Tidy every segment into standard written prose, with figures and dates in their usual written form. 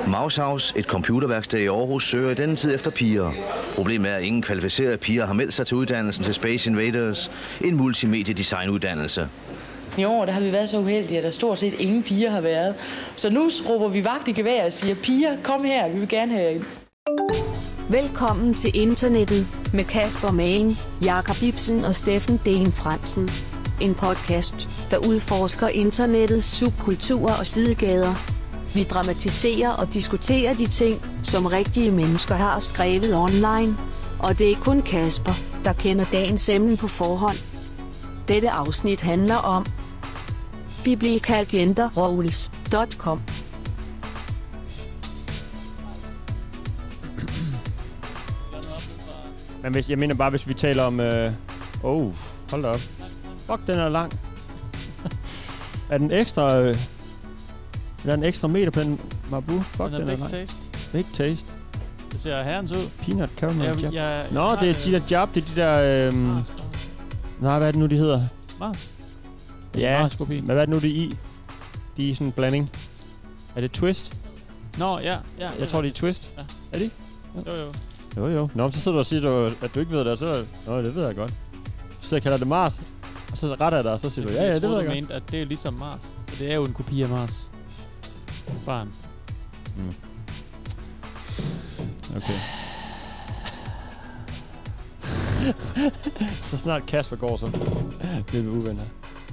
Maushaus, et computerværksted i Aarhus, søger i denne tid efter piger. Problemet er, at ingen kvalificerede piger har meldt sig til uddannelsen til Space Invaders, en multimediedesignuddannelse. I år der har vi været så uheldige, at der stort set ingen piger har været. Så nu råber vi vagt i gevær og siger, piger, kom her, vi vil gerne have jer ind. Velkommen til internettet med Kasper Malen, Jakob Ibsen og Steffen Den Fransen. En podcast, der udforsker internettets subkulturer og sidegader. Vi dramatiserer og diskuterer de ting, som rigtige mennesker har skrevet online. Og det er kun Kasper, der kender dagens emne på forhånd. Dette afsnit handler om biblikalgenderroles.com. Men jeg mener bare, hvis vi taler om... hold da op. Fuck, den er lang. Er den ekstra... der er en ekstra meter på den Mabu. Fuck, den er Big lang. Taste. Big Taste. Det ser herrens ud. Peanut caramel jab. Nå, det er de der jab. Det er de der... nej, hvad er det nu, de hedder? Mars. Ja, men hvad er det nu, de er i? De er sådan en blanding. Er det Twist? Nå, ja. Jeg tror, det er Twist. Ja. Er de? Jo. Jo. Nå, så sidder du og siger, at du ikke ved det, og så... Nå, det ved jeg godt. Så jeg kalder det Mars, og så retter jeg dig, og så siger du, ja, det ved jeg godt. Mente, at det er ligesom Mars. Og det er jo en kopi af Mars. Barn. Okay. Så snart Kasper går, så bliver vi uvenner.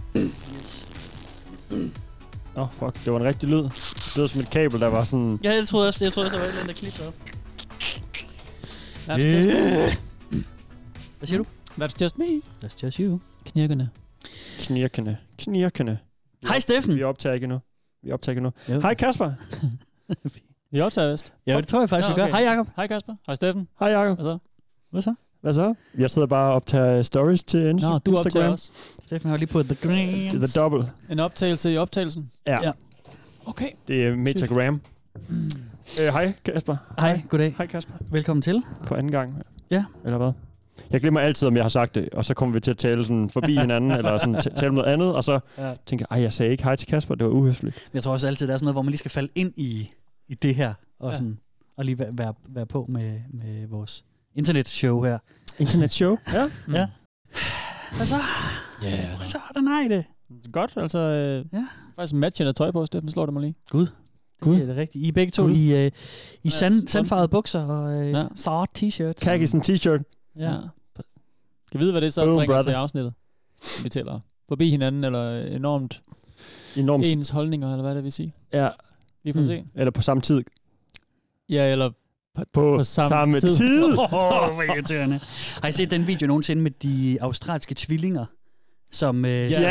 Fuck, det var en rigtig lyd. Det lød som et kabel, der var sådan... Ja, jeg troede også, der var et eller andet, der klippede op. Hvad siger du? That's just me. That's just you. Knirkende. Hej Steffen. Vi optager ikke nu. Hej Kasper. Vi optager vist. Ja, det tror jeg faktisk, vi gør. Hej Jakob. Hej Kasper. Hej Steffen. Hej Jakob. Hvad så? Jeg sidder bare og optager stories til Instagram. Nå, du optager også. Steffen har lige på The Grams. The Double. En optagelse i optagelsen? Ja. Okay. Det er Metagram. Hej Kasper. Hej, goddag. Hej Kasper. Velkommen til. For anden gang. Ja. Eller hvad? Jeg glemmer altid, om jeg har sagt det, og så kommer vi til at tale sådan forbi hinanden, eller sådan tale om noget andet, og så tænker jeg sagde ikke hej til Kasper, det var uhøfligt. Jeg tror også altid, der er sådan noget, hvor man lige skal falde ind i det her, og, sådan, og lige være på med vores internetshow her. Internetshow? Ja. Og så? Så er der nej det. Godt, altså faktisk matchende tøj på, Steffen, slår det mig lige. Gud. Det er det rigtigt. I begge to i sandfarvede bukser og sort t-shirts. Khakis en t-shirt. Ja. Kan vide, hvad det så bringer til afsnittet? Vi taler forbi hinanden, eller enormt ens holdninger, eller hvad det vil sige. Ja. Vi får se. Eller på samme tid. Ja, eller på samme tid. Hvor irriterende. Har I set den video nogensinde med de australske tvillinger? Som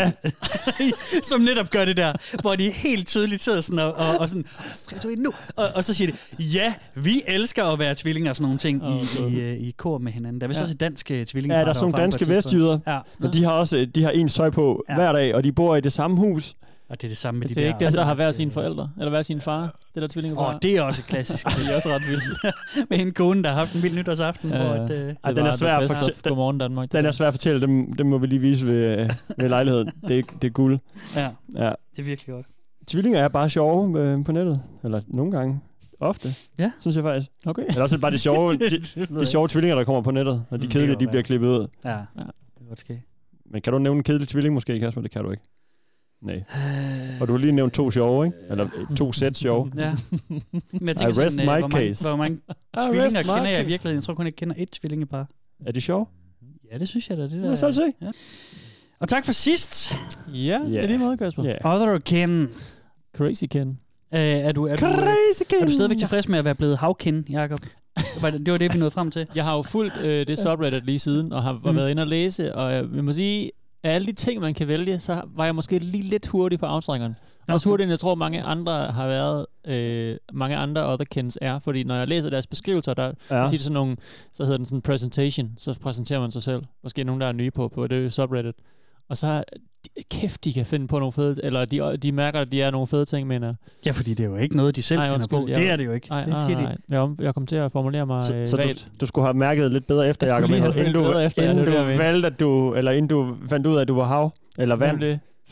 som netop gør det der, hvor de helt tydeligt sidder sådan og sådan, skal du ind nu? Og så siger de, ja, vi elsker at være tvillinger og sådan nogle ting i kor med hinanden. Der er vist også et dansk tvillinger. Ja, der er sådan nogle danske vestjyder, og de har ens tøj på hver dag, og de bor i det samme hus. Og det er det samme med de der... Det er ikke dem, der har hver sine forældre, eller hver sin far, det der tvillingepar. Det er også klassisk. Det er også ret vildt. Med en kone, der har haft en vild nytårsaften. Den er svær at fortælle. Godmorgen Danmark. Den er svær at fortælle, dem må vi lige vise ved lejligheden. Det er guld. Ja, det er virkelig godt. Tvillinger er bare sjove på nettet, eller nogle gange. Ofte, synes jeg faktisk. Okay. Eller også bare de sjove tvillinger, der kommer på nettet, og de kedelige, de bliver klippet ud. Ja, det er godt ske. Men kan du nævne en kedelig tvilling måske, Kasper? Det kan du ikke. Nej. Og du har lige nævnt 2 sjove, ikke? Eller 2 sæt sjove. Ja. Men jeg tænker sådan, hvor mange tvillinger kender jeg i virkeligheden? Jeg tror kun, jeg kender 1 tvillingepar. Er de sjove? Ja, det synes jeg da. Det der. Lad os se. Ja. Og tak for sidst. Ja, det er lige måde, Kasper. Other Ken. Crazy Ken. Er du stadigvæk tilfreds med at være blevet havken, Jakob? Det var det, vi nåede frem til. Jeg har jo fulgt det subreddit lige siden, og har været inde og læse, og jeg vil sige, af alle de ting, man kan vælge, så var jeg måske lige lidt hurtig på afstrækkeren. Også hurtigt, end jeg tror, mange andre har været, mange andre otherkens er, fordi når jeg læser deres beskrivelser, der tit sådan nogle, så hedder den sådan presentation, så præsenterer man sig selv. Måske nogen, der er nye på det subreddit. Og så kæft, de kan finde på nogle fede, eller de mærker, at de er nogle fede ting, mener. Ja, fordi det er jo ikke noget, de selv finder på. Det er det jo ikke. Nej. Jeg kom til at formulere mig så du skulle have mærket lidt bedre efter, Jacob, inden du valgte, inden du fandt ud af, at du var hav, eller vand.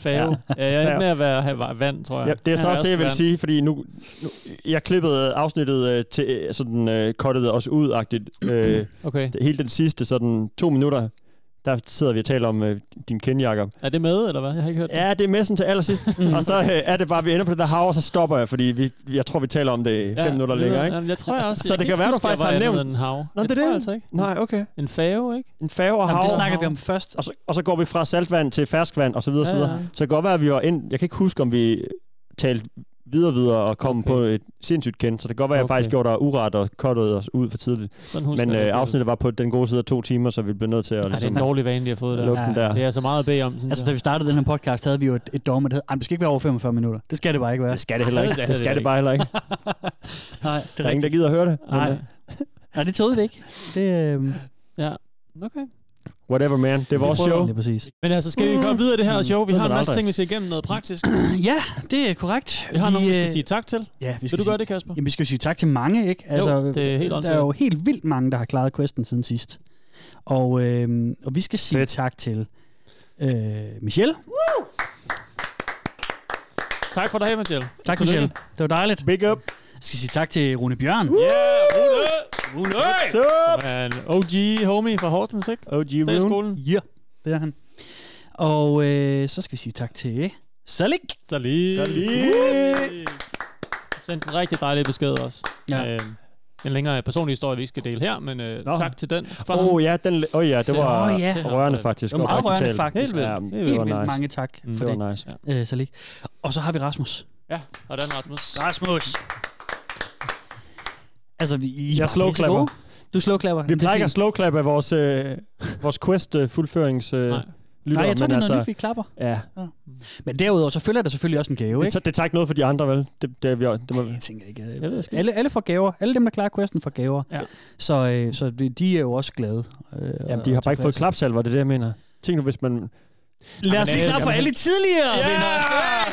Fave. Ja, jeg er ikke med at have vand, tror jeg. Ja, det er så også det, jeg vil sige, fordi nu jeg klippede afsnittet til sådan, cuttede os ud-agtigt. Okay. Hele den sidste sådan 2 minutter, der sidder vi og taler om din Ken, Jacob. Er det med, eller hvad? Jeg har ikke hørt det. Ja, det er med sådan til allersidst. Og så er det bare, vi ender på det der hav, og så stopper jeg, fordi jeg tror, vi taler om det 5 minutter længere, ikke? Jeg tror jeg også. Så det kan være, du faktisk har nævnt en hav. Nå, det er det. Altså ikke. Nej, okay. En fave, ikke? En fave og hav. Det snakker vi om først. Og så går vi fra saltvand til ferskvand, og så videre, så videre. Så det kan godt være, at vi var ind. Jeg kan ikke huske, om vi talte videre og kom på et sindssygt kendt. Så det kan godt være, at jeg faktisk gjorde dig uret og cuttede os ud for tidligt. Men afsnittet var på den gode side af 2 timer, så vi blev nødt til at det er en dårlig vane, de har fået der. Lukke den der. Det er så meget at bede om. Altså, da vi startede den her podcast, havde vi jo et dogme, der hed, det skal ikke være over 45 minutter. Det skal det bare ikke være. Det skal det heller ikke. Det skal det bare heller ikke. Nej, der er ingen, der gider at høre det. Nej, det troede vi ikke. Det, ja, okay. Whatever, man. Det er vores show. Det præcis. Men altså, skal vi komme videre i det her show? Vi har en masse ting, vi skal igennem noget praktisk. Ja, det er korrekt. Vi har nogen, vi skal sige tak til. Ja, vil du gøre det, Kasper? Jamen, vi skal sige tak til mange, ikke? Altså, jo, det er helt der er jo helt vildt mange, der har klaret questen siden sidst. Og vi skal sige tak til Michelle. Tak for dig, Michelle. Tak, Michelle. Det var dejligt. Big up. Jeg skal sige tak til Rune Bjørn. Rune! Rune! OG homie fra Horsens, ikke? OG Rune. Ja, det er han. Og så skal vi sige tak til Salik. Sendt en rigtig dejlig besked også. Ja. En længere personlig historie, vi ikke skal dele her, men tak til den. Ja, det var rørende faktisk. Det var meget rørende faktisk. Helt vildt mange tak for det. Var nice. Salik. Og så har vi Rasmus. Ja, hvordan Rasmus? Altså, jeg slowklapper. Du slowklapper. Vi plejer ikke at slowklappe vores quest-fuldførings... Nej, jeg tror, det er noget nyt, vi klapper. Ja. Men derudover, så følger der selvfølgelig også en gave, ikke? Det tager ikke noget for de andre, vel? Det må... Jeg tænker ikke. Alle får gaver. Alle dem, der klarer questen, får gaver. Ja. Så de er jo også glade. Jamen, de har bare ikke fået klapsalver, det er det, jeg mener. Tænk nu, hvis man... Lad os lige klappe for alle tidligere vinder.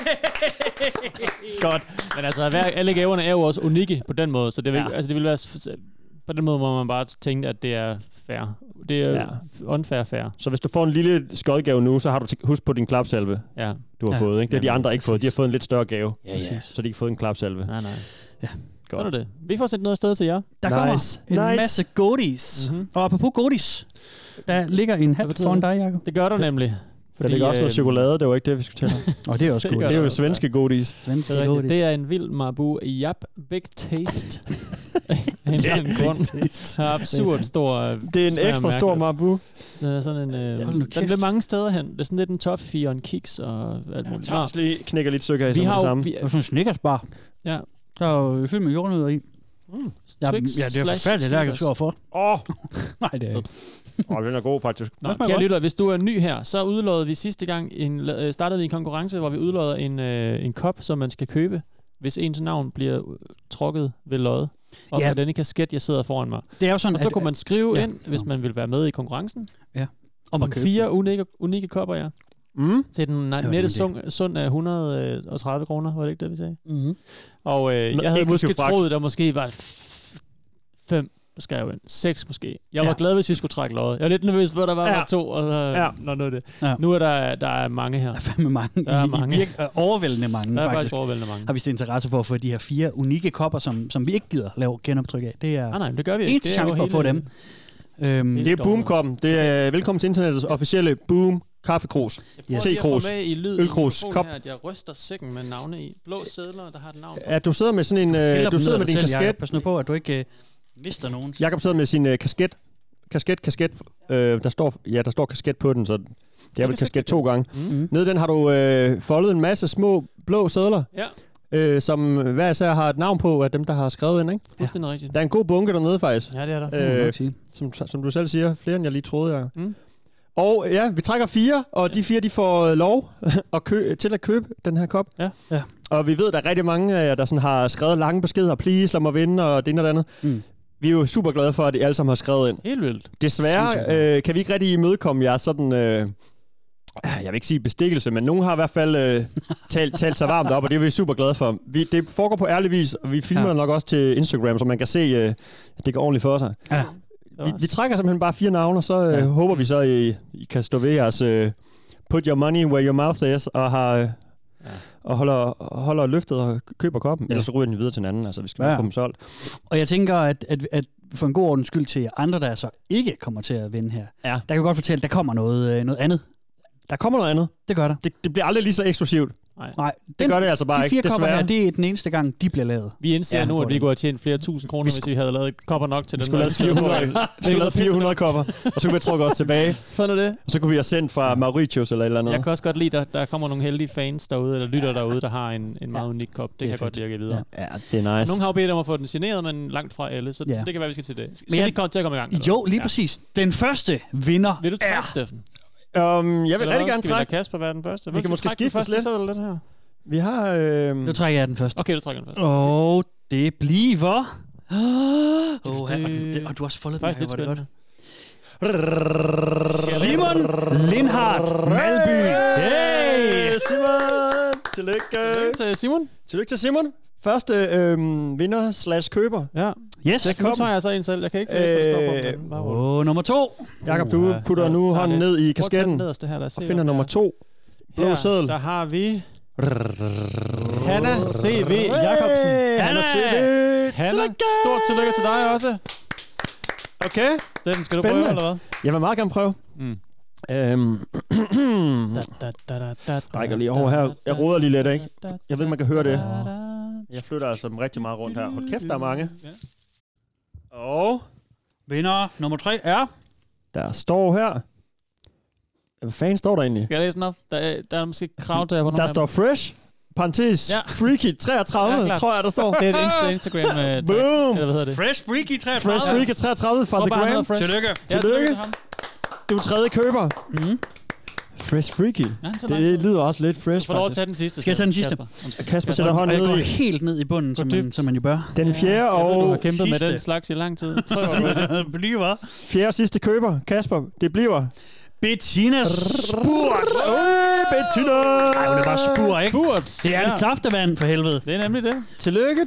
Godt. Men altså, alle gaverne er jo også unikke på den måde, så det vil være... På den måde må man bare tænke, at det er fair. Det er unfair fair. Så hvis du får en lille skodgave nu, så har du husk på din klapsalve, du har fået. Ikke? Det har de andre ikke fået. De har fået en lidt større gave. Ja. Så de har ikke fået en klapsalve. Nej. Ja. Godt. Sådan er det. Vi får sendt noget afsted til jer. Der kommer en masse goodies. Mm-hmm. Og apropos goodies, der ligger en hat foran dig, Jacob. Det gør der nemlig. For der ligger også noget chokolade, det var ikke det, vi skulle tale om. Og det er også godt. Det er jo svenske goodies. Det er en vild Marabou Yap Big Taste. En eller anden grund. Absurd stor. Det er en ekstra stor Marabou. Det er sådan en... den bliver mange steder hen. Det er sådan lidt en toffee og en kiks og alt muligt. Jeg lige knækker lidt sukker i sammen det samme. Det er sådan en Snickers-bar. Ja. Der er jo fyldt med jordnødder i. Ja, det er forfærdeligt, der jeg skal for. Nej, det er ikke. Den er god, faktisk. Nå, kære lytter, hvis du er ny her, så udlodede vi sidste gang startede vi en konkurrence, hvor vi udlodder en kop, som man skal købe, hvis ens navn bliver trukket ved lod. Og med denne kasket, jeg sidder foran mig. Det er jo sådan, og så kunne man skrive ind, hvis man vil være med i konkurrencen. Ja. Om 4 unikke kopper, ja. Til den nette sund af 130 kroner, var det ikke det, vi sagde? Mm-hmm. Og jeg havde måske troet, der måske var 5, skrev ind. 6 måske. Jeg var glad, hvis vi skulle trække loddet. Jeg var lidt nervøs, hvor der var 2, og nu er der er mange her. Der er fandme mange. Der er mange. Overvældende mange, der er faktisk overvældende mange. Har vi interesse for at få de her 4 unikke kopper, som vi ikke gider lave genoptryk af. Det er nej, det gør vi ikke. Eneste chance for at få dem. Det er Boom-koppen. Det er velkommen til internettets officielle Boom kaffekrus. Te-krus. Ølkrus. Kop. Jeg ryster sækken med navne i. Blå sedler, der har et navn. Ja, du sidder med sådan en... Du sidder med din kasket. Pas nu på, at du ikke mister nogen. Jakob sidder med sin kasket. Kasket. Der står kasket på den, så det er vel kasket 2 gange. Nede den har du foldet en masse små blå sedler. Ja. Som hver især har et navn på af dem, der har skrevet ind, ikke? Fuldstændig rigtigt. Der er en god bunke dernede, faktisk. Ja, det er der. Som du selv siger, flere end jeg lige troede, jeg. Og ja, vi trækker 4, og de 4, de får lov til at købe den her kop. Ja. Og vi ved, at der er rigtig mange af jer, der sådan har skrevet lange beskeder. Please, lad mig vinde, og det ene og det andet. Vi er jo super glade for, at I alle sammen har skrevet ind. Helt vildt. Desværre kan vi ikke rigtig imødekomme jer sådan... jeg vil ikke sige bestikkelse, men nogen har i hvert fald talt sig varmt op, og det er vi super glade for. Det foregår på ærlig vis, og vi filmer nok også til Instagram, så man kan se, at det går ordentligt for sig. Ja. Vi trækker simpelthen bare 4 navne, og så håber vi så, I kan stå ved jeres put your money where your mouth is, og har... og holder løftet og køber koppen. Ellers så ryger den videre til en anden. Altså, vi skal nok få dem solgt. Og jeg tænker, at for en god ordens skyld til andre, der så ikke kommer til at vinde her, der kan jeg godt fortælle, at der kommer noget andet. Der kommer noget andet. Det gør der. Det bliver aldrig lige så eksklusivt. Nej, det gør det altså bare ikke, desværre. De 4 kopper her, det er den eneste gang, de bliver lavet. Vi indser nu, at vi kunne have tjent flere tusind kroner, hvis vi havde lavet kopper nok til den. Vi skulle have 400 kopper, og så kunne vi trukke os tilbage. Sådan er det. Og så kunne vi have sendt fra Mauritius eller et eller andet. Jeg kan også godt lide, at der kommer nogle heldige fans derude, eller lytter derude, der har en meget unik kop. Det kan jeg godt lide videre. Ja, det er nice. Nogle har jo bedt om at få den signeret, men langt fra alle, så det kan være, vi skal til det. Skal vi komme til at komme i gang? Jo, lige præcis. Den første vinder Vil du trække, Steffen? Jeg vil rigtig gerne trække. Skal vi Kasper være den første? Vi kan måske skifte lidt. Her. Vi har... Nu trækker jeg den første. Okay, du trækker den første. Og det bliver... Og du har også foldet den her, hvor det godt. Simon Lindhardt Malby. Hey, Simon! Tillykke til Simon. Tillykke til Simon. Første vinder/køber. Ja. Yes. Nu tager jeg så en selv. Jeg kan ikke læse, hvad der står på. Nummer 2. Jakob, du putter nu hånden ned i kasketten og finder nummer 2. Blå seddel. Der har vi... Hanna C.V. Jacobsen. Hanna C.V. Hanna, stort tillykke til dig også. Okay. Steffen, skal du prøve, eller hvad? Jeg vil meget gerne prøve. Rækker lige over her. Jeg roder lige lidt, ikke? Jeg ved, man kan høre det. Jeg flytter altså rigtig meget rundt her. Hold kæft, der er mange. Og... vinder nummer 3 er... Der står her... Hvad fanden står der egentlig? Skal jeg læse den op? Der er måske krav til på der står fresh, parentes, freaky 33, tror jeg, der står. Det er et Instagram. Boom! Eller hvad hedder det? Fresh Freaky 33. Fresh Freaky 33 fra The Gram. Tillykke. Tillykke. Du er tredje køber. Fresh Freaky. Det lyder også lidt fresh. Du får lov at tage den sidste. Skal jeg tage den sidste? Kasper sætter hånden ned i. Jeg går helt ned i bunden, som man jo bør. Den fjerde og sidste. Du har kæmpet med den slags i lang tid. Bliver. Fjerde og sidste køber. Kasper, det bliver... Bettina Spurt. Bettina! Ej, det var Spurt, ikke? Spurt. Det er et saftevand, for helvede. Det er nemlig det. Tillykke.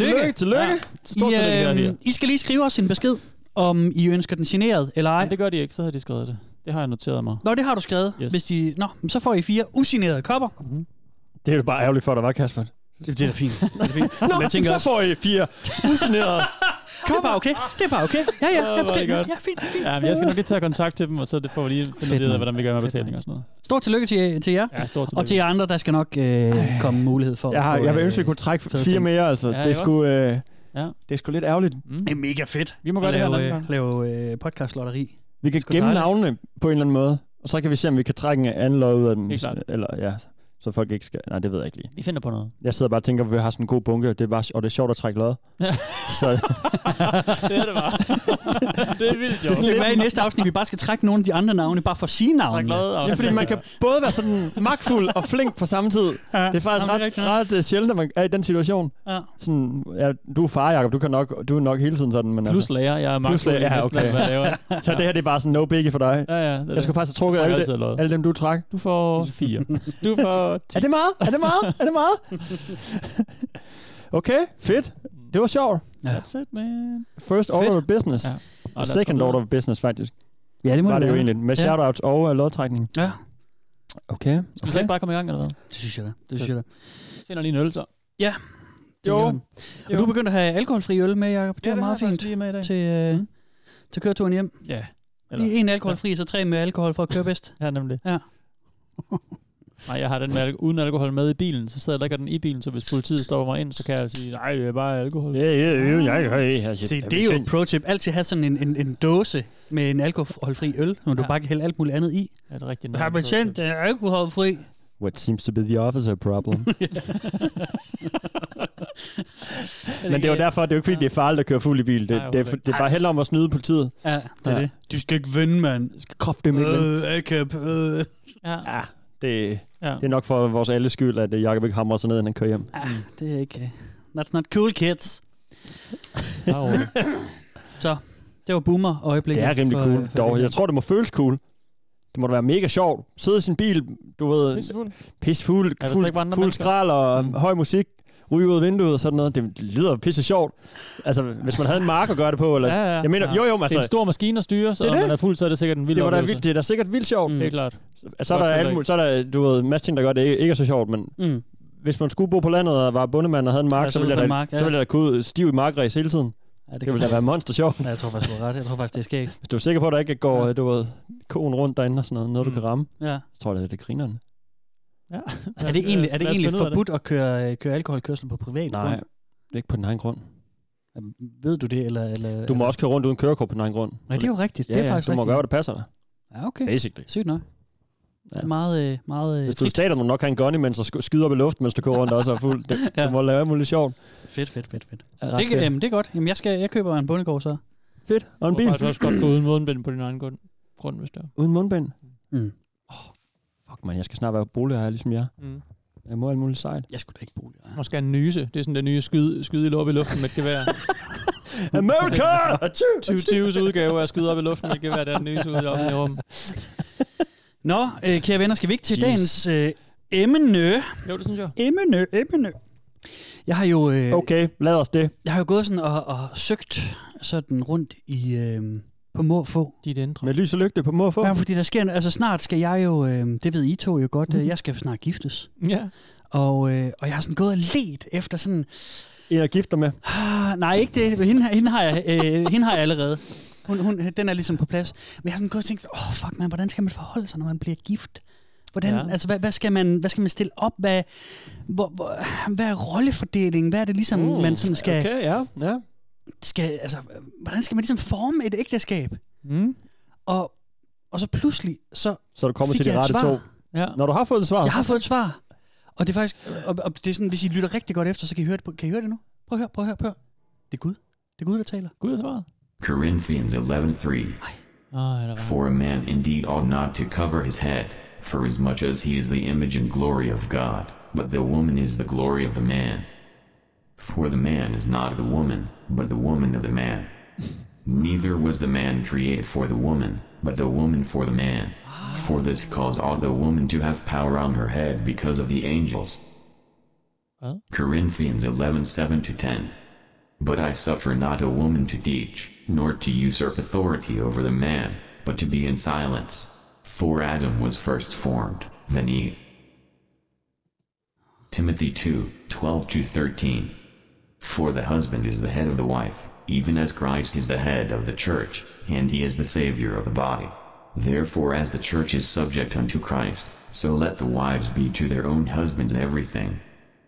Ja. I skal lige skrive os en besked, om I ønsker den signeret eller ej. Men det gør de ikke, så har de skrevet det. Det har jeg noteret mig. Nå, det har du skrevet. Yes. Hvis de... så får I 4 usignerede kopper. Det er jo bare ærgerligt for dig, var Kasper? Det er da fint. Nå, jeg tænker, så får I 4 usignerede. Det er bare okay. Ja, fint. Ja, men jeg skal nok lige tage kontakt til dem, og så får vi lige finde ud af, hvordan vi gør med betaling og sådan noget. Stort tillykke til jer. Ja, stort tillykke. Og til jer andre, der skal nok komme mulighed for at få... Jeg vil ønske, vi kunne trække 4 mere, altså. Ja, det er det sgu lidt ærgerligt. Det er mega fedt. Vi må gøre det her lave podcast-lotteri. Vi kan gemme navnene på en eller anden måde, og så kan vi se, om vi kan trække en anden lod ud af den. Eller, ja, så folk ikke skal... Nej, det ved jeg ikke lige. Vi finder på noget. Jeg sidder bare og tænker, at vi har sådan en god bunke, og det er sjovt at trække lod. Ja. Så... det er det bare. Det er vildt, jo. Det skal være i næste afsnit, vi bare skal trække nogle af de andre navne, bare for at sige navnene. Ja, fordi man kan både være sådan magtfuld og flink på samme tid. Ja, det er faktisk ret sjældent, at man er i den situation. Ja. Sådan, ja, du er far, Jacob, du er nok hele tiden sådan. Men plus lærer, jeg er magtfuld. Ja, okay. Så det her, det er bare sådan no biggie for dig. Ja, jeg skal faktisk have trukket alle dem, du træk. Du får 4. Du får 10. Er det meget? Okay, fedt. Det var sjovt. That's it, man. First order of business. Ja. Second order of business, faktisk. Ja, det må det jo egentlig. Med shoutouts og lodtrækning. Ja. Okay. Skal vi så ikke bare komme i gang, eller hvad? Det synes jeg da. Finder lige en øl, så. Ja. Jo. Og du er begyndt at have alkoholfri øl med, Jacob. Det var meget fint med i dag. Til køreturen hjem. Ja. En alkoholfri, så 3 med alkohol for at køre bedst. Ja, nemlig. Ja. Nej, jeg har den med uden alkohol med i bilen, så sidder jeg drikker den i bilen, så hvis politiet stopper mig ind, så kan jeg sige, nej, det er bare alkohol. Se, det er jo et pro-tip. Altid have sådan en dåse med en alkoholfri øl, når du bare kan hælde alt muligt andet i. Ja, det er rigtigt. Har betjent, det er alkoholfri. What seems to be the officer problem. Men det er jo derfor, det er jo ikke fordi, det er farligt at køre fuld i bil. Det er bare heller om at snyde politiet. Ja, det er det. Du skal ikke vinde, mand. Du skal kraftedeme ikke vinde. Ja. Det er nok for vores alles skyld, at Jacob ikke hamrer sig ned, inden han kører hjem. Det er ikke... That's not cool, kids. Så, det var boomer-øjeblikket. Det er rimelig cool. Dog, jeg tror, det må føles cool. Det må da være mega sjovt. Sidde i sin bil, du ved... Pissefuld. Fuld skrald og høj musik. ryge ud af vinduet og sådan noget. Det lyder pisse sjovt. Altså, hvis man havde en mark at gøre det på. Eller, Ja. Jeg mener, jo, altså, det er en stor maskine at styre, så når man er fuld, så er det sikkert en vild oplevelse. Det er da sikkert vildt sjovt. Det er klart. Så er der, du ved, en masse ting, der gør det ikke er så sjovt, men hvis man skulle bo på landet og var bondemand og havde en mark, så ville jeg da kunne stiv i markræs hele tiden. Ja, det ville da være monster sjovt. Ja, jeg tror faktisk, du har ret. Jeg tror faktisk, det er skægt. Hvis du er sikker på, at der ikke går koen rundt derinde og sådan noget du kan ramme, så tror jeg, det er grinerne. Ja. Er det egentlig forbudt at køre alkoholkørsel på privat grund? Nej, det er ikke på din egen grund. Ved du det? Eller du må også køre rundt uden kørekort på din egen grund. Nej, det er jo rigtigt. Det er faktisk rigtigt. Du må gøre, hvad der passer dig. Ja, okay. Basically. Sygt nok. Ja. Meget hvis du er stater, må du nok have en gun imens og skyder op i luften, mens du kører rundt og også er fuld. Du må lave alt muligt sjovt. Fedt. Det er godt. Jamen, jeg køber en bondegård så. Fedt. Og en bil. Du kan også godt gå uden mundbind på din egen grund, hvis det er. Uden mundbind? Fuck man, jeg skal snart være boligejer ligesom jeg. Jeg må alt muligt sejt. Jeg skulle da ikke boligejer. Måske en nyse. Det er sådan den nye skyde i lov i luften med et gevær. America! 2020's udgave af skyde op i luften med et gevær, der er den nyse ude i offentlige rum. Nå, kære venner, skal vi ikke til dagens emne? Jo, det synes jeg. Emne. Jeg har jo... okay, lad os det. Jeg har jo gået sådan og søgt sådan rundt på må få. Dit indre. Med lys og lygte på må få? Ja, fordi der sker... Altså snart skal jeg jo... det ved I to jo godt. Jeg skal snart giftes. Ja. Og jeg har sådan gået og let efter sådan... En at gifte med? Nej, ikke det. Hende har jeg allerede. Den er ligesom på plads. Men jeg har sådan gået og tænkt, fuck man, hvordan skal man forholde sig, når man bliver gift? Hvordan, altså, hvad skal man stille op? Hvad er rollefordelingen? Hvad er det ligesom, man sådan skal... Okay, ja. Altså, hvordan skal man ligesom forme et ægteskab? Og så pludselig, så du kommer til de rette to. Ja. Når du har fået et svar? Jeg har fået et svar. Og det er faktisk... Og det er sådan, hvis I lytter rigtig godt efter, så kan I høre det. Kan I høre det nu? Prøv at høre. Det er Gud. Det er Gud, der taler. Gud er svaret. Corinthians 11:3. For a man indeed ought not to cover his head, for as much as he is the image and glory of God, but the woman is the glory of the man. For the man is not of the woman, but the woman of the man. Neither was the man created for the woman, but the woman for the man. For this cause ought the woman to have power on her head because of the angels. Corinthians 11:7-10. But I suffer not a woman to teach, nor to usurp authority over the man, but to be in silence. For Adam was first formed, then Eve. Timothy 2:12-13. For the husband is the head of the wife, even as Christ is the head of the church, and he is the Savior of the body. Therefore as the church is subject unto Christ, so let the wives be to their own husbands in everything.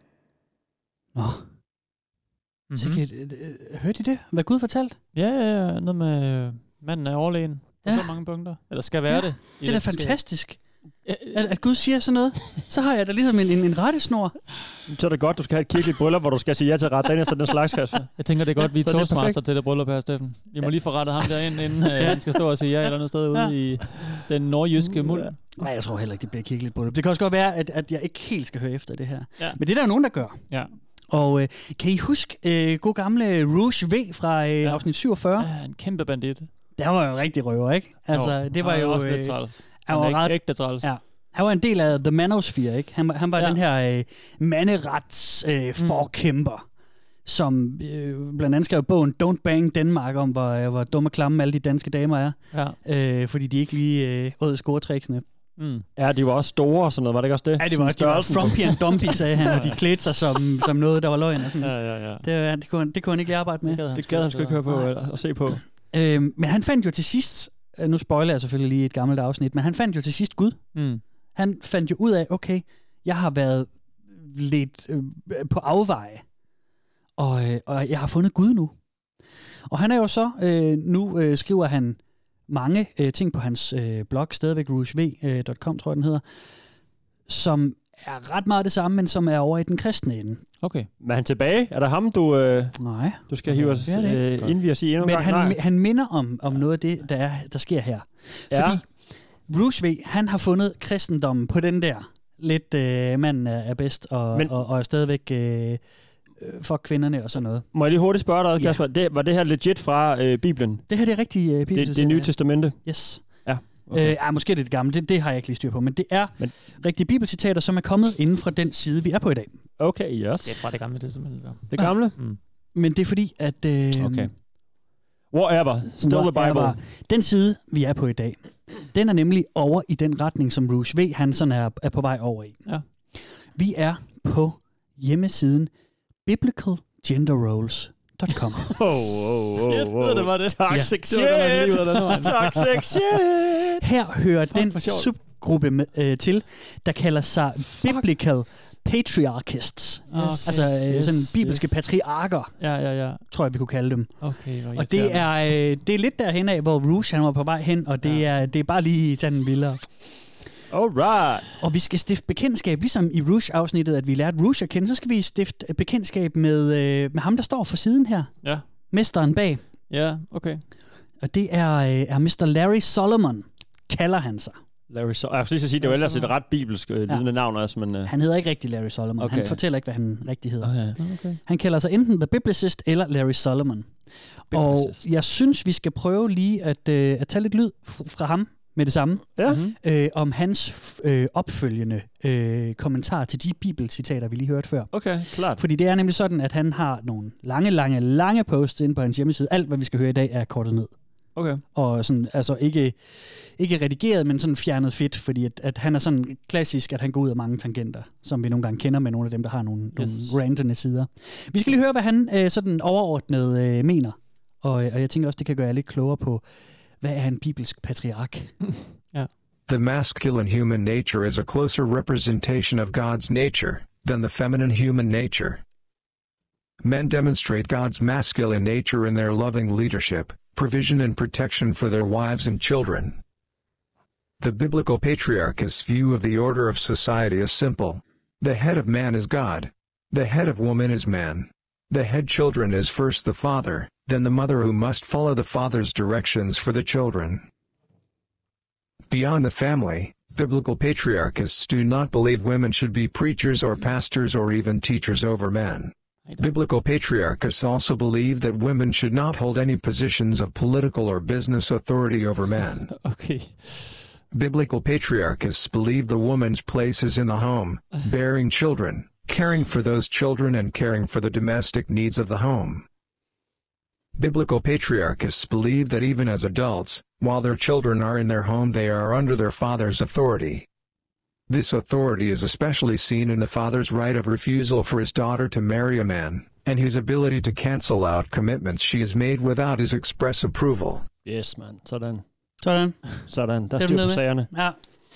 Hørte I det? Hvad Gud fortalt? Ja. Noget med manden er overlegen. På så mange punkter. Eller skal være det. Det er da fantastisk. At Gud siger sådan noget, så har jeg da ligesom en rettesnor. Så er det godt, du skal have et kirkeligt bryllup, hvor du skal sige ja til ret dagen efter den slags, Kasper. Jeg tænker, det er godt, vi er toastmaster til det bryllup her, Steffen. Vi må lige få rettet ham derind, inden han skal stå og sige ja et eller andet sted ude i den nordjyske muld. Nej, jeg tror heller ikke, det bliver kirkeligt bryllup. Det kan også godt være, at jeg ikke helt skal høre efter det her. Ja. Men det er der jo nogen, der gør. Ja. Og kan I huske god gamle Rouge V fra afsnit 47? Ja, en kæmpe bandit. Det var jo en rigtig røver, ikke? Altså, det var jo... også lidt træls. Han var ægte træls. Ja. Han var en del af The Manosphere, ikke? Han var den her manderets forkæmper, som blandt andet skrev bogen Don't Bang Denmark om, hvor dumme og klamme alle de danske damer er. Ja. Fordi de ikke lige åd scoretricksene. Ja, de var også store og sådan noget, var det ikke også det? Ja, de var frumpy and dumpy, sagde han, og de klædte sig som noget, der var løgn. Ja. Det kunne han ikke lige arbejde med. Det gad han sgu ikke høre på og se på. Men han fandt jo til sidst, nu spoiler jeg selvfølgelig lige et gammelt afsnit, men han fandt jo til sidst Gud. Han fandt jo ud af, okay, jeg har været lidt på afveje, og jeg har fundet Gud nu. Og han er jo så, nu skriver han mange ting på hans blog, stadigvæk rougevv.com, tror jeg den hedder, som er ret meget det samme, men som er over i den kristne ende. Okay. Men er han tilbage? Er der ham, Nej. Du skal hive os inden vi sige endnu en gang? Men han minder om noget af det, der sker her. Ja. Fordi Bruce V, han har fundet kristendommen på den der lidt manden er bedst, og er stadigvæk for kvinderne og sådan noget. Må jeg lige hurtigt spørge dig, Kasper? Var det her legit fra Bibelen? Det her det er rigtig Bibelen. Det er Nye Testamente? Yes. Ja, Okay. Måske er det gamle, det har jeg ikke lige styr på, men det er rigtige bibelcitater, som er kommet inden fra den side, vi er på i dag. Okay, yes. Det er fra det gamle, det er simpelthen der. Det gamle? Men det er fordi, at... Okay. Whatever. Still the Bible. Den side, vi er på i dag, den er nemlig over i den retning, som Rouge V. Hansen er på vej over i. Ja. Vi er på hjemmesiden biblicalgenderroles.com. Det var det. Toxic shit. Toxic shit. Her hører den subgruppe til, der kalder sig Biblical Patriarchists. Altså sådan bibelske patriarker, tror jeg, vi kunne kalde dem. Okay, og det er lidt derhen af, hvor Rouge han var på vej hen, og det er bare lige tanden vildere. Alright. Og vi skal stifte bekendtskab, ligesom i Rouge-afsnittet, at vi lærte Rouge at kende, så skal vi stifte bekendtskab med ham, der står for siden her. Ja. Mesteren bag. Ja, okay. Og det er Mr. Larry Solomon, kalder han sig. Larry Solomon. Jeg skal lige sige, det er jo ellers et ret bibelsk lydende navn også, men... Han hedder ikke rigtig Larry Solomon. Okay. Han fortæller ikke, hvad han rigtig hedder. Okay. Han kalder sig enten The Biblicist eller Larry Solomon. Og jeg synes, vi skal prøve lige at tage lidt lyd fra ham med det samme. Ja. Om hans opfølgende kommentar til de bibelcitater, vi lige hørte før. Okay, klart. Fordi det er nemlig sådan, at han har nogle lange posts inde på hans hjemmeside. Alt, hvad vi skal høre i dag, er kortet ned. Okay. Og sådan, altså ikke redigeret, men sådan fjernet fedt, fordi at han er sådan klassisk, at han går ud af mange tangenter, som vi nogle gange kender med nogle af dem, der har nogle rantende sider. Vi skal lige høre, hvad han sådan overordnet mener. Og jeg tænker også, det kan gøre jer lidt klogere på, hvad er en bibelsk patriark? Ja. The masculine human nature is a closer representation of God's nature than the feminine human nature. Men demonstrate God's masculine nature in their loving leadership, provision and protection for their wives and children. The biblical patriarchist's view of the order of society is simple. The head of man is God. The head of woman is man. The head children is first the father, then the mother who must follow the father's directions for the children. Beyond the family, biblical patriarchists do not believe women should be preachers or pastors or even teachers over men. Biblical patriarchists also believe that women should not hold any positions of political or business authority over men. Okay. Biblical patriarchists believe the woman's place is in the home, bearing children, caring for those children and caring for the domestic needs of the home. Biblical patriarchists believe that even as adults, while their children are in their home, they are under their father's authority. This authority is especially seen in the father's right of refusal for his daughter to marry a man, and his ability to cancel out commitments she has made without his express approval. Yes, man. Sådan. Der styr på sagerne. Ja.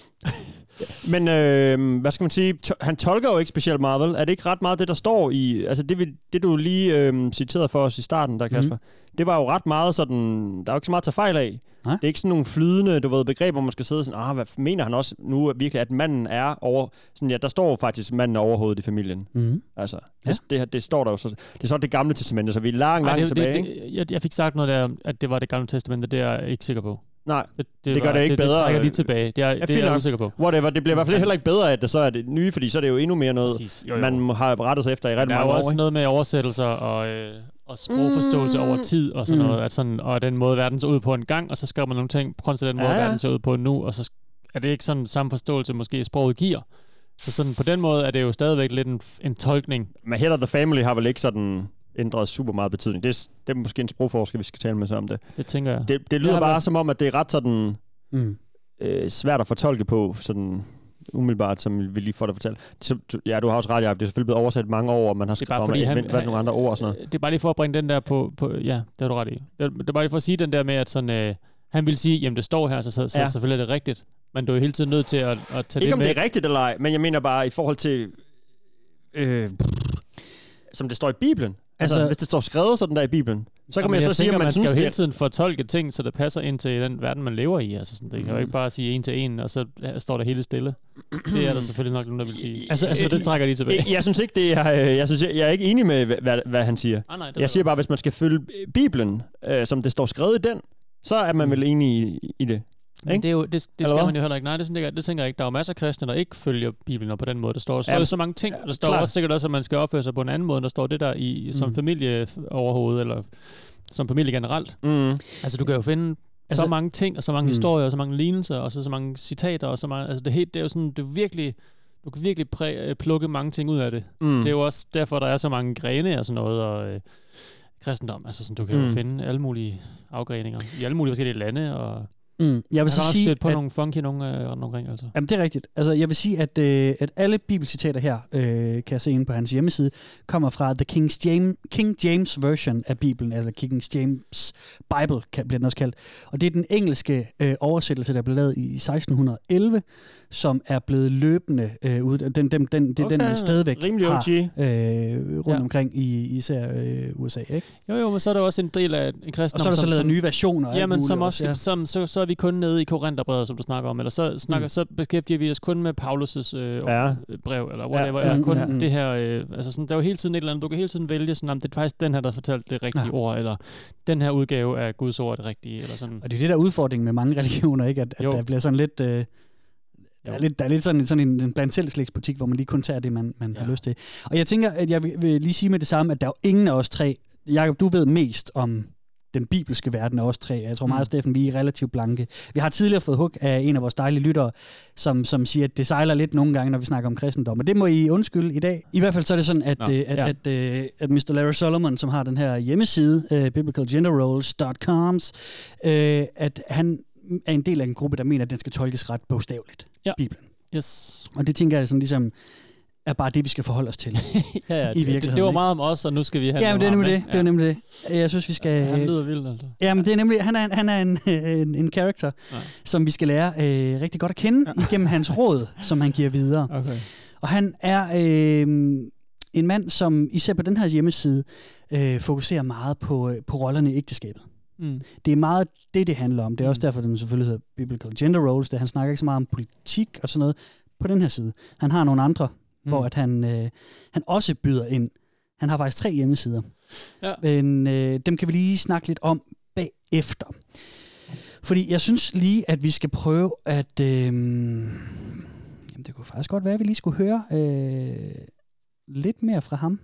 Men hvad skal man sige? Han tolker jo ikke specielt meget, vel? Er det ikke ret meget det, der står i... Altså det du lige citerede for os i starten, der Kasper, det var jo ret meget sådan... Der er jo ikke så meget at tage fejl af. Det er ikke sådan nogle flydende, begreber, hvor man skal sidde sådan, hvad mener han også nu virkelig, at manden er over... Sådan, ja, der står jo faktisk, manden er overhovedet i familien. Altså, det står der jo så... Det er så det gamle testamente, så vi er langt tilbage. Jeg fik sagt noget der, at det var det gamle testamente, det er jeg ikke sikker på. Nej, det gør det ikke bedre. Det trækker lige tilbage. Det er jeg usikker på. Whatever. Det bliver i hvert fald heller ikke bedre, at det så er det nye, fordi så er det jo endnu mere noget, man har rettet sig efter i ret mange år. Der er jo også noget med oversættelser og sprogforståelse over tid og sådan noget. At sådan, og den måde, verden ser ud på en gang, og så skriver man nogle ting på den måde, verden ser ud på nu, og så er det ikke sådan samme forståelse, måske sproget giver. Så sådan, på den måde er det jo stadigvæk lidt en tolkning. Men Head of the Family har vel ikke sådan... ændret super meget betydning. Det er måske en sprogforsker, vi skal tale med sig om det. Det tænker jeg. Det lyder bare som om, at det er ret sådan svært at fortolke på, sådan umiddelbart, som vi lige får dig fortalt. Ja, du har også ret, Jacob. Det er selvfølgelig blevet oversat mange år, og man har skrevet nogle andre ord og sådan noget. Det er bare lige for at bringe den der på ja, det har du ret i. Det er bare lige for at sige den der med, at sådan, han vil sige, jamen det står her, så selvfølgelig er det rigtigt. Men du er jo hele tiden nødt til at tage det med. Ikke om det er rigtigt eller ej, men jeg mener bare i forhold til, som det står i Bibelen. Altså, hvis det står skrevet sådan der i Bibelen, så kan man jo så sige, at man skal jo hele tiden fortolke ting, så det passer ind til den verden, man lever i. Altså sådan, det kan jo ikke bare sige en til en, og så står der hele stille. Det er der selvfølgelig nok nogen, der vil sige. Altså det trækker lige tilbage. Jeg synes ikke, det er... Jeg er ikke enig med, hvad han siger. Nej, jeg siger bare, hvis man skal følge Bibelen, som det står skrevet i den, så er man vel enig i det. Men det, er jo, det skal man jo heller ikke. Nej, det tænker jeg ikke. Der er jo masser af kristne, der ikke følger Bibelen, og på den måde. Der står jo så mange ting. Der står også sikkert også, at man skal opføre sig på en anden måde, der står det der som familie overhovedet, eller som familie generelt. Altså, du kan jo finde så mange ting, og så mange historier, og så mange lignelser, og så mange citater, og så mange, altså det er jo sådan, det er virkelig, du kan virkelig plukke mange ting ud af det. Det er jo også derfor, der er så mange grene og sådan noget, og kristendom, altså sådan, du kan jo finde alle mulige afgreninger i alle mulige forskellige lande, og jeg vil så sige, stødt på nogle funky nogle omkring, altså. Jamen, det er rigtigt. Altså, jeg vil sige, at alle bibelcitater her, kan jeg se inde på hans hjemmeside, kommer fra The King James version af Bibelen, eller King James Bible, bliver den også kaldt. Og det er den engelske oversættelse, der blev lavet i 1611, som er blevet løbende ud. Den stadigvæk har rundt omkring i især USA, ikke? Jo, men så er der også en del af en kristendom. Og så er der så lavet nye versioner. Jamen, som også, så er vi kun nede i Korintherbrevet, som du snakker om, eller så beskæftiger vi os kun med Paulus' brev, eller whatever, eller kun det her, altså sådan, der er jo hele tiden et eller andet, du kan hele tiden vælge sådan, det er faktisk den her, der fortalt det rigtige ord, eller den her udgave af Guds ord det rigtige, eller sådan. Og det er det der udfordring med mange religioner, ikke? At der bliver sådan lidt... Der er lidt sådan en blandt selv slægtsbutik, hvor man lige kun tager det, man har lyst til. Og jeg tænker, at jeg vil lige sige med det samme, at der er jo ingen af os tre... Jakob, du ved mest om den bibelske verden af os tre. Jeg tror meget, Steffen, vi er relativt blanke. Vi har tidligere fået hug af en af vores dejlige lyttere, som siger, at det sejler lidt nogle gange, når vi snakker om kristendom. Og det må I undskylde i dag. I hvert fald så er det sådan, at Mr. Larry Solomon, som har den her hjemmeside, biblicalgenderroles.com, at han er en del af en gruppe, der mener, at den skal tolkes ret bogstaveligt. Bibelen. Yes. Og det tænker jeg sådan ligesom er bare det, vi skal forholde os til i virkeligheden. Det var meget om os, og nu skal vi have det er nemlig det. Det er nemlig det. Jeg synes, vi skal... Han lyder vildt, altså. Ja, men det er nemlig... Han er en karakter, som vi skal lære rigtig godt at kende igennem hans råd, som han giver videre. Okay. Og han er en mand, som især på den her hjemmeside fokuserer meget på rollerne i ægteskabet. Det er meget det handler om. Det er også derfor, den selvfølgelig hedder Biblical Gender Roles. Han snakker ikke så meget om politik og sådan noget på den her side. Han har nogle andre, hvor at han også byder ind. Han har faktisk 3 hjemmesider. Ja. Men dem kan vi lige snakke lidt om bagefter. Fordi jeg synes lige, at vi skal prøve at... jamen, det kunne faktisk godt være, at vi lige skulle høre lidt mere fra ham,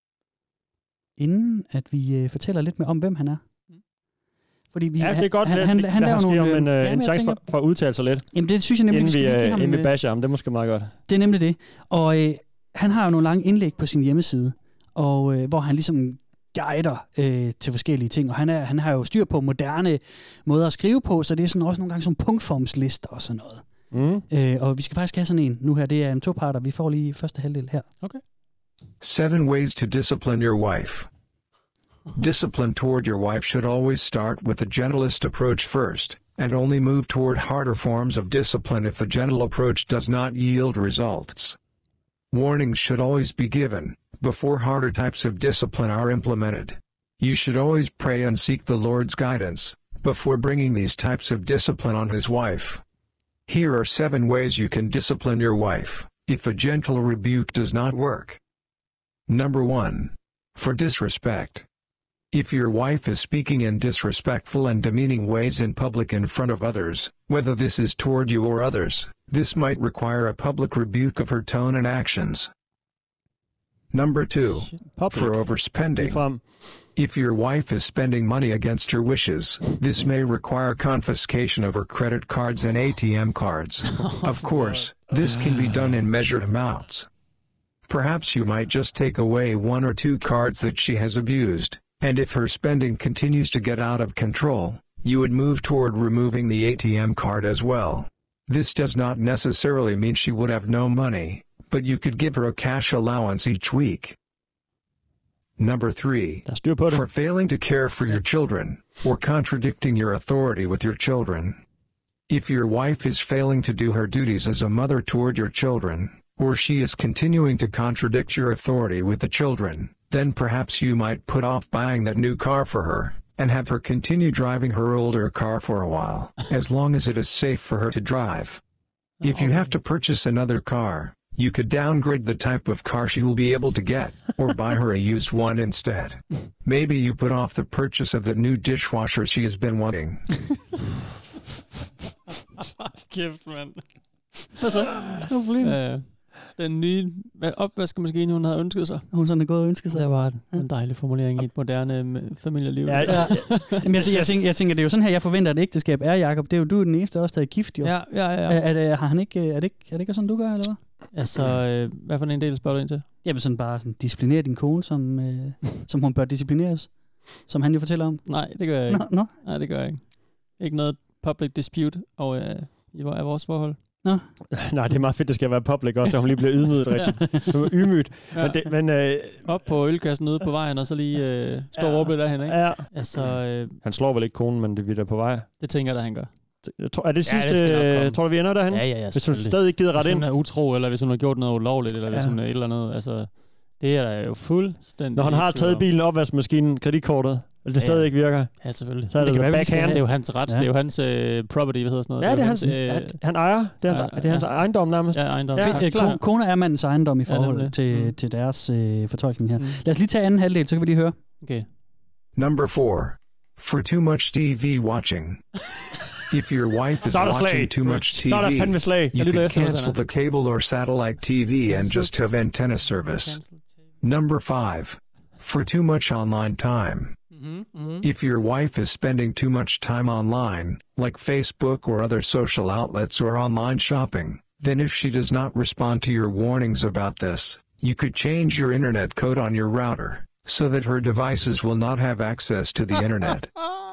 inden at vi fortæller lidt mere om, hvem han er. Fordi det er godt. Han laver nogle... en chance for at udtale sig lidt. Jamen, det synes jeg nemlig, inden vi basher ham. Det er måske meget godt. Det er nemlig det. Og han har jo nogle lange indlæg på sin hjemmeside, og hvor han ligesom guider til forskellige ting. Og han har jo styr på moderne måder at skrive på, så det er sådan også nogle gange som punktformslister og sådan noget. Og vi skal faktisk have sådan en nu her. Det er en 2-parter. Vi får lige første halvdel her. Okay. 7 ways to discipline your wife. Discipline toward your wife should always start with the gentlest approach first, and only move toward harder forms of discipline if the gentle approach does not yield results. Warnings should always be given before harder types of discipline are implemented. You should always pray and seek the Lord's guidance before bringing these types of discipline on his wife. Here are 7 ways you can discipline your wife if a gentle rebuke does not work. Number 1. For disrespect. If your wife is speaking in disrespectful and demeaning ways in public in front of others, whether this is toward you or others, this might require a public rebuke of her tone and actions. Number 2. For overspending. If your wife is spending money against her wishes, this may require confiscation of her credit cards and ATM cards. Of course, this can be done in measured amounts. Perhaps you might just take away 1 or 2 cards that she has abused. And if her spending continues to get out of control, you would move toward removing the ATM card as well. This does not necessarily mean she would have no money, but you could give her a cash allowance each week. Number 3. For failing to care for your children, or contradicting your authority with your children. If your wife is failing to do her duties as a mother toward your children, or she is continuing to contradict your authority with the children, then perhaps you might put off buying that new car for her, and have her continue driving her older car for a while, as long as it is safe for her to drive. If you have to purchase another car, you could downgrade the type of car she will be able to get, or buy her a used one instead. Maybe you put off the purchase of the new dishwasher she has been wanting. Kæft, mand. Hvad så? Den nye opvaskemaskine, hun havde ønsket sig. Hun sådan er gået og ønsket sig. Det var en dejlig formulering i et moderne familieliv. Ja. Jamen, jeg tænker, det er jo sådan her, jeg forventer, at ægteskab er, Jacob. Det er jo du er den eneste også, der er gift, jo. Ja. Har han ikke, er det ikke sådan, du gør, eller hvad? Altså, hvad for en del spørger du ind til? Jamen sådan bare sådan, disciplinere din kone, som hun bør disciplineres. Som han jo fortæller om. Nej, det gør jeg ikke. Nå. Nej, det gør jeg ikke. Ikke noget public dispute over i vores forhold. Nå. Nej, det er meget fedt, det skal være public også, så hun lige bliver ydmyget rigtigt. Hun er ydmygt. Ja. Op på ølkassen ude på vejen, og så lige stå og råbe derhen, ikke? Ja. Altså, han slår vel ikke konen, men det er der på vej. Det tænker jeg, at han gør. Er det sidste, tror du, vi ender derhen? Ja, hvis hun stadig ikke gider ret ind. Hvis hun er utro, eller hvis hun har gjort noget ulovligt, eller hvis hun er et eller andet, altså, det er jo fuldstændig... Når han har taget bilen, opvaskemaskinen, kreditkortet, eller det stadig ikke virker. Ja, selvfølgelig. Så er det backhand. Det er jo hans ret. Ja. Det er jo hans property, hvad hedder sådan noget. Ja, det er hans, han ejer. Det er hans ejendom nærmest. Ja, ejendom. Ja, kone er mandens ejendom i forhold til deres fortolkning her. Lad os lige tage anden halvdel, så kan vi lige høre. Okay. Number 4. For too much TV watching. If your wife is watching too much TV, you can cancel the cable or satellite TV and just have antenna service. Number 5. For too much online time. If your wife is spending too much time online, like Facebook or other social outlets or online shopping, then if she does not respond to your warnings about this, you could change your internet code on your router, so that her devices will not have access to the internet.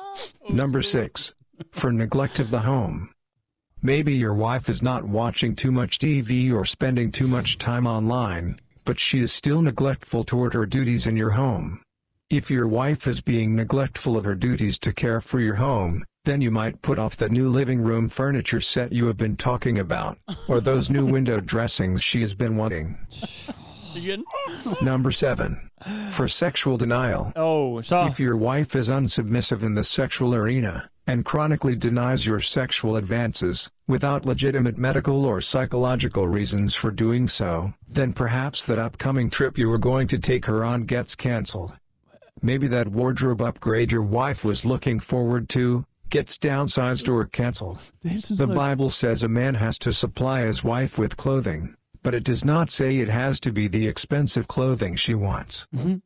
Number 6. For neglect of the home. Maybe your wife is not watching too much TV or spending too much time online, but she is still neglectful toward her duties in your home. If your wife is being neglectful of her duties to care for your home, then you might put off the new living room furniture set you have been talking about, or those new window dressings she has been wanting. Number 7. For sexual denial. If your wife is unsubmissive in the sexual arena, and chronically denies your sexual advances, without legitimate medical or psychological reasons for doing so, then perhaps that upcoming trip you were going to take her on gets cancelled. Maybe that wardrobe upgrade your wife was looking forward to gets downsized or cancelled. The Bible says a man has to supply his wife with clothing, but it does not say it has to be the expensive clothing she wants.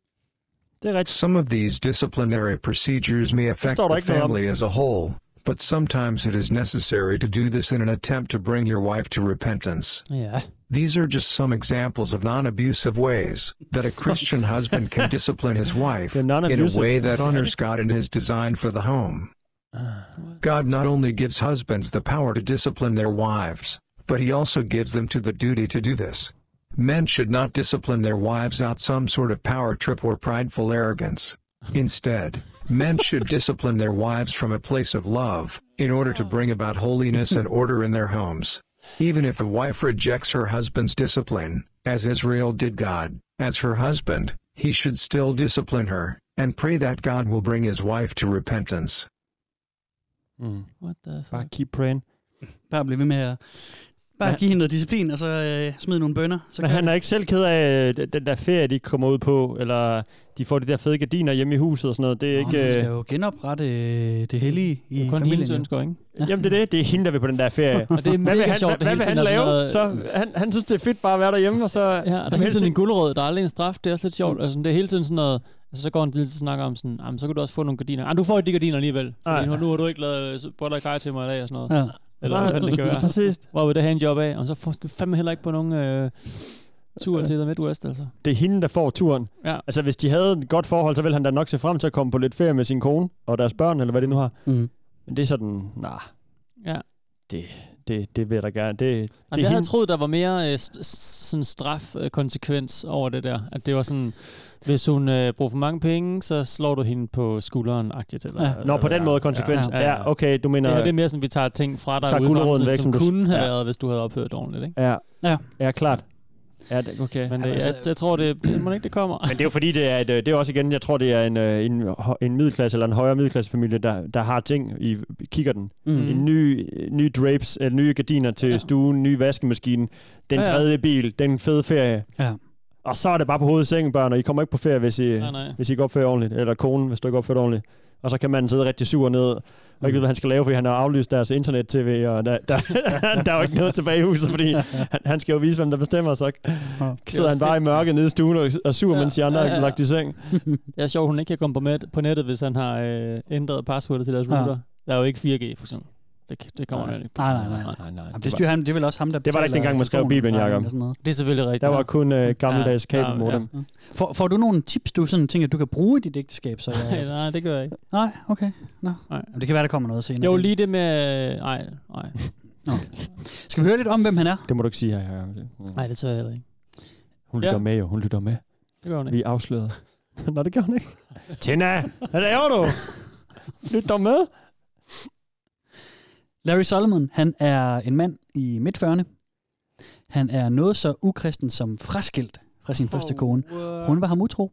Some of these disciplinary procedures may affect the family as a whole, but sometimes it is necessary to do this in an attempt to bring your wife to repentance. Yeah. These are just some examples of non-abusive ways that a Christian husband can discipline his wife in a way that honors God and his design for the home. God not only gives husbands the power to discipline their wives, but he also gives them the duty to do this. Men should not discipline their wives out some sort of power trip or prideful arrogance. Instead, men should discipline their wives from a place of love, in order to bring about holiness and order in their homes. Even if a wife rejects her husband's discipline, as Israel did God, as her husband, he should still discipline her, and pray that God will bring his wife to repentance. What the fuck? Bare keep praying. Bare blive ved med at... Bare give hende noget disciplin, og så smide nogle bønner. Men han er ikke selv ked af den der ferie, de kommer ud på, eller de får de der fede gardiner hjemme i huset og sådan noget. Det er ikke... Man skal jo genoprette det hellige i kun familien. Kun ønsker, ikke? Ja. Jamen det er det. Det er hende, der vil på den der ferie. Og det er mega sjovt. Hvad vil han lave? Så han synes, det er fedt bare at være derhjemme, og så... Ja, der er hele tiden en gulerod. Der er aldrig en straf. Det er også lidt sjovt. Altså, det er hele tiden sådan noget... Altså, så går han til at snakke om sådan, så kan du også få nogle gardiner. Du får ikke de gardiner alligevel. Fordi nu har du ikke lavet boller og kaj til mig i dag og sådan noget. Ja. Eller hvad det kan være. Præcis. Hvor vil det have en job af? Og så får du fandme heller ikke på nogen tur til The Midwest, altså. Det er hende, der får turen. Ja. Altså, hvis de havde et godt forhold, så ville han da nok se frem til at komme på lidt ferie med sin kone og deres børn, eller hvad det nu har. Men det er sådan, ja. Det vil jeg da gerne. Jeg havde troet, der var mere sådan strafkonsekvens over det der. At det var sådan, hvis hun bruger for mange penge, så slår du hende på skulderen-agtigt. Nå, på den måde konsekvens. Ja, okay, du mener... Det er mere sådan, vi tager ting fra dig udefra, som kunne have været, hvis du havde opført ordentligt, ikke? Ja, klart. Ja, okay. Men jeg tror, det må ikke det kommer. Men det er jo fordi, det er også igen, jeg tror, det er en middelklasse eller en højere middelklassefamilie, der har ting i kikkerten. En ny drapes, nye gardiner til stuen, ny vaskemaskine, den tredje bil, den fede ferie. Ja. Og så er det bare på hovedet i sengen, børn, og I kommer ikke på ferie, hvis I ikke opfører ordentligt. Eller konen, hvis du ikke opfører ordentligt. Og så kan man sidde rigtig sur ned og ikke ved, hvad han skal lave, fordi han har aflyst deres internet-tv, og der er jo ikke noget tilbage i huset, fordi han skal jo vise, hvem der bestemmer, så sidder han bare i mørket nede i stuen og sur, mens de andre er lagt i seng. Det er sjovt, hun ikke kan komme på nettet, hvis han har ændret passwordet til deres router. Der er jo ikke 4G, for eksempel. Det kommer han ikke. Nej. Det styrer han, det er vel også ham, der det var da ikke dengang, man skrev Bibelen, Jacob. Det er selvfølgelig rigtigt. Der var kun gammeldags kabelmodem. Ja. Får du nogle tips, du sådan tænker, du kan bruge i dit ægteskab? Så nej, det gør jeg ikke. Nej, okay. Nej. Det kan være, der kommer noget senere. Jo, lige det med... Nej. Skal vi høre lidt om, hvem han er? Det må du ikke sige her, Jacob. Nej, det tør jeg heller ikke. Hun lytter med, jo. Hun lytter med. Det gør hun ikke. Vi er afsløret. Nå, det gør hun ikke. Tina, hvad laver du? Lyt dog med. Larry Solomon, han er en mand i midt-40'erne. Han er noget så ukristen som fraskilt fra sin første kone. Hun var ham utro.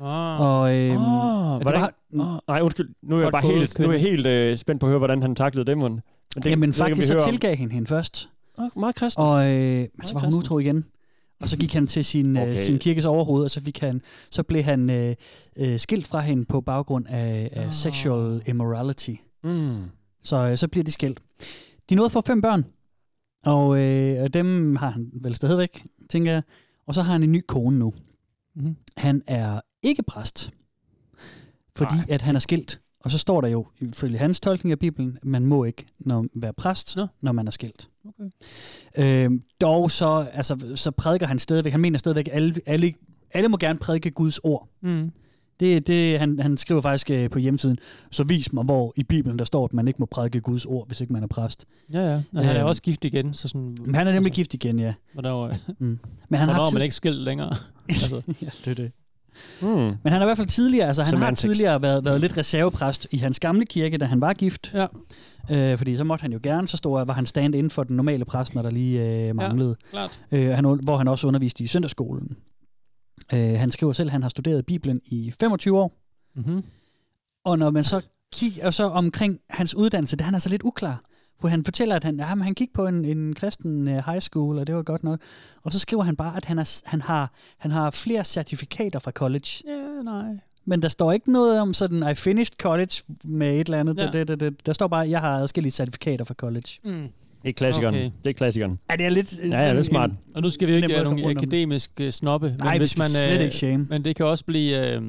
Nej, undskyld. Nu er jeg helt spændt på at høre, hvordan han taklede dem. Jamen faktisk så tilgav hende først. Meget kristen. Og så var hun utro igen. Og så gik han til sin kirkes overhoved, og så blev han skilt fra hende på baggrund af sexual immorality. Så bliver de skilt. De nåede for 5 børn, og dem har han vel stadigvæk, tænker jeg. Og så har han en ny kone nu. Mm-hmm. Han er ikke præst, fordi at han er skilt. Og så står der jo, ifølge hans tolkning af Bibelen, man må ikke være præst, når man er skilt. Okay. Dog så prædiker han stadigvæk, han mener stadigvæk, at alle må gerne prædike Guds ord. Mm. Han skriver faktisk på hjemmesiden, så vis mig, hvor i Bibelen der står, at man ikke må prædike Guds ord, hvis ikke man er præst. Ja. Han er også gift igen. Så sådan, men han er nemlig gift igen, ja. Hvornår har man ikke skilt længere? Altså. Ja, det er det. Men han har i hvert fald tidligere, tidligere været lidt reservepræst i hans gamle kirke, da han var gift. Ja. Fordi så måtte han jo gerne, var han stand inden for den normale præst, når der lige manglede. Ja, hvor han også underviste i søndagsskolen. Han skriver selv, at han har studeret Bibelen i 25 år. Mm-hmm. Og når man så kigger så omkring hans uddannelse, der han er så lidt uklar. For han fortæller, at han gik på en kristen high school, og det var godt nok. Og så skriver han bare, at han har flere certifikater fra college. Ja, nej. Men der står ikke noget om sådan, I finished college med et eller andet. Ja. Der står bare, at jeg har adskillige certifikater fra college. Mm. Det er klassikeren. Okay. Det er klassikeren. Det er lidt... Ja, det er smart. Og nu skal vi ikke have nogle akademisk snobbe. Nej, hvis man slet ikke shame. Men det kan også blive...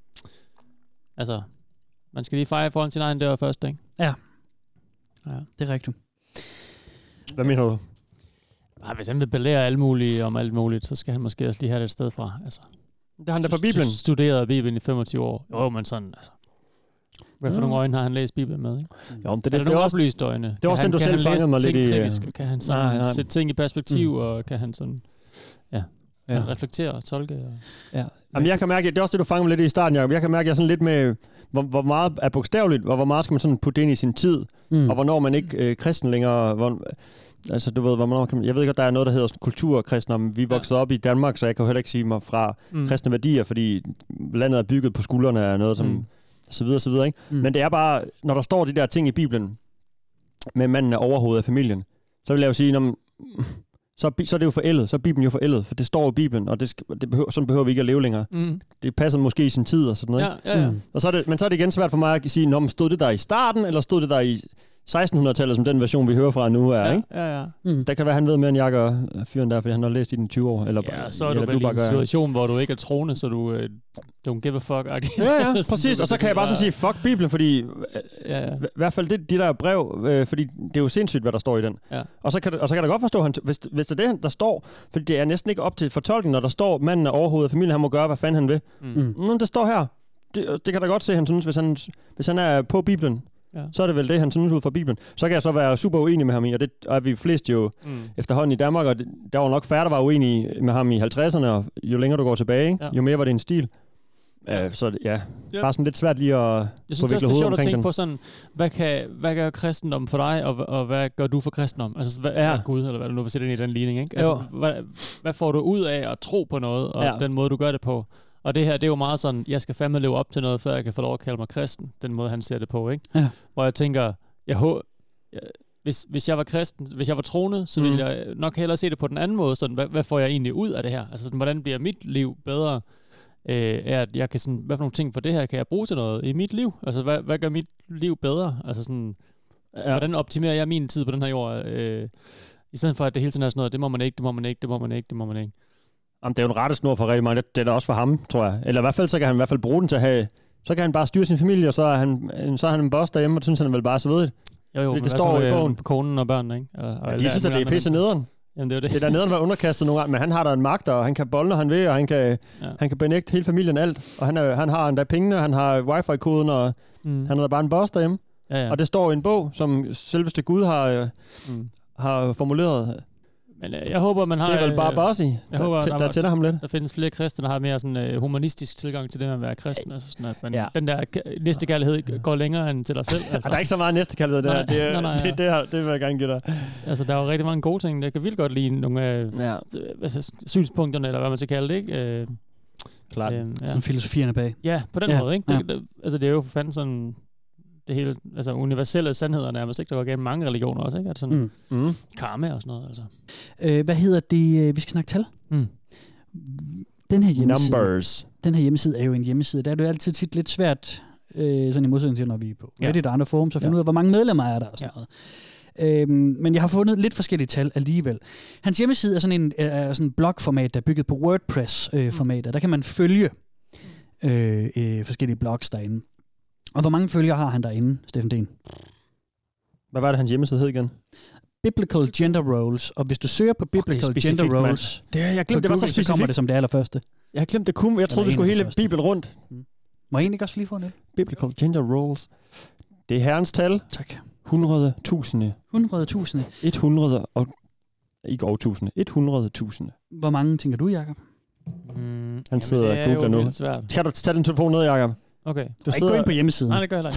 man skal lige fejre foran sin egen dør først, ikke? Ja. Det er rigtigt. Hvad mener du? Hvis han vil belære alle mulige om alt muligt, så skal han måske også lige have det et sted fra. Altså, det har han da fra Bibelen. Studeret Bibelen i 25 år. Jo, men sådan, altså. Hvad for nogle øjne har han læst Bibelen med, ikke? Jo, det er nogle oplyste øjne. Det er også den, du selv fangede mig lidt i... Kritisk, kan han sådan sætte ting i perspektiv, og kan han sådan... reflektere og tolke. Ja. Jamen, jeg kan mærke, det er også det, du fangede lidt i starten, Jacob. Jeg kan mærke, at jeg er sådan lidt med, hvor meget er bogstaveligt, og hvor meget skal man sådan putte ind i sin tid, og hvornår man ikke kristen længere. Altså, du ved, hvornår kan man, jeg ved ikke, at der er noget, der hedder kulturkristen. Vi er vokset op i Danmark, så jeg kan jo heller ikke sige mig fra kristne værdier, fordi landet er bygget på skuldrene af noget, som så videre, ikke? Men det er bare, når der står de der ting i Bibelen, med manden er overhovedet af familien, så vil jeg jo sige, så er det jo forældet, så er Bibelen jo forældet, for det står i Bibelen, og sådan behøver vi ikke at leve længere. Det passer måske i sin tid og sådan noget. Ja. Og men så er det igen svært for mig at sige, stod det der i starten, eller stod det der i 1600-tallet, som den version, vi hører fra nu er, ikke? Ja. Der kan være, han ved mere end jeg gør, fyren der, fordi han har læst i den 20 år. Eller, så er du vel i en situation, hvor du ikke er troende, så du don't give a fuck. Ja, præcis. Og så kan jeg bare sådan sige, fuck Bibelen, fordi i hvert fald de der brev, fordi det er jo sindssygt, hvad der står i den. Ja. Og så kan jeg da godt forstå, hvis det er det, der står, fordi det er næsten ikke op til fortolkning, når der står, manden er overhovedet af familien, han må gøre, hvad fanden han vil. Det står her. Det kan da godt se, han synes, hvis han er på Bibelen, så er det vel det, han synes ud fra Bibelen. Så kan jeg så være super uenig med ham i, og det er vi flest jo efterhånden i Danmark, og der var nok færre, der var uenige med ham i 50'erne, og jo længere du går tilbage, jo mere var det en stil. Så bare sådan lidt svært lige at jeg synes også, det er sjovt at tænke på sådan, hvad gør kristendom for dig, og hvad gør du for kristendom? Altså, hvad er Gud, eller hvad du nu vil sætte ind i den ligning, ikke? Altså, hvad får du ud af at tro på noget, og den måde, du gør det på? Og det her, det er jo meget sådan, jeg skal fandme leve op til noget, før jeg kan få lov at kalde mig kristen. Den måde, han ser det på, ikke? Ja. Hvor jeg tænker, hvis jeg var kristen, hvis jeg var troende, så ville jeg nok hellere se det på den anden måde. Sådan, hvad får jeg egentlig ud af det her? Altså, sådan, hvordan bliver mit liv bedre? er, at jeg kan sådan, hvad for nogle ting for det her kan jeg bruge til noget i mit liv? Altså, hvad gør mit liv bedre? Altså sådan, hvordan optimerer jeg min tid på den her jord? I stedet for, at det hele tiden er sådan noget, det må man ikke. Jamen, det er jo en rettesnor for rigtig mange. Det er også for ham, tror jeg. Eller i hvert fald, så kan han i hvert fald bruge den til at have... Så kan han bare styre sin familie, og så er han en boss derhjemme, og det synes han vel bare så ved. Jo, det står i bogen. Konen og børnene, ikke? Og de synes, at det er pisse nederen. Jamen, det er det. Det er der nederen, var underkastet nogle gange, men han har der en magt, og han kan bolde, når han vil, og han kan benægte hele familien alt. Og han har endda pengene, han har wifi-koden, og han er der bare en boss derhjemme. Ja. Og det står i en bog, som selveste Gud har formuleret. Men jeg håber, man har... Det er vel bare bossy, der tænder ham lidt. Der findes flere kristne, der har mere sådan humanistisk tilgang til det med at være kristen. Altså sådan, at man, den der næstekærlighed går længere end til dig selv. Altså. Der er ikke så meget næstekærlighed der. Det vil jeg gerne give dig. Altså, der er jo rigtig mange gode ting. Jeg kan vildt godt lide nogle af synspunkterne, eller hvad man skal kalde det, ikke? Klart. Sådan filosofierne bag. Ja, på den måde, ikke? Altså, det er jo for fanden sådan... det hele, altså universelle sandheder nærmest, ikke? Der går gennem mange religioner også, ikke? Altså sådan karma og sådan noget, altså. Hvad hedder det? Vi skal snakke tal. Den her hjemmeside. Numbers. Den her hjemmeside er jo en hjemmeside. Der er det jo altid tit lidt svært, sådan i modsætning til, når vi er på Reddit og andre forums, at finde ud af, hvor mange medlemmer er der og sådan noget. Men jeg har fundet lidt forskellige tal alligevel. Hans hjemmeside er sådan en blogformat, der er bygget på WordPress-formatet. Der kan man følge forskellige blogs derinde. Og hvor mange følgere har han derinde, Steffen Den? Hvad var det, hans hjemmeside hed igen? Biblical Gender Roles. Og hvis du søger på Biblical Gender Roles, jeg glemte, det var så specifikt. Så kommer det som det allerførste. Jeg har glemt det kun. Jeg troede, vi skulle hele Bibelen rundt. Må jeg egentlig også lige få det? Biblical Gender Roles. Det er herrens tal. Tak. 100.000. 100.000. 100 og... Ikke over 1000. 100.000. Hvor mange tænker du, Jacob? Han sidder og googler nu. Skal du tage den telefon ned, Jacob? Okay. Du sidder ikke gå ind på hjemmesiden. Nej, det gør jeg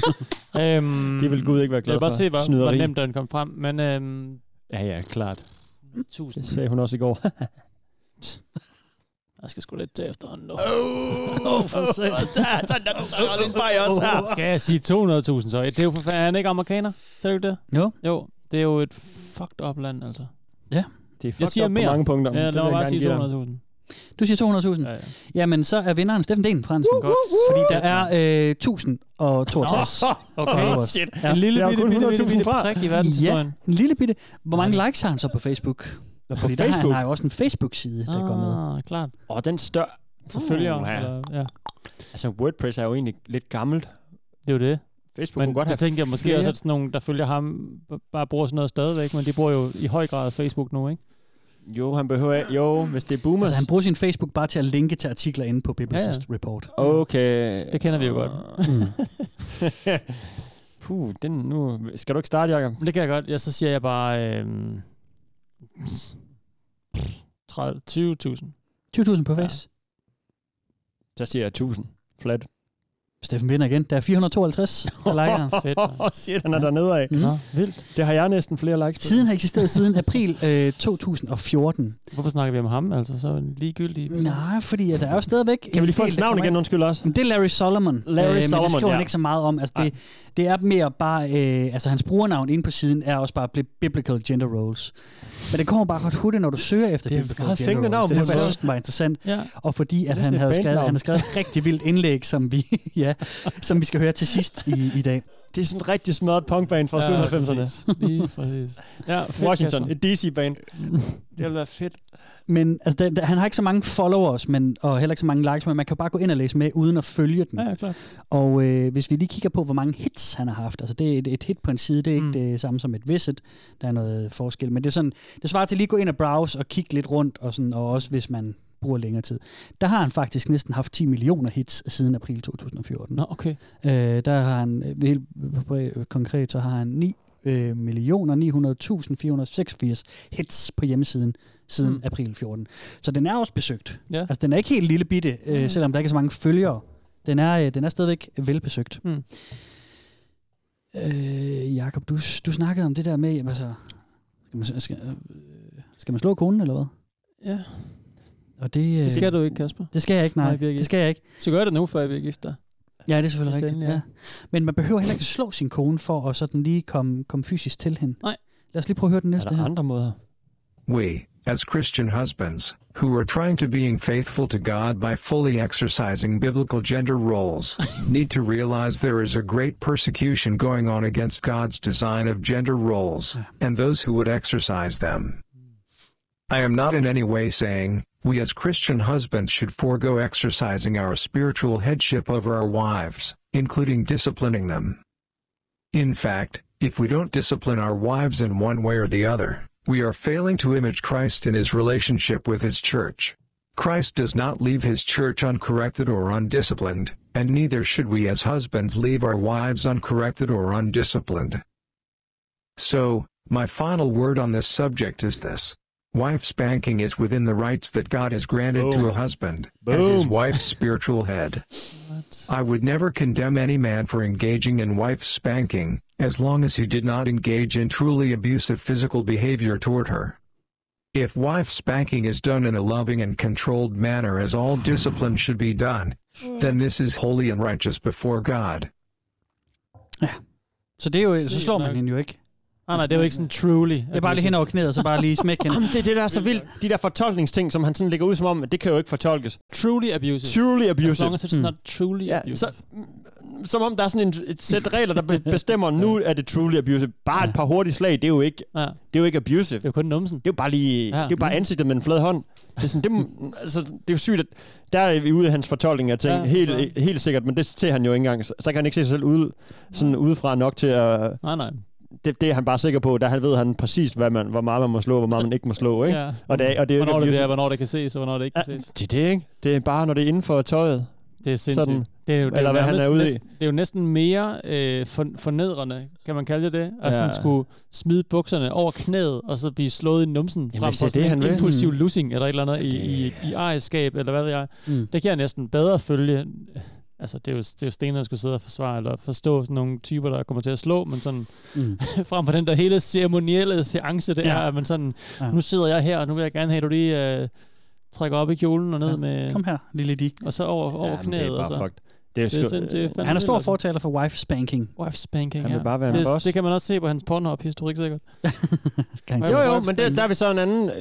ikke. Det vil Gud ikke være glad for. Jeg vil bare se, hvor nemt den kom frem. Men, ja, klart. 1000. Det sagde hun også i går. Jeg skal sgu lidt til efterhånden nu. For sent. Skal jeg sige 200.000 så? Det er jo for fanden, han er ikke amerikaner. Ser du ikke det? Jo. Det er jo et fucked up land, altså. Ja. Det er fucked up på mange punkter. Ja, lad mig bare sige 200.000. Du siger 200.000? Ja. Jamen, så er vinderen Steffen Den Fransen. Godt. Fordi der er 1062. Okay, shit. Ja. En lille bitte prik i verdenshistorien. Ja, en lille bitte. Hvor mange likes har han så på Facebook? Fordi der han har jo også en Facebook-side, der går med. Klart. Og den større... Selvfølgelig. Altså, WordPress er jo egentlig lidt gammelt. Det er jo det. Facebook kunne godt have... Jeg tænker måske også, at sådan nogle, der følger ham, bare bruger sådan noget stadigvæk, men de bruger jo i høj grad Facebook nu, ikke? Jo, han behøver... Jo, hvis det er boomers... Altså, han bruger sin Facebook bare til at linke til artikler inde på Biblicist Report. Okay. Det kender vi jo godt. Den nu... Skal du ikke starte, Jacob? Det kan jeg godt. Så siger jeg bare... 20.000. 20.000 på face. Så siger jeg 1000. Flat. Steffen vinder igen. Der er 452, der liker. Fedt. Shit, han er dernede af. Nå, vildt. Det har jeg næsten flere likes på. Siden har eksisteret siden april 2014. Hvorfor snakker vi om ham? Altså, så ligegyldigt. Nej, fordi der er jo stadigvæk... Kan vi lige få hans navn igen, undskyld også? Det er Larry Solomon. Solomon, men det skriver han ikke så meget om. Altså, det er mere bare... altså, hans brugernavn inde på siden er også bare Biblical Gender Roles. Men det kommer bare godt hurtigt, når du søger efter Biblical Gender Roles. Det er bare interessant. Ja. Og fordi at han har skrevet et rigtig vildt indlæg, som vi skal høre til sidst i dag. Det er sådan en rigtig smadret punkband fra slut 90'erne. Lige præcis. Ja, Washington, et DC-band. Det vil være fedt. Men altså, han har ikke så mange followers, og heller ikke så mange likes, men man kan bare gå ind og læse med, uden at følge den. Ja, klart. Og hvis vi lige kigger på, hvor mange hits han har haft, altså det er et hit på en side, det er ikke det samme som et visit, der er noget forskel, men det er sådan, det svarer til lige at gå ind og browse og kigge lidt rundt, og også hvis man bruger længere tid. Der har han faktisk næsten haft 10 millioner hits siden april 2014. Nå, okay. Der har han, helt konkret, så har han 9.900.486 hits på hjemmesiden siden april 14. Så den er også besøgt. Ja. Altså, den er ikke helt lille bitte, selvom der ikke er så mange følgere. Den er stadigvæk velbesøgt. Jakob, du snakkede om det der med, altså, skal man slå konen, eller hvad? Ja. Og det skal du ikke, Kasper. Det skal jeg ikke, nej. Det skal jeg ikke. Så gør det nu, før jeg bliver gift dig. Ja, det er selvfølgelig rigtigt. Ja. Men man behøver heller ikke slå sin kone for at sådan lige komme fysisk til hende. Nej. Lad os lige prøve at høre den næste her. Er der andre måder? We as Christian husbands, who are trying to being faithful to God by fully exercising biblical gender roles, need to realize there is a great persecution going on against God's design of gender roles, and those who would exercise them. I am not in any way saying, we as Christian husbands should forego exercising our spiritual headship over our wives, including disciplining them. In fact, if we don't discipline our wives in one way or the other, we are failing to image Christ in his relationship with his church. Christ does not leave his church uncorrected or undisciplined, and neither should we as husbands leave our wives uncorrected or undisciplined. So, my final word on this subject is this. Wife spanking is within the rights that God has granted to a husband, as his wife's spiritual head. I would never condemn any man for engaging in wife spanking, as long as he did not engage in truly abusive physical behavior toward her. If wife spanking is done in a loving and controlled manner as all discipline should be done, then this is holy and righteous before God. Ja, så det er jo, så slår man hende jo ikke. Nej, det er jo ikke sådan truly. Det er bare lige hen over knæet, så bare lige smæk hende. Det er det, der er så vildt. De der fortolkningsting, som han sådan lægger ud som om, det kan jo ikke fortolkes. Truly abusive. Truly abusive. As long as it's not truly abusive. Som om der er sådan et sæt regler, der bestemmer, nu er det truly abusive. Bare et par hurtige slag, det er jo ikke, det er jo ikke abusive. Det er jo kun numsen. Det er jo bare lige, det er jo bare ansigtet med en flad hånd. Det er, sådan, det er jo sygt, at der er vi ude af hans fortolkning af ting, helt sikkert, men det ser han jo ikke engang. Så kan han ikke se sig selv sådan udefra nok til at... Nej. Det er han bare sikker på. Der han ved han præcis, hvor meget man må slå, hvor meget man ikke må slå. Ikke? Ja. Og det er hvornår det er, hvornår det kan ses, og hvornår det ikke kan ses. Det er det, ikke? Det er bare, når det er inden for tøjet. Det er sindssygt. Sådan, eller hvad han er ude i. Det er jo næsten mere fornedrende, kan man kalde det. At sådan skulle smide bukserne over knæet, og så blive slået i numsen frem for sådan en impulsiv lussing, eller et eller andet i ejerskab, eller hvad ved jeg. Det kan jeg næsten bedre følge. Altså, det er jo Sten, der skulle sidde og forsvare, eller forstå sådan nogle typer, der kommer til at slå, men sådan, frem for den der hele ceremonielle seance, det er, at man sådan, nu sidder jeg her, og nu vil jeg gerne have, at du lige trækker op i kjolen og ned med... Kom her, lille Di. Og så over knæet. Det er bare fucked. Han er stor fortaler for wife spanking. Wife spanking, han vil bare være en boss. Det kan man også se på hans Pornhub-historik sikkert. jo, men der er vi så en anden...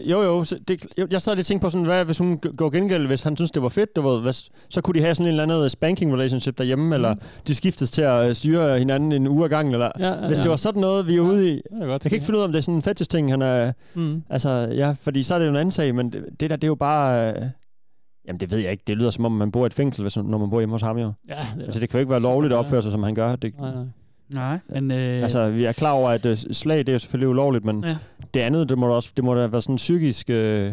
Jeg sad lige og tænkte på sådan, hvad hvis hun går gengæld, hvis han synes, det var fedt, du ved, så kunne de have sådan en eller anden spanking relationship derhjemme, eller de skiftes til at styre hinanden en uge ad gangen, eller hvis det var sådan noget, vi er ude i... Jeg kan ikke finde ud af, om det er sådan en fetish-ting, han er... Altså, fordi så er det jo en anden sag, men det der, det er jo bare... Jamen, det ved jeg ikke. Det lyder som om, man bor i et fængsel, når man bor hjemme hos ham, jo. Ja, det kan jo ikke være lovligt at opføre sig, som han gør. Nej, men... Altså, vi er klar over, at slag, det er jo selvfølgelig ulovligt, men det andet, det må da være sådan en psykisk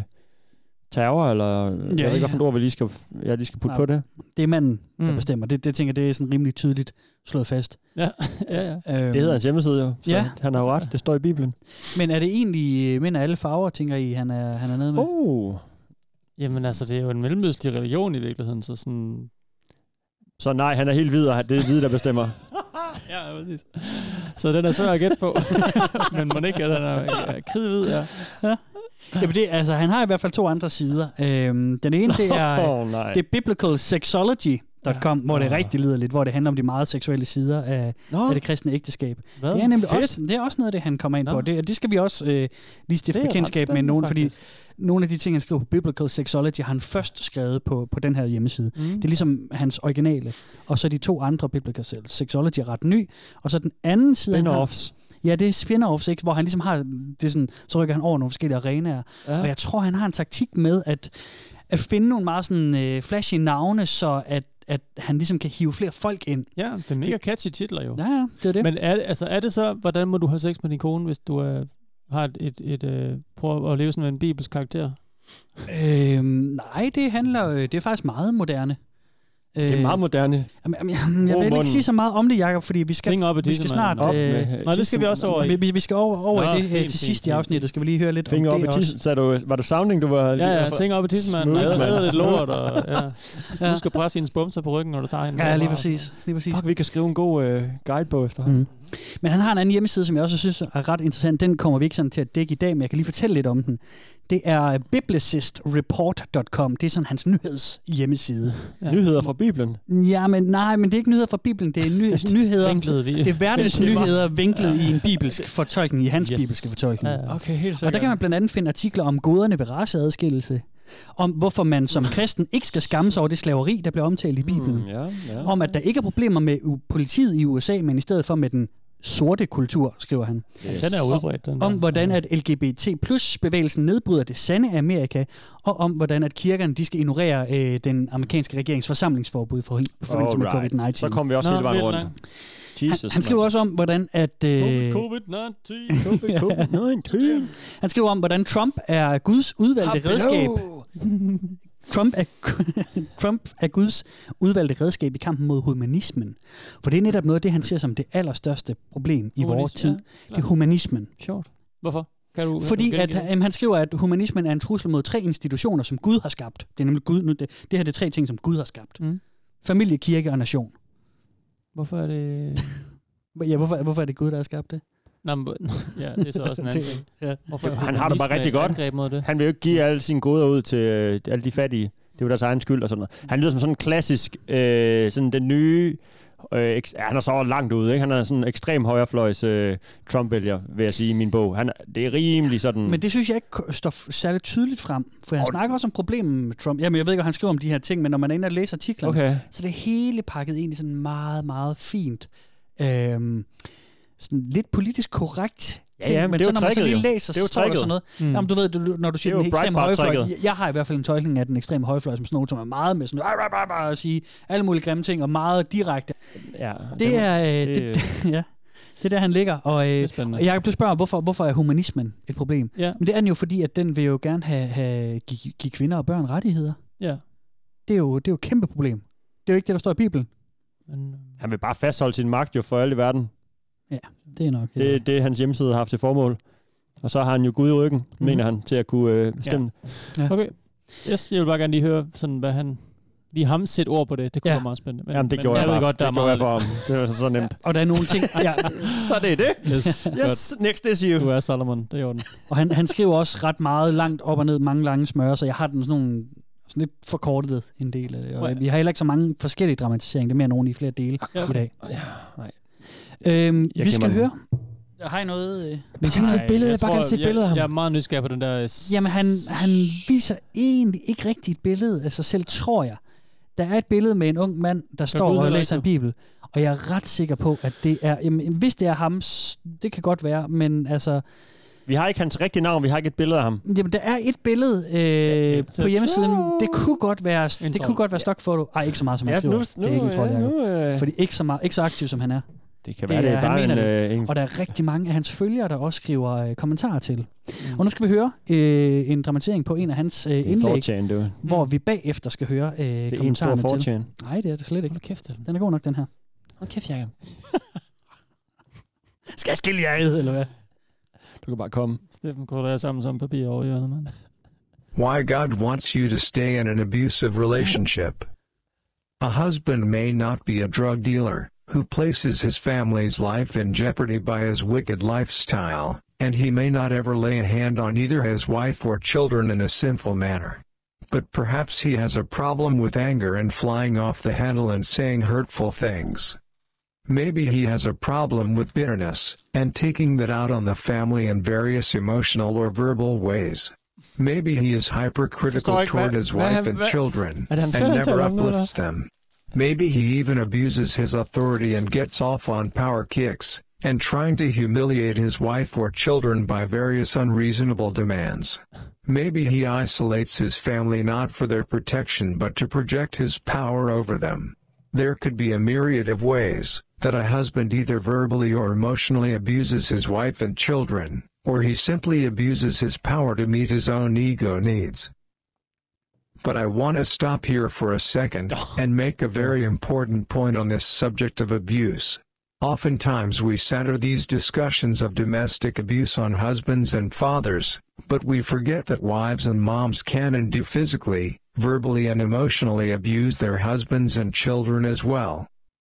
terror, eller jeg ved ikke, hvilken ord vi lige skal putte på det. Det er manden, der bestemmer. Det tænker det er sådan rimelig tydeligt slået fast. Ja. Det hedder hans hjemmeside, jo. Så han har jo ret. Det står i Bibelen. Men er det egentlig mænd af alle farver, tænker I, han er nede med? Jamen altså, det er jo en mellemøstlig religion i virkeligheden, så sådan... Så nej, han er helt hvid, og det er hvide, der bestemmer. Ja, præcis. Så den er svær at gætte på. Men man ikke, at han er kridhvid, ja. Jamen det, altså, han har i hvert fald 2 andre sider. Den ene, det er, det er biblicalsexology.com, hvor det rigtig lyder lidt, hvor det handler om de meget seksuelle sider af det kristne ægteskab. Det er nemlig også, det er også noget af det, han kommer ind på. Det skal vi også lige stifte bekendtskab med nogen, fordi nogle af de ting, han skriver på Biblical Sexology, har han først skrevet på den her hjemmeside. Det er ligesom hans originale. Og så de 2 andre Biblical Sexology er ret ny. Og så den anden side... Spin-offs. Ja, det er spin-offs, ikke? Hvor han ligesom har det sådan, så rykker han over nogle forskellige arenaer. Ja. Og jeg tror, han har en taktik med at finde nogle meget sådan flashy navne, så at han ligesom kan hive flere folk ind. Ja, det er mega catchy titler jo. Ja, det er det. Men er det så, hvordan må du have sex med din kone, hvis du har prøver at leve sådan en bibelsk karakter? Nej, det er faktisk meget moderne. Det er meget moderne. Jeg vil ikke sige så meget om det, Jacob, fordi vi skal snart... Nej, det skal vi også over i. Vi skal over i det til sidst i afsnittet. Skal vi lige høre lidt finger om det også. Var du sounding, du var... Ja, tænker op i tissemanden. Jeg havde lidt lort, og du skal presse hendes bumser på ryggen, når du tager hende. Ja, lige præcis. Fuck, vi kan skrive en god guidebog efter ham. Men han har en anden hjemmeside, som jeg også synes er ret interessant. Den kommer vi ikke sådan til at dække i dag, men jeg kan lige fortælle lidt om den. Det er biblicistreport.com. Det er sådan hans nyhedshjemmeside. Ja. Nyheder fra Bibelen? Ja, men nej, men det er ikke nyheder fra Bibelen. Det er nyheder. Det er verdens nyheder vinklet i en bibelsk fortolkning, i hans bibelske fortolkning. Ja, okay, helt sikkert. Og der kan man blandt andet finde artikler om goderne ved raceadskillelse, om hvorfor man som kristen ikke skal skamme sig over det slaveri, der bliver omtalt i Bibelen. Om at der ikke er problemer med politiet i USA, men i stedet for med den sorte kultur, skriver han. Yes. Den er udbredt. Den om hvordan at LGBT+-bevægelsen nedbryder det sande Amerika, og om hvordan at kirkerne de skal ignorere den amerikanske regerings forsamlingsforbud for forbindelse med COVID-19. Så kommer vi også hele vejen rundt. Han skriver også om, hvordan at... COVID-19. Han skriver om, hvordan Trump er Guds udvalgte redskab. Trump er Guds udvalgte redskab i kampen mod humanismen. For det er netop noget af det, han ser som det allerstørste problem i vores tid. Det er humanismen. Sjovt. Hvorfor? Fordi at, han skriver, at humanismen er en trussel mod 3 institutioner, som Gud har skabt. Det er nemlig Gud. Det her er 3 ting, som Gud har skabt. Familie, kirke og nation. Hvorfor er det... Ja, hvorfor er det Gud, der har skabt det? Ja, det er så også en anden ting. Ja. Han har det bare rigtig godt. Han vil jo ikke give alle sine goder ud til alle de fattige. Det er jo deres egen skyld og sådan noget. Han lyder som sådan en klassisk, sådan den nye... han er så langt ude, ikke? Han er sådan en ekstrem højrefløjs Trump-vælger, vil jeg sige i min bog. Det er rimelig sådan... Men det synes jeg ikke står særligt tydeligt frem, for han snakker også om problemer med Trump. Jamen, jeg ved ikke, om han skriver om de her ting, men når man er inde og læser artiklerne, så det hele pakket ind i sådan meget, meget fint. Sådan lidt politisk korrekt ting, men men det er så når man så lige læser, så står der sådan noget. Jamen, du ved, når du siger den ekstreme højrefløj, jeg har i hvert fald en tolkning af den ekstreme højrefløj, som sådan noget, som er meget med sådan at sige alle mulige grimme ting, og meget direkte. Ja, det er der, han ligger. Og jeg kan spørge, hvorfor er humanismen et problem? Ja. Men det er den jo, fordi at den vil jo gerne give kvinder og børn rettigheder. Ja. Det er jo et kæmpe problem. Det er jo ikke det, der står i Bibelen. Han vil bare fastholde sin magt jo for alle i verden. Ja, det er nok... Det hans hjemmeside har haft til formål. Og så har han jo Gud i ryggen, mener han, til at kunne bestemme. Ja. Okay. Yes, jeg vil bare gerne lige høre, sådan, hvad han... Lige ham sætte ord på det. Det kunne være meget spændende. Jamen, det gjorde jeg bare. Godt, det gjorde jeg for ham. Det var så nemt. Og der er nogle ting... Så det er det. Yes, next issue. Du er Salomon, det er orden. Og han skriver også ret meget langt op og ned, mange lange smøre, så jeg har den sådan lidt forkortet en del af det. Og vi har heller ikke så mange forskellige dramatiseringer. Det er mere nogle i flere dele i dag. Vi skal høre... Har I noget... Vi kan se et billede. Jeg bare kan se et billede af ham. Jeg er meget nysgerrig på den der... Jamen, han viser egentlig ikke rigtigt et billede af sig selv, tror jeg. Der er et billede med en ung mand, der står og læser en bibel. Og jeg er ret sikker på, at det er... Jamen, hvis det er ham, det kan godt være, men altså... Vi har ikke hans rigtige navn, vi har ikke et billede af ham. Jamen, der er et billede på hjemmesiden. Det kunne godt være stokfoto. Ej, ikke så meget, som han skriver. Det er ikke en trold, fordi ikke så aktiv, som han er. Det kan være, det er bare en... Og der er rigtig mange af hans følgere, der også skriver kommentarer til. Og nu skal vi høre en dramatisering på en af hans indlæg, hvor vi bagefter skal høre kommentarerne til. Nej, det er det slet ikke. Kæft, den er god nok, den her. Hold kæft, Jacob. Skal jeg skille jer ad, eller hvad? Du kan bare komme. Steffen krydder jeg sammen som papir over hjørnet, mand. Why God wants you to stay in an abusive relationship. A husband may not be a drug dealer who places his family's life in jeopardy by his wicked lifestyle, and he may not ever lay a hand on either his wife or children in a sinful manner. But perhaps he has a problem with anger and flying off the handle and saying hurtful things. Maybe he has a problem with bitterness, and taking that out on the family in various emotional or verbal ways. Maybe he is hypercritical toward his wife and children, and never uplifts them. Maybe he even abuses his authority and gets off on power kicks, and trying to humiliate his wife or children by various unreasonable demands. Maybe he isolates his family not for their protection but to project his power over them. There could be a myriad of ways that a husband either verbally or emotionally abuses his wife and children, or he simply abuses his power to meet his own ego needs. But I want to stop here for a second and make a very important point on this subject of abuse. Oftentimes we center these discussions of domestic abuse on husbands and fathers, but we forget that wives and moms can and do physically, verbally and emotionally abuse their husbands and children as well.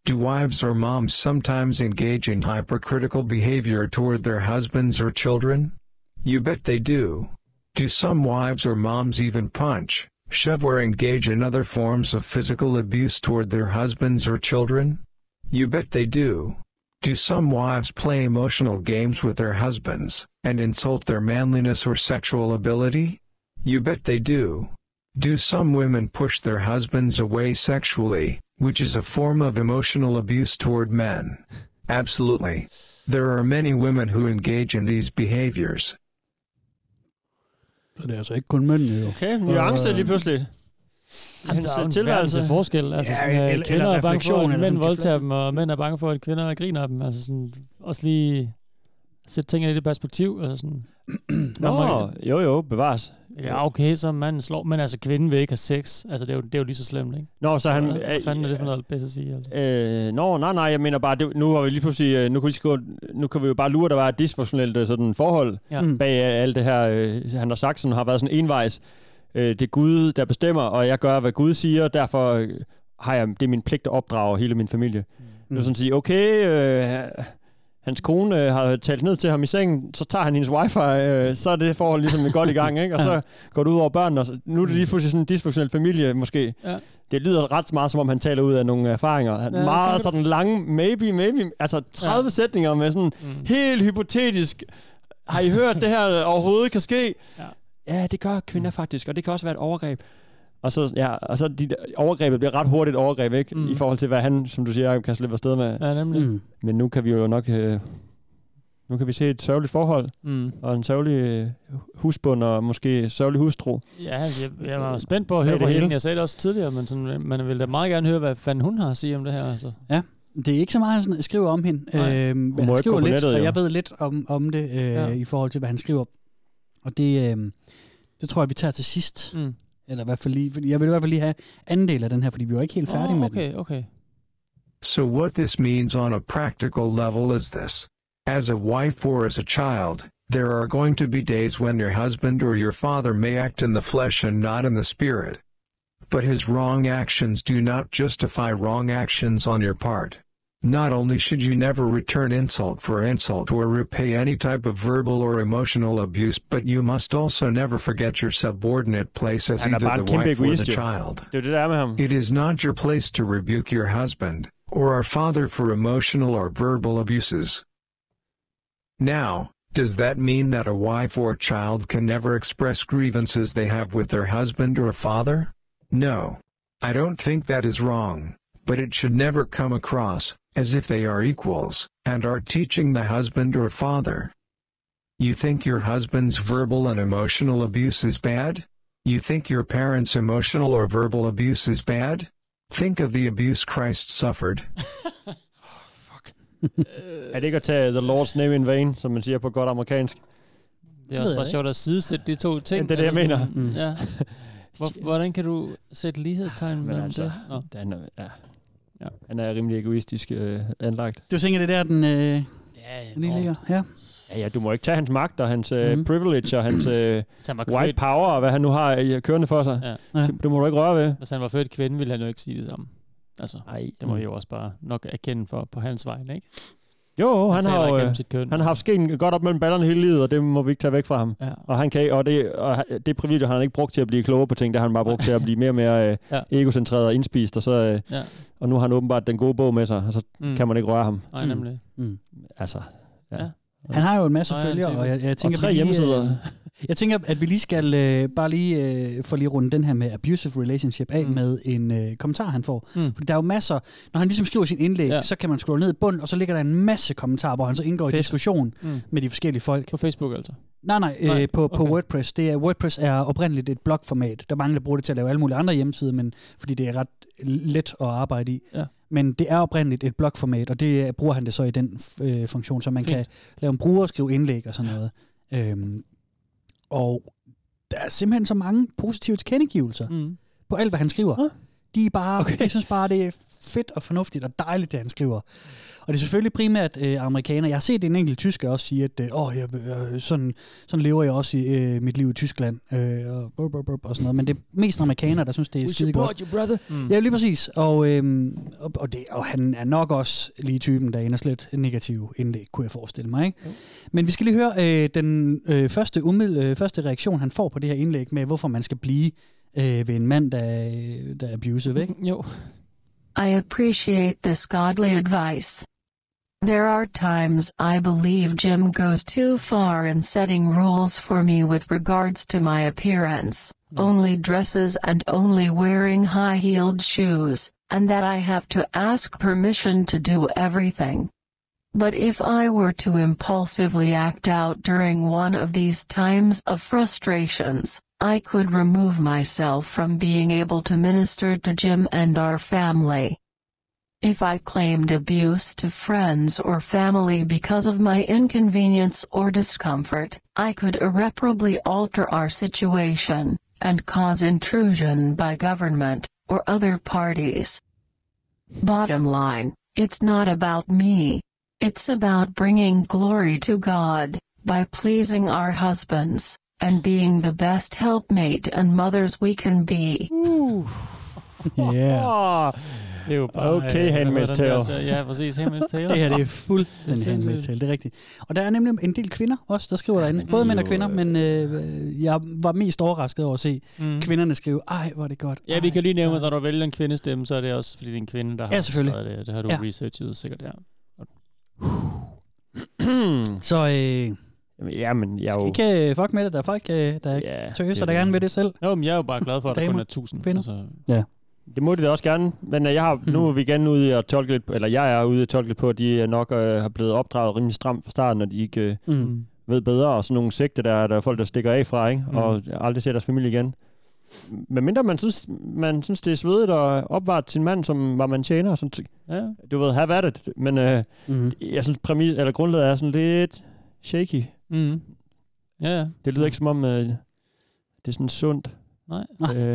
Do wives or moms sometimes engage in hypercritical behavior toward their husbands or children? You bet they do. Do some wives or moms even punch, shove or engage in other forms of physical abuse toward their husbands or children? You bet they do. Do some wives play emotional games with their husbands, and insult their manliness or sexual ability? You bet they do. Do some women push their husbands away sexually, which is a form of emotional abuse toward men? Absolutely. There are many women who engage in these behaviors. Så det er altså ikke kun mænd, jo. Okay, nuance lige pludselig. Hans tilværelse forskel. Altså, kvinder er bange for, at mænd voldtager dem, og mænd er bange for, at kvinder griner af dem. Altså sådan, også lige sætte tingene i det perspektiv. Altså sådan, jo, bevares. Ja, okay, så manden slår, men altså kvinden vil ikke have sex. Altså det er jo lige så slemt, ikke? Nå, så han... Hvad fanden er det for noget bedst at sige? Altså? Nej, jeg mener bare, nu har vi lige pludselig, nu kan vi jo bare lure, der var et dysfunktionelt sådan forhold bag alt det her, han har sagt, sådan har været sådan envejs. Det er Gud, der bestemmer, og jeg gør, hvad Gud siger, derfor har jeg, det er min pligt at opdrage hele min familie. Det er sådan at sige, okay, hans kone har talt ned til ham i sengen, så tager han hendes wifi, så er det forhold ligesom godt i gang, ikke? Og så går det ud over børnene, og nu er det lige pludselig sådan en dysfunktionel familie, måske. Ja. Det lyder ret meget, som om han taler ud af nogle erfaringer. Meget sådan lange, maybe, altså 30 sætninger med sådan helt hypotetisk, har I hørt det her overhovedet kan ske? Ja, det gør kvinder faktisk, og det kan også være et overgreb. Og så de overgrebet bliver ret hurtigt overgreb, ikke? I forhold til, hvad han, som du siger, kan slippe afsted med. Ja, nemlig. Men nu kan vi jo nok... nu kan vi se et sørgeligt forhold, og en sørgelig husbund, og måske sørgelig hustru. Ja, jeg var spændt på at høre på hende. Jeg sagde det også tidligere, men sådan, man vil da meget gerne høre, hvad fanden hun har at sige om det her. Altså. Ja. Det er ikke så meget, han skriver om hende. Han skriver lidt, og jeg ved lidt om det, i forhold til, hvad han skriver. Og det tror jeg, vi tager til sidst. Eller i hvert fald lige, fordi jeg vil i hvert fald lige have anden del af den her, fordi vi er ikke helt færdige med den. Okay. So what this means on a practical level is this. As a wife or as a child, there are going to be days when your husband or your father may act in the flesh and not in the spirit. But his wrong actions do not justify wrong actions on your part. Not only should you never return insult for insult or repay any type of verbal or emotional abuse, but you must also never forget your subordinate place as either the wife or the child. It is not your place to rebuke your husband or our father for emotional or verbal abuses. Now, does that mean that a wife or child can never express grievances they have with their husband or father? No. I don't think that is wrong, but it should never come across as if they are equals, and are teaching the husband or father. You think your husband's verbal and emotional abuse is bad? You think your parents' emotional or verbal abuse is bad? Think of the abuse Christ suffered. Er det ikke at tage the Lord's name in vain, som man siger på godt amerikansk? Det er også bare sjovt at sidesætte de to ting. Det er det, jeg mener. Ja. Hvordan kan du sætte lighedstegn mellem det? Han er rimelig egoistisk anlagt. Du tænker, det der, den lige ligger? Ja, du må ikke tage hans magt og hans privilege og hans white power og hvad han nu har kørende for sig. Ja. Det må du ikke røre ved. Hvis han var født kvinde, ville han jo ikke sige det samme. Altså, det må jeg jo også bare nok erkende på hans vej, ikke? Jo, han har haft skeen godt op mellem ballerne hele livet, og det må vi ikke tage væk fra ham. Ja. Og han kan, og det privilegium har han ikke brugt til at blive klogere på ting, det har han bare brugt til at blive mere og mere egocentreret og indspist, og så og nu har han åbenbart den gode bog med sig, og så kan man ikke røre ham. Nej, nemlig. Altså, Han har jo en masse følgere, og jeg tænker, og 3 hjemmesider. Jeg tænker, at vi lige skal bare lige for lige runde den her med abusive relationship af med en kommentar, han får. Fordi der er jo masser, når han ligesom skriver sin indlæg, så kan man scrolle ned i bunden, og så ligger der en masse kommentarer, hvor han så indgår i diskussion med de forskellige folk. På Facebook altså? Nej, på WordPress. WordPress er oprindeligt et blogformat. Der er mange, der bruger det til at lave alle mulige andre hjemmesider, men fordi det er ret let at arbejde i. Ja. Men det er oprindeligt et blogformat, og det bruger han det så i den funktion, så man kan lave en bruger, skrive indlæg og sådan noget. Og der er simpelthen så mange positive tilkendegivelser på alt, hvad han skriver. De er bare, jeg synes bare, det er fedt og fornuftigt og dejligt, det han skriver. Og det er selvfølgelig primært amerikanere. Jeg har set en enkelt tysker også sige, at sådan lever jeg også i mit liv i Tyskland. Og sådan noget. Men det er mest amerikanere, der synes, det er skide godt. You, brother. Ja, lige præcis. Og han er nok også lige typen, der ender slet negativ indlæg, kunne jeg forestille mig. Ikke? Men vi skal lige høre den første reaktion, han får på det her indlæg med, hvorfor man skal blive ved en mand, der er abusive, ikke? Jo. I appreciate this godly advice. There are times I believe Jim goes too far in setting rules for me with regards to my appearance, only dresses and only wearing high-heeled shoes, and that I have to ask permission to do everything. But if I were to impulsively act out during one of these times of frustrations, I could remove myself from being able to minister to Jim and our family. If I claimed abuse to friends or family because of my inconvenience or discomfort, I could irreparably alter our situation and cause intrusion by government or other parties. Bottom line, it's not about me. It's about bringing glory to God by pleasing our husbands and being the best helpmate and mothers we can be. Yeah. Det er jo bare, okay, Handmaid's Tale. Ja, præcis, Handmaid's Tale. Det her, det er fuldstændig Handmaid's Tale, det er rigtigt. Og der er nemlig en del kvinder også, der skriver derinde. Både mænd og kvinder, men jeg var mest overrasket over at se kvinderne skrive, ej, hvor er det godt. Ja, vi kan lige nævne, at når du vælger en kvindestemme, så er det også, fordi det er en kvinde, der har selvfølgelig. Det. Det har du researchet sikkert, ja. Så jamen, jeg jo... ikke fuck med det, der er folk, der tøser, der gerne vil det selv. Jo, men jeg er jo bare glad for, at der kun er 1000. Altså. Ja. Det må de da også gerne, men nu er vi igen ude at tolke lidt, eller jeg er ude at tolke lidt på, at de nok har blevet opdraget rimelig stramt fra starten, og de ikke ved bedre, og sådan nogle sekte, der er folk, der stikker af fra, ikke? Og aldrig ser deres familie igen. Men mindre man synes, det er svedigt at opvare sin mand, som var man tjener, sådan, du ved, have at it, men jeg synes, grundlaget er sådan lidt shaky. Ja. Det lyder ikke som om, det er sådan sundt. Nej.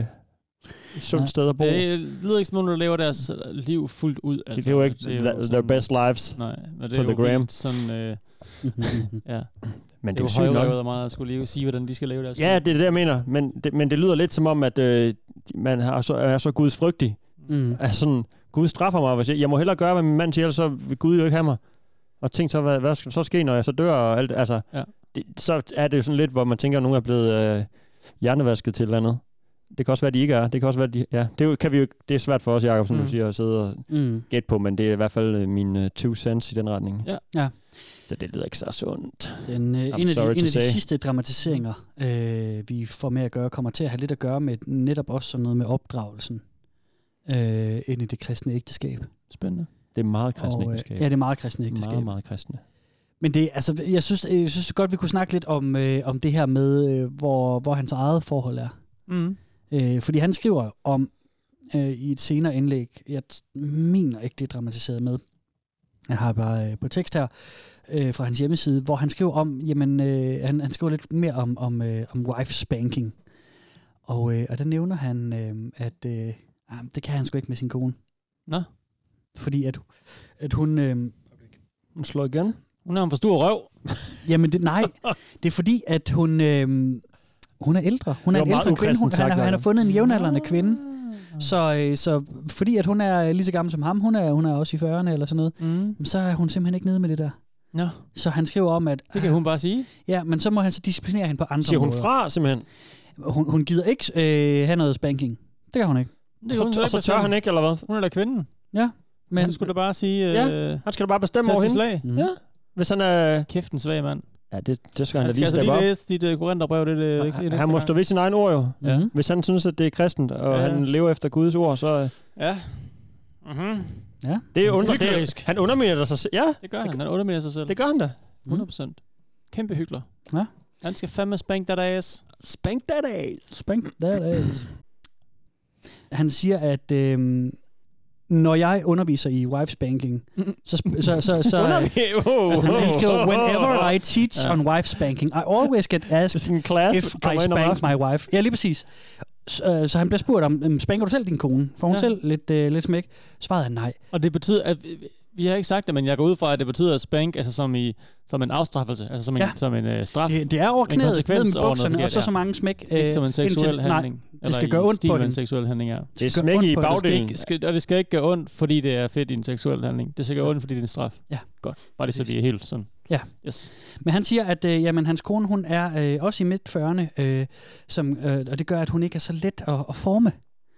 Sundt sted at bo. Det lyder ikke som om, du lever deres liv fuldt ud. Altså. Det er jo ikke their best lives. Nej, men det på er the gram. Sådan, ja. Men det er jo højrøvet meget at skulle sige, hvordan de skal leve deres liv. Ja, det er det, jeg mener. Men det lyder lidt som om, at man er så gudsfrygtig. Altså sådan, Gud straffer mig, hvis jeg må hellere gøre, hvad min mand siger, ellers så vil Gud jo ikke have mig. Og tænk så, hvad skal så ske, når jeg så dør og alt. Altså, så er det jo sådan lidt, hvor man tænker, at nogen er blevet hjernevasket til et eller andet. Det kan også være, de ikke er. Det kan også være, de... Ja, det er svært for os, Jacob, som du siger, at sidde og gætte på, men det er i hvert fald min 2 cents i den retning. Ja. Så det lyder ikke så sundt. En af de sidste dramatiseringer, vi får med at gøre, kommer til at have lidt at gøre med netop også sådan noget med opdragelsen ind i det kristne ægteskab. Spændende. Det er meget kristne ægteskab. Ja, det er meget kristne ægteskab. Meget, meget kristne. Men det, altså, jeg synes godt, vi kunne snakke lidt om det her med, hvor hans eget forhold er. Fordi han skriver om i et senere indlæg, jeg mener ikke, det er dramatiseret med. Jeg har bare på tekst her fra hans hjemmeside, hvor han skriver om, jamen, han skriver lidt mere om wife spanking. Og der nævner han, at det kan han sgu ikke med sin kone. Nå. Fordi at hun... hun slår igen? Hun har en for stor røv. Jamen, nej. Det er fordi, at hun er ældre. Hun er en ældre kvinde. Han har fundet en jævnaldrende kvinde. Så fordi at hun er lige så gammel som ham, hun er også i 40'erne eller sådan noget, så er hun simpelthen ikke nede med det der. Ja. Så han skriver om, at... Det kan hun bare sige. Ja, men så må han så disciplinere hende på andre Siger hun måder. fra, simpelthen? Hun gider ikke have noget spanking. Det kan hun ikke. Og så tør han ikke, eller hvad? Hun er da kvinden. Ja. Men han skulle da bare sige... han skal da bare bestemme over hende. Slag. Ja. Hvis han er... Kæft en svag mand. Ja, det skal han da lige steppe op. Han skal lige læse dit korintherbrev. Han må stå ved sin egen ord jo. Ja. Hvis han synes, at det er kristent, og han lever efter Guds ord, så... Ja. Ja. Det er han underminerer sig selv. Ja. Det gør han. Han underminerer sig selv. Det gør han da. 100%. Kæmpe hyggelig. Ja. Han skal fandme spank that ass. Spank that ass. Spank that ass. Han siger, at... når jeg underviser i wife spanking, så han skriver, whenever I teach on wife spanking, I always get asked if I spank my wife. Ja, lige præcis. Så han bliver spurgt om, spanker du selv din kone? Får hun selv lidt smæk? Svaret er nej. Og det betyder, at vi har ikke sagt det, men jeg går ud fra, at det betyder at spank, altså som en afstraffelse, altså som en straf. Det er over knæet, ned med bukserne, og så mange smæk. Ikke som en seksuel handling. Nej, det skal gøre ondt på hende. En seksuel handling, ja. Det er smæk i bagdelen. Og det skal ikke gøre ondt, fordi det er fedt i en seksuel handling. Det skal gøre ondt, fordi det er en straf. Ja. Godt. Bare det, så vi er helt sådan. Ja. Yes. Men han siger, at jamen, hans kone, hun er også i midt-40'erne, og det gør, at hun ikke er så let at forme.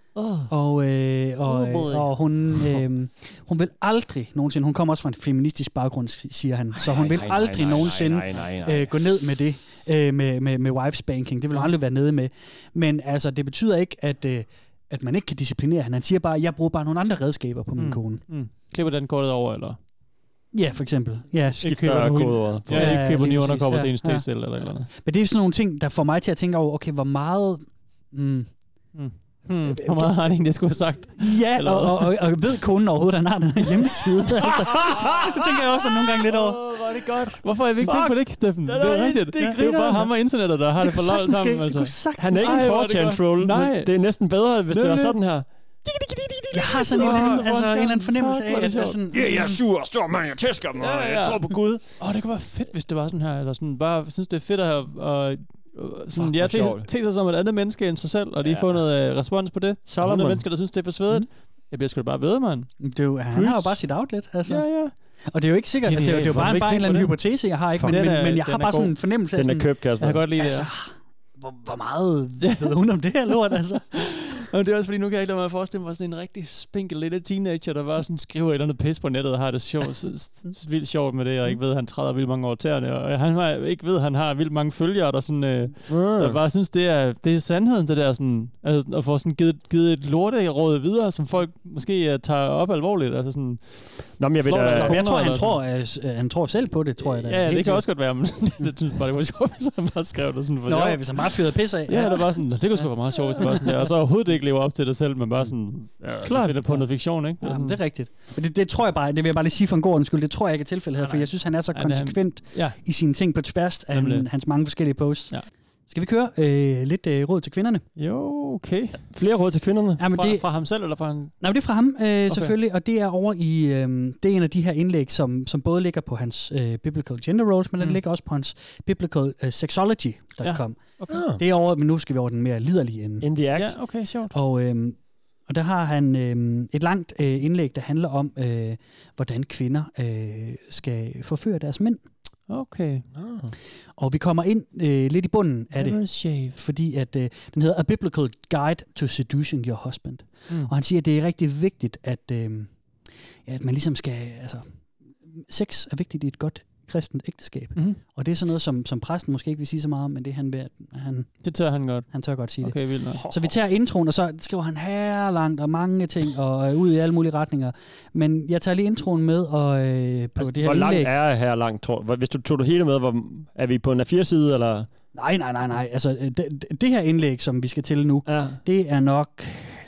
Og hun vil aldrig nogensinde, hun kommer også fra en feministisk baggrund, siger han, så hun vil aldrig nogensinde gå ned med det, med wife spanking. Det vil hun aldrig være nede med. Men altså, det betyder ikke, at man ikke kan disciplinere hende. Han siger bare, at jeg bruger bare nogle andre redskaber på min kone. Klipper den kortet over, eller? Ja, for eksempel. Ja, skifter kodeordet. Ja, ikke køber nye underkopper til en sted eller andet. Men det er sådan nogle ting, der får mig til at tænke over, okay, hvor meget... Hvor meget har han egentlig skulle have sagt? Ja, og ved konen overhovedet, at han har den her hjemmeside? Altså, det tænker jeg også nogle gange lidt over. Hvor er det godt. Hvorfor har vi ikke tænkt på det, Steffen? Det er rigtigt. Det er jo bare ham og internettet, der har det for lol sammen. Altså. Han er ikke en 4chan-troll. Nej. Det er næsten bedre, hvis det var sådan her. Jeg har sådan en eller anden fornemmelse af, at sådan... Jeg er sur, stor mand, jeg tæsker mig, jeg tror på Gud. Det kunne være fedt, hvis det var sådan her, eller sådan bare synes, det er fedt at sådan, jeg tænker sig som et andet menneske end sig selv, og de får noget respons på det. Så er der mennesker, der synes, det er for svedigt. Jeg bliver sgu da bare ved, mand. Han har jo bare sit outlet, altså. Ja. Og det er jo ikke sikkert, at det er jo bare en eller anden hypotese, jeg har ikke, men jeg har bare sådan en fornemmelse af den er købt, Kasper. Jeg kan godt lide det. Hvor meget ved hun om det her lort, altså? Og det er også fordi, nu kan jeg ikke lade mig at forestille mig sådan en rigtig spinkel lille teenager, der bare sådan skriver et eller andet pis på nettet og har det sjovt, vildt sjovt med det, og ikke ved, at han træder vildt mange over tæerne, og han ikke ved, at han har vildt mange følgere, der sådan, der bare synes, det er sandheden, det der sådan, altså, at få sådan givet et lorteråd videre, som folk måske tager op alvorligt, altså sådan. Nå, men jeg tror, han tror selv på det, tror jeg da. Ja, det kan også godt være, men det synes bare, det var sjovt, hvis han bare skrev det sådan for sjovt. Hvis han bare fyrede pis af. Ja, det var sådan, det kunne sgu være meget sjovt, hvis det var sådan der, og så overhovedet ikke lever op til det selv, men bare sådan, finder på noget fiktion, ikke? Ja, det er rigtigt. Men det tror jeg bare, det vil jeg bare lige sige for en god ordens skyld, det tror jeg ikke er tilfældet her, for jeg synes, han er så konsekvent i sine ting på tværs af hans mange forskellige posts. Ja. Skal vi køre lidt råd til kvinderne? Jo, okay. Flere råd til kvinderne? Ja, men fra ham selv, eller fra han? Nej, det er fra ham, selvfølgelig, og det er over i, det er en af de her indlæg, som både ligger på hans Biblical Gender Roles, men den ligger også på hans biblicalsexology.com. Ja, okay. Det er over, men nu skal vi over den mere liderlige ende. In the act. Ja, okay, sjovt. Og der har han et langt indlæg, der handler om, hvordan kvinder skal forføre deres mænd. Okay. Og vi kommer ind lidt i bunden af det, fordi at den hedder A Biblical Guide to Seducing Your Husband. Og han siger, at det er rigtig vigtigt, at man ligesom skal... Altså, sex er vigtigt i et godt kristent ægteskab. Og det er sådan noget, som præsten måske ikke vil sige så meget om, men det han ved, det tør han godt. Han tør godt sige det. Vildt nok. Så vi tager introen, og så skriver han her langt og mange ting, og ud i alle mulige retninger. Men jeg tager lige introen med, og på det her hvor indlæg. Hvor langt er her langt, tror du? Hvis du tog det hele med, er vi på en A4-side, eller? Nej. Altså, det her indlæg, som vi skal til nu, det er nok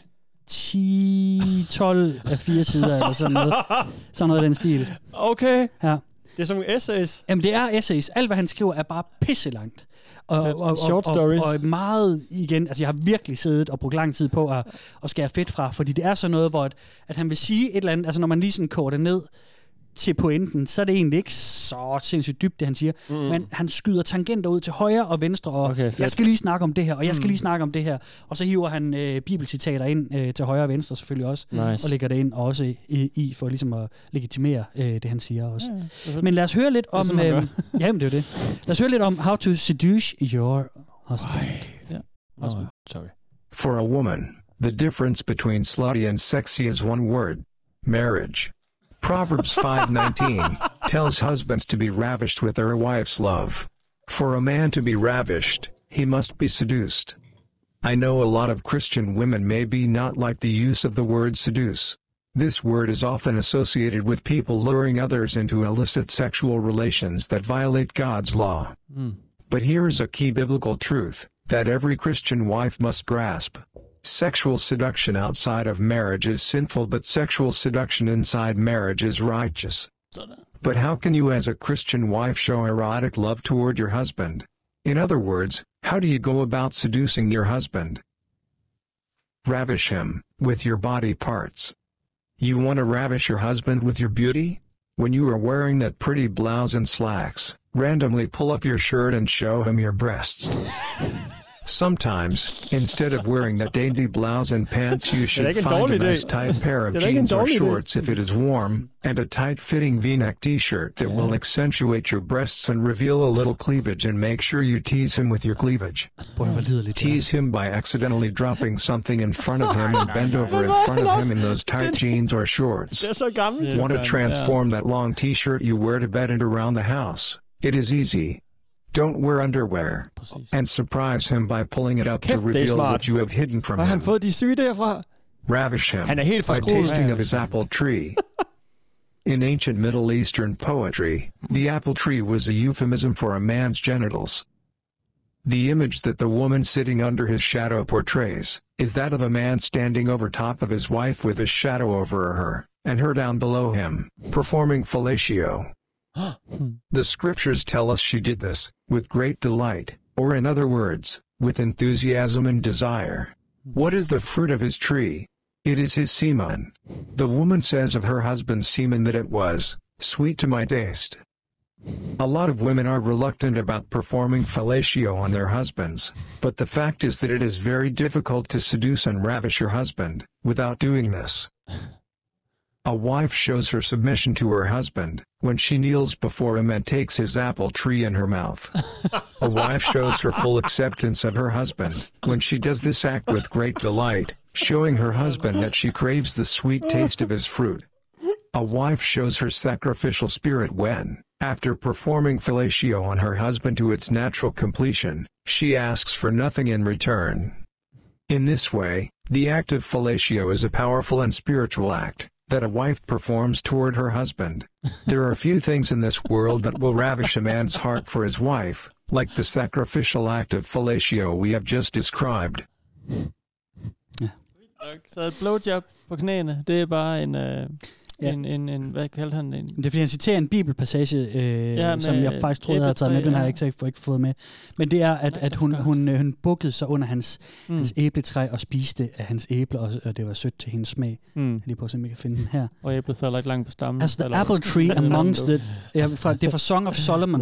10-12 af 4 sider, eller sådan noget. Sådan noget af den stil. Okay. Ja. Det er som essays. Jamen, det er essays. Alt, hvad han skriver, er bare pisselangt. Short stories. Og meget igen, altså jeg har virkelig siddet og brugt lang tid på at skære fedt fra, fordi det er sådan noget, hvor at han vil sige et eller andet, altså når man lige sådan koger det ned til pointen, så er det egentlig ikke så sindssygt dybt, det han siger, men han skyder tangenter ud til højre og venstre, og jeg skal lige snakke om det her, og jeg skal lige snakke om det her, og så hiver han bibelcitater ind til højre og venstre selvfølgelig også, og lægger det ind også i for ligesom at legitimere det, han siger også. Ja, men lad os høre lidt om... jamen, det er det. Lad os høre lidt om how to seduce your husband. Sorry. For a woman, the difference between slutty and sexy is one word: marriage. Proverbs 5:19 tells husbands to be ravished with their wife's love. For a man to be ravished, he must be seduced. I know a lot of Christian women maybe not like the use of the word seduce. This word is often associated with people luring others into illicit sexual relations that violate God's law. But here is a key biblical truth that every Christian wife must grasp. Sexual seduction outside of marriage is sinful, but sexual seduction inside marriage is righteous. But how can you as a Christian wife show erotic love toward your husband? In other words, how do you go about seducing your husband? Ravish him with your body parts. You want to ravish your husband with your beauty? When you are wearing that pretty blouse and slacks, randomly pull up your shirt and show him your breasts. Sometimes, instead of wearing that dainty blouse and pants, you should find a nice tight pair of jeans or shorts if it is warm, and a tight-fitting V-neck t-shirt that will accentuate your breasts and reveal a little cleavage, and make sure you tease him with your cleavage. Tease him by accidentally dropping something in front of him and bend over in front of him in those tight jeans or shorts. Want to transform that long t-shirt you wear to bed and around the house? It is easy. Don't wear underwear. And surprise him by pulling it up to reveal what you have hidden from him. Ravish him by tasting of his apple tree. In ancient Middle Eastern poetry, the apple tree was a euphemism for a man's genitals. The image that the woman sitting under his shadow portrays is that of a man standing over top of his wife with his shadow over her, and her down below him, performing fellatio. The scriptures tell us she did this with great delight, or in other words, with enthusiasm and desire. What is the fruit of his tree? It is his semen. The woman says of her husband's semen that it was sweet to my taste. A lot of women are reluctant about performing fellatio on their husbands, but the fact is that it is very difficult to seduce and ravish your husband without doing this. A wife shows her submission to her husband when she kneels before him and takes his apple tree in her mouth. A wife shows her full acceptance of her husband when she does this act with great delight, showing her husband that she craves the sweet taste of his fruit. A wife shows her sacrificial spirit when, after performing fellatio on her husband to its natural completion, she asks for nothing in return. In this way, the act of fellatio is a powerful and spiritual act that a wife performs toward her husband. There are few things in this world that will ravish a man's heart for his wife, like the sacrificial act of fellatio we have just described. Så et blowjob på knæene, det er bare en hvad kaldte han det? Det er fordi, han citerer en bibelpassage, som jeg faktisk troede, jeg havde taget med. Den har jeg ikke fået med. Men det er, at hun bukkede sig under hans æbletræ og spiste af hans æble, og det var sødt til hendes smag. Lige på, så jeg kan finde den her. Og æblet falder ikke langt på stammen. As the apple tree amongst the... det er fra Song of Solomon.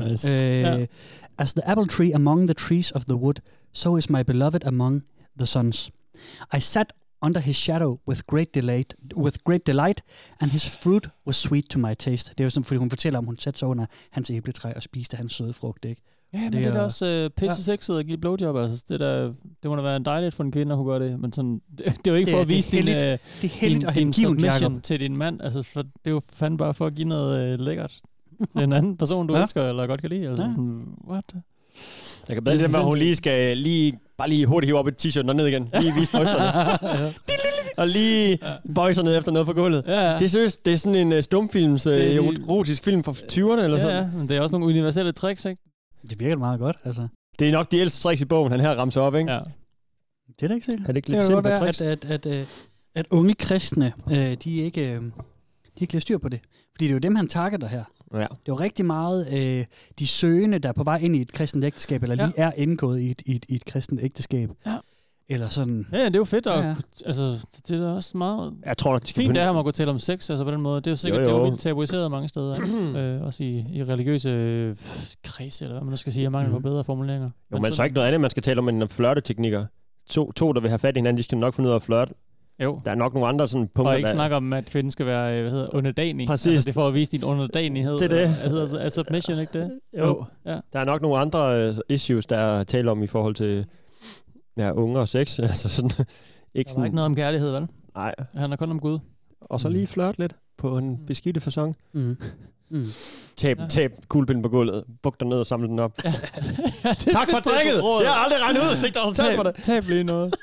As the apple tree among the trees of the wood, so is my beloved among the sons. I sat under his shadow with great delight, and his fruit was sweet to my taste. Det er jo sådan, fordi hun fortæller om, hun satte sig under hans æbletræ og spiste hans søde frugt, ikke? Ja, men det er da også pisse sexet at give blowjob. Altså, det må da være dejligt for en kvinde at kunne gøre det, men sådan, det er jo ikke for at vise din submission til din mand. Altså, for det er jo fandme bare for at give noget lækkert til en anden person, du elsker eller godt kan lide. Altså, sådan, what? Jeg kan bedre lidt med, at hun lige skal bare lige hurtigt hive op et t-shirt og ned igen. Lige vise brysterne. Og lige bøje sig ned efter noget på gulvet. Ja. Det er sådan en stumfilms erotisk film fra 20'erne eller sådan. Ja, men det er også nogle universelle tricks, ikke? Det virker meget godt, altså. Det er nok de ældste tricks i bogen, han her ramser op, ikke? Ja. Det er da ikke sikkert. Er det ikke lidt simpelt tricks? At unge kristne, de ikke har styr på det. Fordi det er jo dem, han targeter her. Ja. Det er jo rigtig meget de søgende, der er på vej ind i et kristent ægteskab, eller lige er indgået i et kristent ægteskab. Ja. Eller sådan. Ja, det er jo fedt. Altså, det er også meget... Jeg tror, det er fint, det her, man går til om sex, altså på den måde. Det er jo sikkert, det er jo lidt tabuiseret mange steder. Også i religiøse kredse, eller hvad man skal sige. Jeg mangler på bedre formuleringer. Jo, men så ikke noget andet, man skal tale om end flirteteknikker. To, der vil have fat i hinanden, de skal nok finde ud af at flirte. Jo. Der er nok nogle andre sådan punkter, og ikke snakke om, at kvinden skal være, underdanig. Præcis. Altså, det får at vise din underdanighed. Det er det. Hedder submission, ikke det? Jo. Ja. Der er nok nogle andre issues, der er tale om i forhold til unge og sex. Altså sådan, ikke der er ikke noget om kærlighed, vel? Nej. Han er kun om Gud. Og så lige flirte lidt på en beskidte facon. Tab kuglepinden på gulvet, buk dig ned og samle den op. Ja. Tak for tricket! Jeg har aldrig regnet ud, at der resultat på det. Tab lige noget.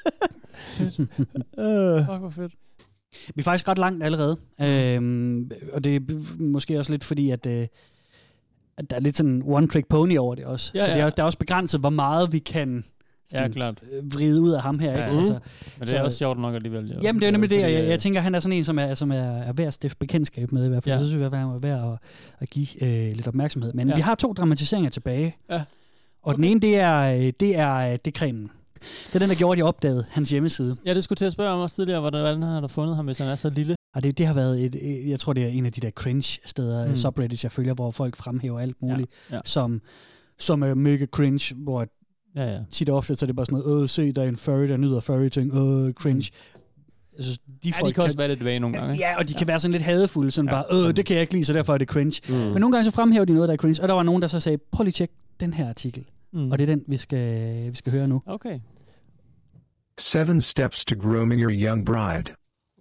Fuck, hvor fedt. Vi er faktisk ret langt allerede. Og det er måske også lidt fordi, at der er lidt sådan one-trick pony over det også. Ja, så det er også begrænset, hvor meget vi kan klart. Vride ud af ham her. Ikke? Altså, men det er også sjovt nok alligevel. Jamen, det er nemlig det. Jeg tænker, han er sådan en, som er værd at stifte bekendtskab med i hvert fald. Det synes jeg er værd at give lidt opmærksomhed. Men vi har 2 dramatiseringer tilbage. Ja. Og den ene, det er cremen. Det er den, der gjorde, at jeg opdagede hans hjemmeside. Ja, det skulle til at spørge om også tidligere, hvordan har du fundet ham, hvis han er så lille? Og det har været jeg tror, det er en af de der cringe-steder, subreddits, jeg følger, hvor folk fremhæver alt muligt, som er mega cringe, hvor tit og ofte, så er det bare sådan noget, se, der er en furry, der nyder furry-ting, cringe. Altså, de kan også være lidt vage nogle gange. Ja, og de kan være sådan lidt hadefulde, sådan bare, det kan jeg ikke lide, så derfor er det cringe. Men nogle gange så fremhæver de noget, der er cringe, og der var nogen, der så sagde, prøv lige at tjekke den her artikel. Og det er den, vi skal høre nu. Okay. 7 steps to grooming your young bride.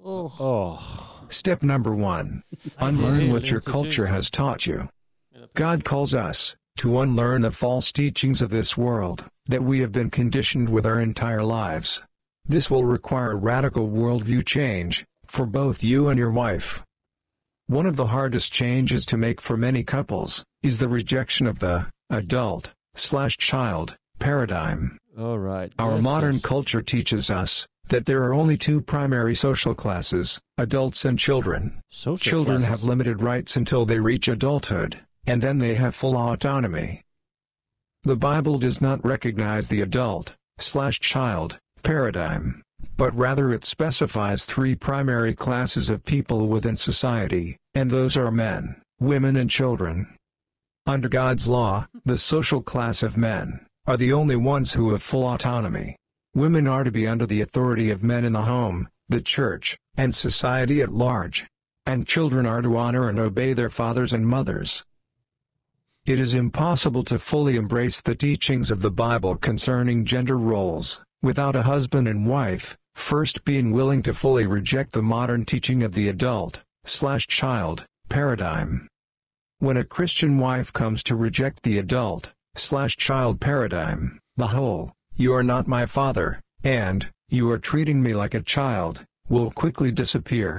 Step number 1. Unlearn what your culture has taught you. God calls us to unlearn the false teachings of this world that we have been conditioned with our entire lives. This will require radical worldview change for both you and your wife. One of the hardest changes to make for many couples is the rejection of the adult/child paradigm. All right. Our modern culture teaches us that there are only 2 primary social classes, adults and children. Children have limited rights until they reach adulthood, and then they have full autonomy. The Bible does not recognize the adult/child paradigm, but rather it specifies 3 primary classes of people within society, and those are men, women and children. Under God's law, the social class of men are the only ones who have full autonomy. Women are to be under the authority of men in the home, the church, and society at large. And children are to honor and obey their fathers and mothers. It is impossible to fully embrace the teachings of the Bible concerning gender roles without a husband and wife first being willing to fully reject the modern teaching of the adult/child paradigm. When a Christian wife comes to reject the adult/child paradigm, the whole, "You are not my father," and "You are treating me like a child," will quickly disappear.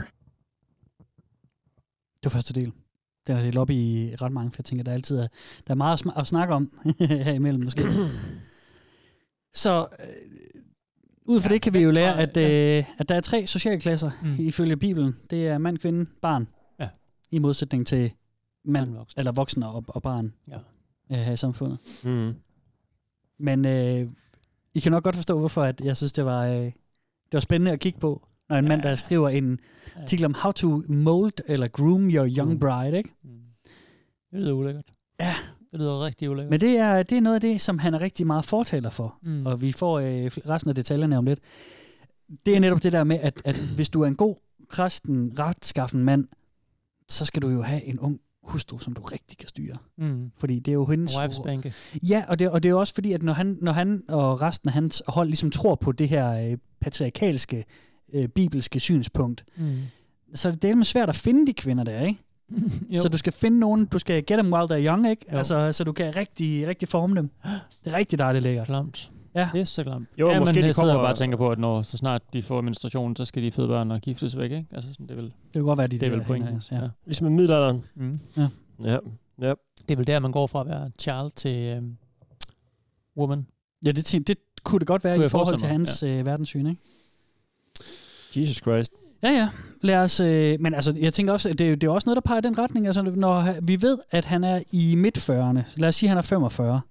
Det var første del. Den er delt op i ret mange, for jeg tænker, der altid der er meget at snakke om her imellem måske. Så ud fra det kan vi jo lære, at der er 3 sociale klasser ifølge Bibelen. Det er mand, kvinde, barn. Ja. I modsætning til mand, eller voksne og barn her i samfundet. Men I kan nok godt forstå, hvorfor at jeg synes, det var spændende at kigge på, når en mand, der skriver en artikel om how to mold eller groom your young bride, ikke? Det lyder ulækkert. Ja. Det lyder rigtig ulækkert. Men det er noget af det, som han er rigtig meget fortaler for, og vi får resten af detaljerne om lidt. Det er netop det der med, at hvis du er en god, kristen, retskaffen mand, så skal du jo have en ung hustru, som du rigtig kan styre. Fordi det er jo hendes... Wifesbanke. Ja, og det er jo også fordi, at når han og resten af hans hold ligesom tror på det her patriarkalske, bibelske synspunkt, så er det delt med svært at finde de kvinder der, ikke? Så du skal finde nogen, du skal get them while they're young, ikke? Altså, så du kan rigtig forme dem. Det er rigtig dejligt lækkert. Klamt. Ja. Det er så klamt. Jo, ja, måske men de jeg sidder kommer... bare og tænker på, at når så snart de får menstruation, så skal de føde børn og giftes væk, ikke? Altså, sådan, det kan godt være, de det er vel pointen. Ja. Ligesom i middelalderen. Ja. Det er vel der, man går fra at være child til woman. Ja, det kunne det godt være i forhold til hans verdenssyn, ikke? Jesus Christ. Ja. Lad os, men altså, jeg tænker også, at det er også noget, der peger i den retning. Altså, når vi ved, at han er i midt-40'erne, lad os sige, at han er 45,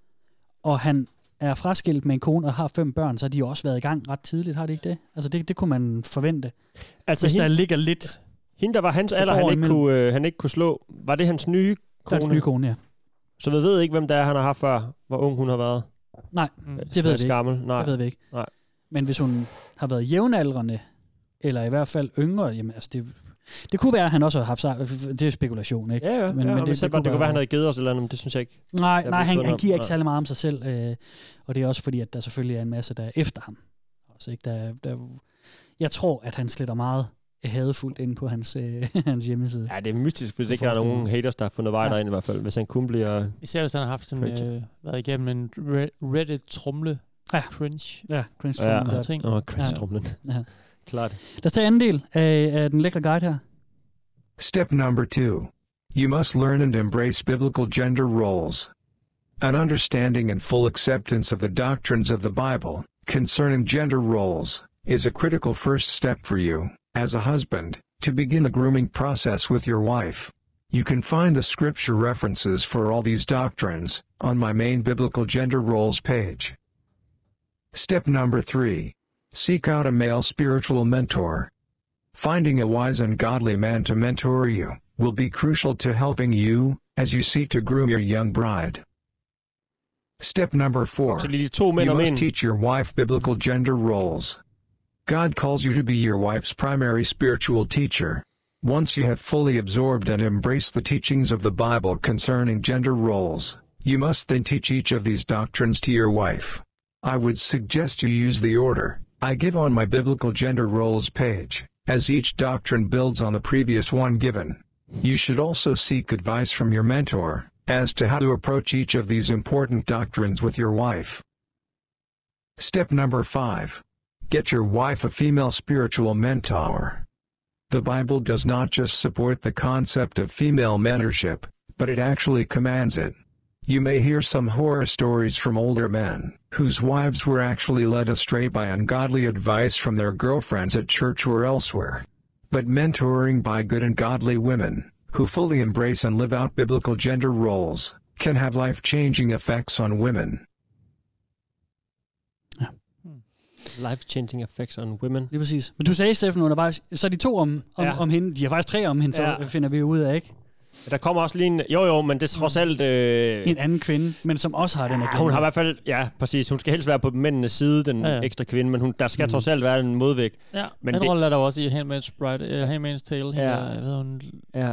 og han er fraskilt med en kone og har 5 børn, så har de jo også været i gang ret tidligt, har de ikke det? Altså, det kunne man forvente. Altså, hvis der ligger lidt... Hende, der var hans alder, han ikke kunne slå, var det hans nye kone? Hans nye kone, ja. Så vi ved ikke, hvem det er, han har haft før, hvor ung hun har været? Nej, det ved vi ikke. Nej. Det ved vi ikke. Nej. Men hvis hun har været jævnaldrende, eller i hvert fald yngre, jamen altså det kunne være, at han også har haft sig. Det er spekulation, ikke? Ja, men det kunne være, at han havde givet os eller andet, men det synes jeg ikke. Nej, han giver ikke særlig meget om sig selv, og det er også fordi, at der selvfølgelig er en masse, der er efter ham. Altså, ikke? Jeg tror, at han sletter meget hadefuldt ind på hans hjemmeside. Ja, det er mystisk, hvis ikke der er nogen haters, der har fundet vej derind i hvert fald, hvis han kun bliver... Især hvis han har haft sådan, været igennem en Reddit-trumle. Cringe. Ja, cringe-trumle. Cringe-trumlen. Ja. Klart. Lad os tage anden del af den lækre guide her. Step number 2. You must learn and embrace biblical gender roles. An understanding and full acceptance of the doctrines of the Bible concerning gender roles is a critical first step for you, as a husband, to begin the grooming process with your wife. You can find the scripture references for all these doctrines on my main biblical gender roles page. Step number 3. Seek out a male spiritual mentor. Finding a wise and godly man to mentor you will be crucial to helping you as you seek to groom your young bride. Step number 4. You must teach your wife biblical gender roles. God calls you to be your wife's primary spiritual teacher. Once you have fully absorbed and embraced the teachings of the Bible concerning gender roles, you must then teach each of these doctrines to your wife. I would suggest you use the order I give on my biblical gender roles page, as each doctrine builds on the previous one given. You should also seek advice from your mentor as to how to approach each of these important doctrines with your wife. Step number 5. Get your wife a female spiritual mentor. The Bible does not just support the concept of female mentorship, but it actually commands it. You may hear some horror stories from older men, whose wives were actually led astray by ungodly advice from their girlfriends at church or elsewhere. But mentoring by good and godly women, who fully embrace and live out biblical gender roles, can have life-changing effects on women. Life-changing effects on women. Det er præcis. Men du sagde, Steffen, undervejs, så er de 2 om hende. De har faktisk 3 om hende, så finder vi ud af, ikke? Der kommer også lige en... Jo, men det er trods alt... En anden kvinde, men som også har den agenda. Hun har i hvert fald... Ja, præcis. Hun skal helst være på mændenes side, den ekstra kvinde, men der skal trods alt være en modvægt. Ja, men den rolle er der også i Handmaid's Tale. Hvad hedder hun? Ja.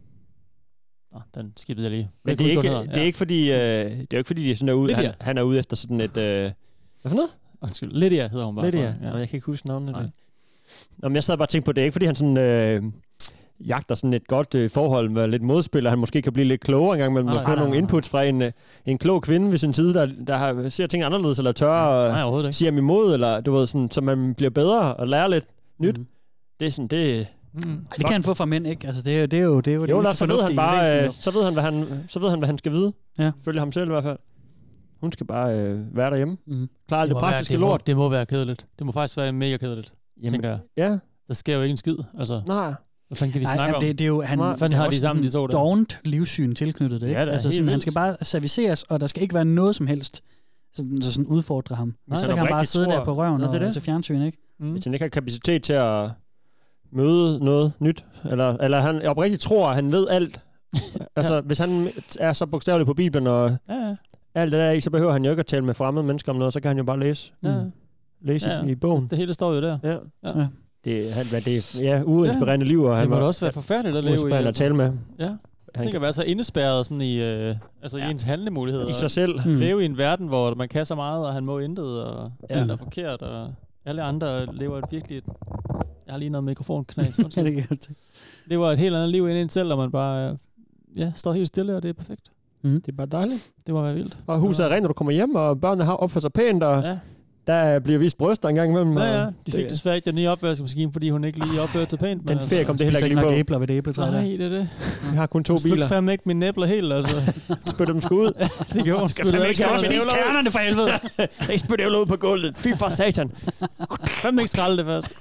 Den skippede jeg lige. Men det er ikke fordi... det er jo ikke fordi, de er sådan derude. Han er ude efter sådan et... Hvad for noget? Undskyld. Lydia hedder hun bare. Lydia. Ja. Jeg kan ikke huske navnet. Nå, men jeg sad bare og tænkte på, det er ikke fordi, han sådan... jagter sådan et godt forhold med lidt modspiller. Han måske kan blive lidt klogere engang, men man får nogle inputs fra en klog kvinde ved sin side, der ser ting anderledes, eller tør og siger ham imod, eller du ved, sådan, så man bliver bedre og lærer lidt nyt. Det er sådan, det... Det kan han få fra mænd, ikke? Altså, det er jo så ved han bare, så ved han, hvad han skal vide. Ja. Følge ham selv i hvert fald. Hun skal bare være derhjemme. Klare alt det praktiske lort. Det må være kedeligt. Det må faktisk være mega kedeligt, tænker jeg. Ja. Der sker jo ikke en skid, altså. Nej. Hvad fanden kan de snakke om? Det er jo, han har de sammen, de to der. Dovent livssyn tilknyttet det, ikke? Ja, altså, sådan, han skal bare serviceres, og der skal ikke være noget som helst, sådan udfordre ham. Så kan han bare sidde der på røven og se fjernsyn, ikke? Hvis han ikke har kapacitet til at møde noget nyt, eller han oprigtigt tror, at han ved alt. Altså, hvis han er så bogstavelig på Bibelen og alt det der ikke, så behøver han jo ikke at tale med fremmede mennesker om noget, så kan han jo bare læse. Læse i bogen. Det hele står jo der. Ja. Det er uinspirerende liv, og det må også være forfærdeligt at leve i. At tale med. Ja. Tænk at være så indespærret sådan i, i ens handlemuligheder. I sig selv. Leve i en verden, hvor man kan så meget, og han må intet, og alt er forkert, og alle andre lever et virkelig... Jeg har lige noget mikrofonknas. Det var et helt andet liv ind i selv, og man bare står helt stille, og det er perfekt. Det er bare dejligt. Det må være vildt. Og huset er rent, når du kommer hjem, og børnene har opført sig pænt, og der bliver vist bryster en gang imellem. Ja. De fik desværre ikke den nye opvaskemaskine, fordi hun ikke lige opførte sig pænt. Den ferie kom det heller ikke lige på. Æbler ved det æbletræ. Nej, det er det. Vi har kun 2 biler. Sluk fandme ikke mine æbler helt, altså. Spytter dem sgu ud. Det gjorde hun. Skal fandme ikke kernerne for helvede. Jeg spytter æbler ud på gulvet. Fy for satan. Fandme ikke skralde det først.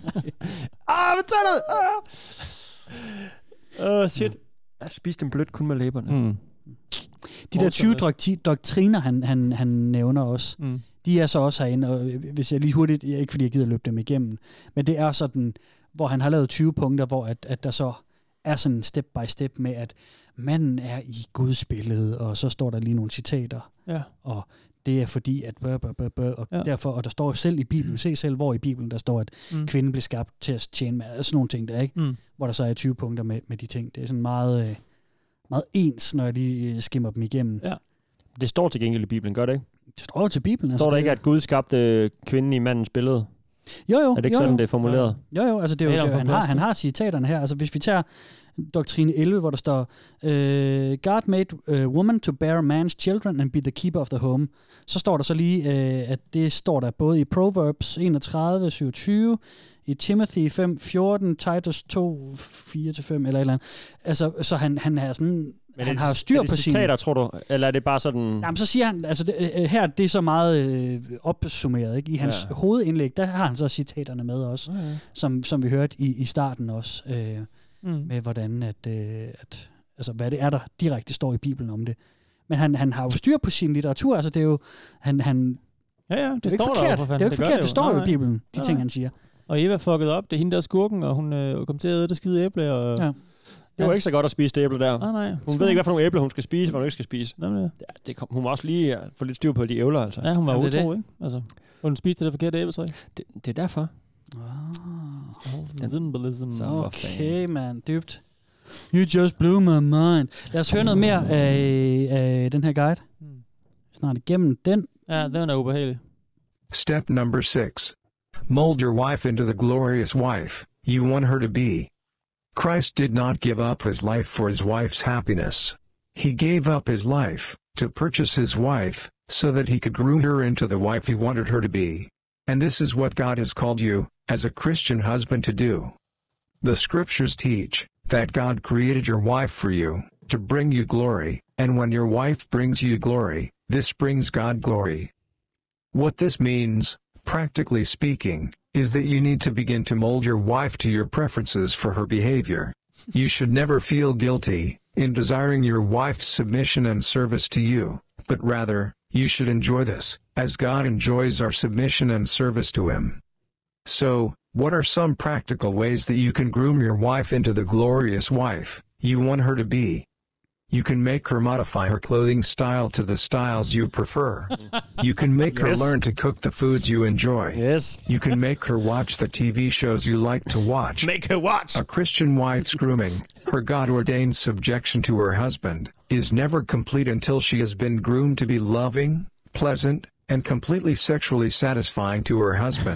Hvad tager det? Shit. Jeg spiste en blødt kun med læberne. De der 20 doktriner, han nævner også, de er så også herinde, og hvis jeg lige hurtigt, ikke fordi jeg gider løbe dem igennem, men det er sådan, hvor han har lavet 20 punkter, hvor at der så er sådan step by step med, at manden er i Guds billede, og så står der lige nogle citater, og det er fordi, at og derfor, og der står jo selv i Bibelen, se selv, hvor i Bibelen der står, at kvinden blev skabt til at tjene med, sådan nogle ting der, ikke? Hvor der så er 20 punkter med de ting. Det er sådan meget ens, når jeg lige skimmer dem igennem. Ja. Det står til gengæld i Bibelen, gør det ikke? Det står til Bibelen. Står der ikke, at Gud skabte kvinden i mandens billede? Jo. Er det ikke sådan, det er formuleret? Jo, altså det er jo, han har citaterne her. Altså hvis vi tager doktrine 11, hvor der står, God made woman to bear man's children and be the keeper of the home. Så står der så lige, at det står der både i Proverbs 31, 27, i Timothy 5:14, Titus 2, 4-5, eller et eller andet. Altså, så han er sådan... Men han har jo styr på sine... citater, tror du? Eller er det bare sådan... Jamen, så siger han... Altså, her det er så meget opsummeret, ikke? I hans hovedindlæg, der har han så citaterne med også, som vi hørte i starten også, med hvordan at altså, hvad det er, der direkte står i Bibelen om det. Men han har jo styr på sin litteratur, altså det er jo... Ja, det er står der jo for fanden. Det er jo ikke forkert, det står jo i Bibelen, de ting, han siger. Og Eva fuckede op, det er hende, der er skurken, og hun kom til at æde det skide æble. Og... Ja. Det var ikke så godt at spise det æble der. Nej. Hun ved ikke, hvad for nogle æbler hun skal spise, hvad hun ikke skal spise. Hun må også lige få lidt styr på de ævler, altså. Ja, hun var utro, ikke? Altså, hun spiste det forkerte æbletræ. Det er derfor. Okay, man. Dybt. You just blew my mind. Lad os høre noget mere af den her guide. Snart igennem den. Ja, den er ubehagelig. Step number 6. Mold your wife into the glorious wife you want her to be. Christ did not give up his life for his wife's happiness. He gave up his life to purchase his wife, so that he could groom her into the wife he wanted her to be. And this is what God has called you, as a Christian husband, to do. The scriptures teach that God created your wife for you, to bring you glory, and when your wife brings you glory, this brings God glory. What this means, practically speaking, is that you need to begin to mold your wife to your preferences for her behavior. You should never feel guilty in desiring your wife's submission and service to you, but rather, you should enjoy this, as God enjoys our submission and service to him. So, what are some practical ways that you can groom your wife into the glorious wife you want her to be? You can make her modify her clothing style to the styles you prefer. You can make her learn to cook the foods you enjoy. Yes. You can make her watch the TV shows you like to watch. Make her watch. A Christian wife's grooming, her God-ordained subjection to her husband, is never complete until she has been groomed to be loving, pleasant, and completely sexually satisfying to her husband.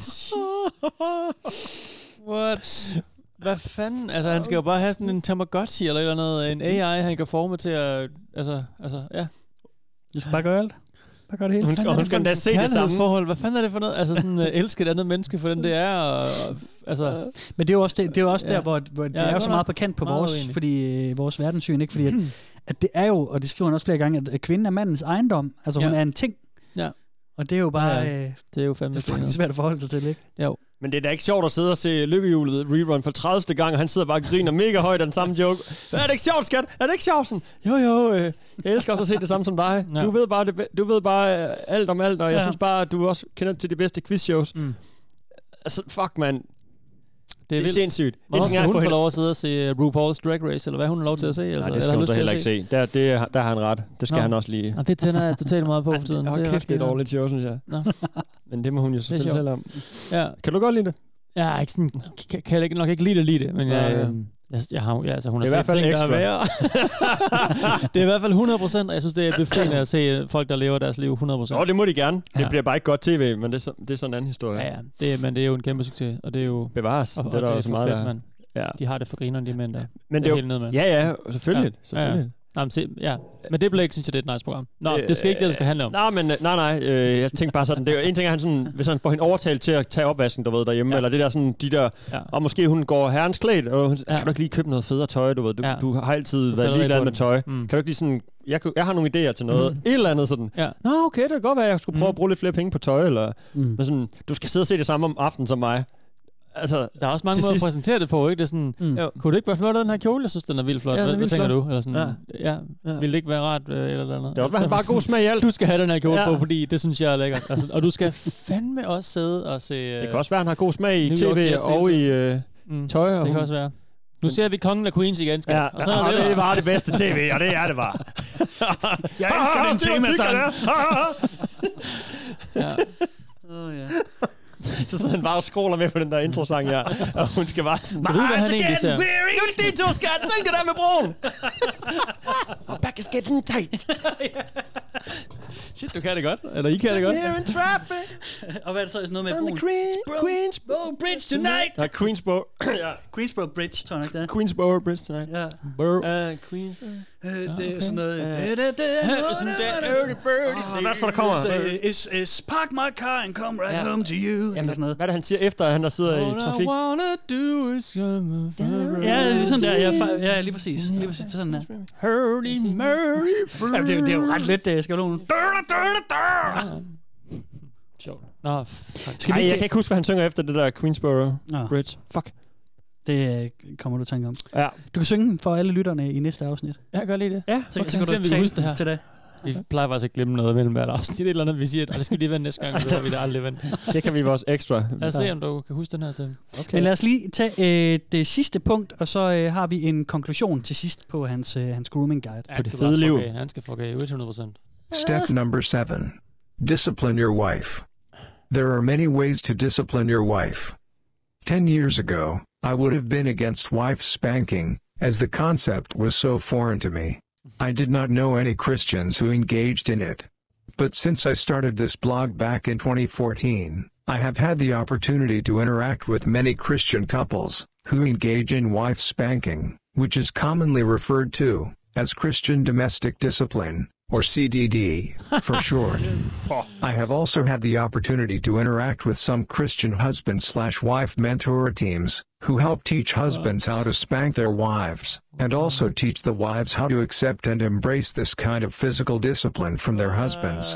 What? Hvad fanden? Altså, han skal jo bare have sådan en Tamagotchi eller noget, en AI, han kan forme til at... Altså, ja. Du skal bare gøre alt. Bare gøre det hele. Hun skal endda se det samme. Hvad fanden er det for noget? Altså, sådan elske et andet menneske for den det er, og altså... Men det er jo også, det er jo også der, hvor det er jo så meget på kant på vores verdenssyn, ikke? Fordi at det er jo, og det skriver han også flere gange, at kvinden er mandens ejendom. Altså, hun er en ting. Ja. Og det er jo bare... det er jo fandme... Det er faktisk svært at forholde sig til, ikke? Jo. Men det er da ikke sjovt at sidde og se Lykkehjulet rerun for 30. gang, og han sidder bare og griner mega højt af den samme joke. Er det ikke sjovt, skat? Er det ikke sjovt? Sådan, jo, jeg elsker også at se det samme som dig. Ja. Du ved bare alt om alt, og jeg synes bare, at du også kender til de bedste quizshows. Altså, fuck, man. Det er sindssygt. Hvornår skal hun få lov at sidde og se RuPaul's Drag Race, eller hvad hun har lov til at se? Altså, nej, det skal hun da heller ikke se. Der har han ret. Det skal han også lige. Og det tænder jeg totalt meget på for tiden. Det er kæft, et dårligt show, synes jeg. Men det må hun jo selvfølgelig selv om. Ja. Kan du godt lide det? Jeg er ikke sådan, kan nok ikke lide det, men jeg har, altså, hun har set ting, der er værre. Det er i hvert fald 100%, og jeg synes, det er befriende at se folk, der lever deres liv 100%. Det må de gerne. Det bliver bare ikke godt tv, men det er sådan en anden historie. Ja, men det er jo en kæmpe succes, og det er jo... Bevares. Og det er også meget fedt, man. Ja. De har det for grinerne, de mænd der. Men det er helt ned med. Ja, selvfølgelig. Men det bliver ikke, synes jeg, det er et nice program. Nå, det skal ikke det, det skal handle om. Nej, jeg tænker bare sådan, det er en ting, er han sådan, hvis han får hende overtalt til at tage opvasken, du ved, derhjemme, eller det der sådan, de der, og måske hun går herrens klædt, og hun kan du ikke lige købe noget federe tøj, du ved, du har altid været ligeglad med tøj. Kan du ikke lige sådan, jeg har nogle idéer til noget, et eller andet sådan, nå okay, det kan godt være, jeg skulle prøve at bruge lidt flere penge på tøj, eller, men sådan, du skal sidde og se det samme om aftenen som mig. Altså, der er også mange måder at præsentere det på, ikke? Det er sådan, kunne du ikke bare flot den her kjole? Jeg synes, den er vildt flot. Hvad tænker du? Eller sådan, ville det ikke være rart? Eller andet? Det er også, han bare god smag i alt. Du skal have den her kjole på, fordi det synes jeg er lækkert. Altså, og du skal fandme også sidde og se... det kan også være, han har god smag i tv og i tøj. Det kan også være. Nu ser vi Kongen af Queens igen, skal. Og så er det bare det bedste tv, og det er det bare. Jeg elsker den tema-sang. Ja. Så sidder han bare og scroller med på den der intro-sang her, og hun skal bare sådan... My eyes are getting weary, you need to, skat! Syng det der med broen! My back is getting tight. Shit, du kan det godt. Eller I kan det godt. Here in traffic. Og hvad er det så? Noget med broen? Queensboro Bridge tonight! Der er Queensboro. Queensboro Bridge, tror jeg nok det er. Queensboro Bridge tonight. Ja. Queensboro. Det er sådan noget... Hvad så der kommer? Is park my car and come right home to you. Hvad er det, han siger efter, at han der sidder i trafik? Ja, det er sådan der. Ja, lige præcis. Lige præcis sådan der. Hurdy, murdy. Jamen, det er jo ret let, skabelonen. Sjovt. Nå, jeg kan ikke huske, hvad han synger efter det der Queensboro Bridge. Fuck. Det kommer du tænke om. Ja. Du kan synge for alle lytterne i næste afsnit. Jeg kan godt lide det. Ja, så kan du huske det her til det. Vi plejer faktisk at glemme noget mellem hvert afsnit. Det er et eller andet, vi siger, at det skal vi lige vende næste gang, og det har vi da aldrig vendt. Det kan vi vores ekstra. Lad os se, om du kan huske den her selv. Okay. Men lad os lige tage det sidste punkt, og så har vi en konklusion til sidst på hans grooming guide. På det fede liv. Han skal få 100%. Step number 7. Discipline your wife. There are many ways to discipline your wife. 10 years ago, I would have been against wife spanking, as the concept was so foreign to me. I did not know any Christians who engaged in it. But since I started this blog back in 2014, I have had the opportunity to interact with many Christian couples who engage in wife spanking, which is commonly referred to as Christian domestic discipline, or CDD, for short. I have also had the opportunity to interact with some Christian husband/wife mentor teams, who help teach husbands how to spank their wives, and also teach the wives how to accept and embrace this kind of physical discipline from their husbands.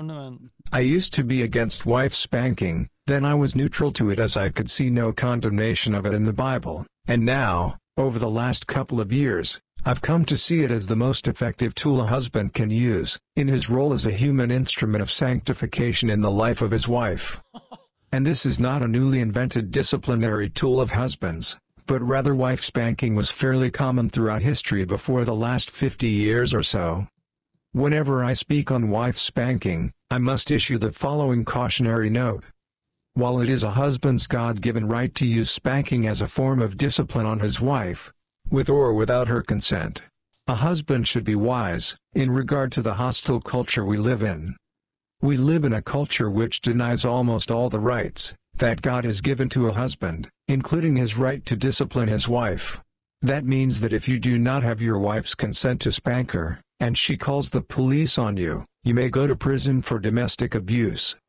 I used to be against wife spanking, then I was neutral to it as I could see no condemnation of it in the Bible, and now, over the last couple of years, I've come to see it as the most effective tool a husband can use, in his role as a human instrument of sanctification in the life of his wife. And this is not a newly invented disciplinary tool of husbands, but rather wife spanking was fairly common throughout history before the last 50 years or so. Whenever I speak on wife spanking, I must issue the following cautionary note. While it is a husband's God-given right to use spanking as a form of discipline on his wife, with or without her consent, a husband should be wise, in regard to the hostile culture we live in. We live in a culture which denies almost all the rights that God has given to a husband, including his right to discipline his wife. That means that if you do not have your wife's consent to spank her, and she calls the police on you, you may go to prison for domestic abuse.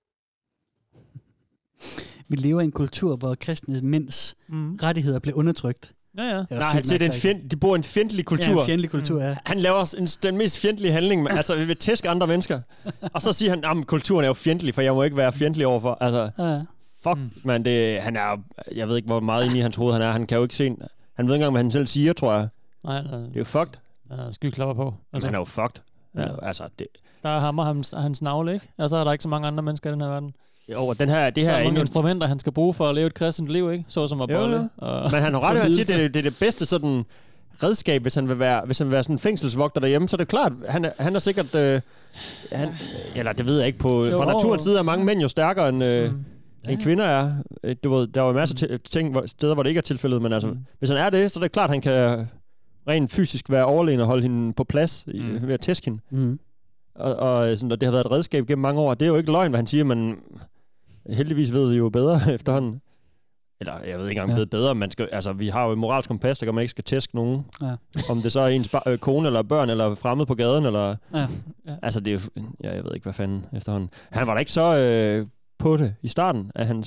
Vi lever i en kultur, hvor kristne mænds rettigheder bliver undertrykt. Ja. Nej, han siger, de bor i en fjendtlig kultur. Ja, en fjendlig kultur, ja. Han laver den mest fjendtlige handling, altså vi vil tæske andre mennesker. Og så siger han, at kulturen er jo fjendtlig, for jeg må ikke være fjendtlig overfor. Altså, fuck, man, han er, jeg ved ikke, hvor meget inde i hans hoved han er. Han kan jo ikke se, han ved ikke engang, hvad han selv siger, tror jeg. Nej, det er jo fucked. Han har skyklapper på. Altså. Han er jo fucked. Ja. Altså, der hammer hans navle, ikke? Og så er der ikke så mange andre mennesker i den her verden. Jo, det her er nogle instrumenter, han skal bruge for at leve et kristent liv, ikke? Så som at bolle. Men han har ret, at sige, det er det bedste sådan redskab, hvis han vil være sådan en fængselsvogter derhjemme, så er det klart, han er sikkert, eller det ved jeg ikke, fra naturens side er mange mænd jo stærkere end kvinder er. Du ved, der er jo masser af steder, hvor det ikke er tilfældet, men altså, hvis han er det, så er det klart, han kan rent fysisk være overlegen og holde hende på plads ved at tæske hende. Og det har været et redskab gennem mange år. Det er jo ikke løgn, hvad han siger, men heldigvis ved vi jo bedre efterhånden. Eller jeg ved ikke engang ved bedre, man skal, altså vi har jo et moralsk kompas, der gør man ikke skal tæske nogen. Ja. Om det så er ens kone eller børn eller fremmed på gaden eller altså det er jo, jeg ved ikke hvad fanden efterhånden. Han var da ikke så på det i starten af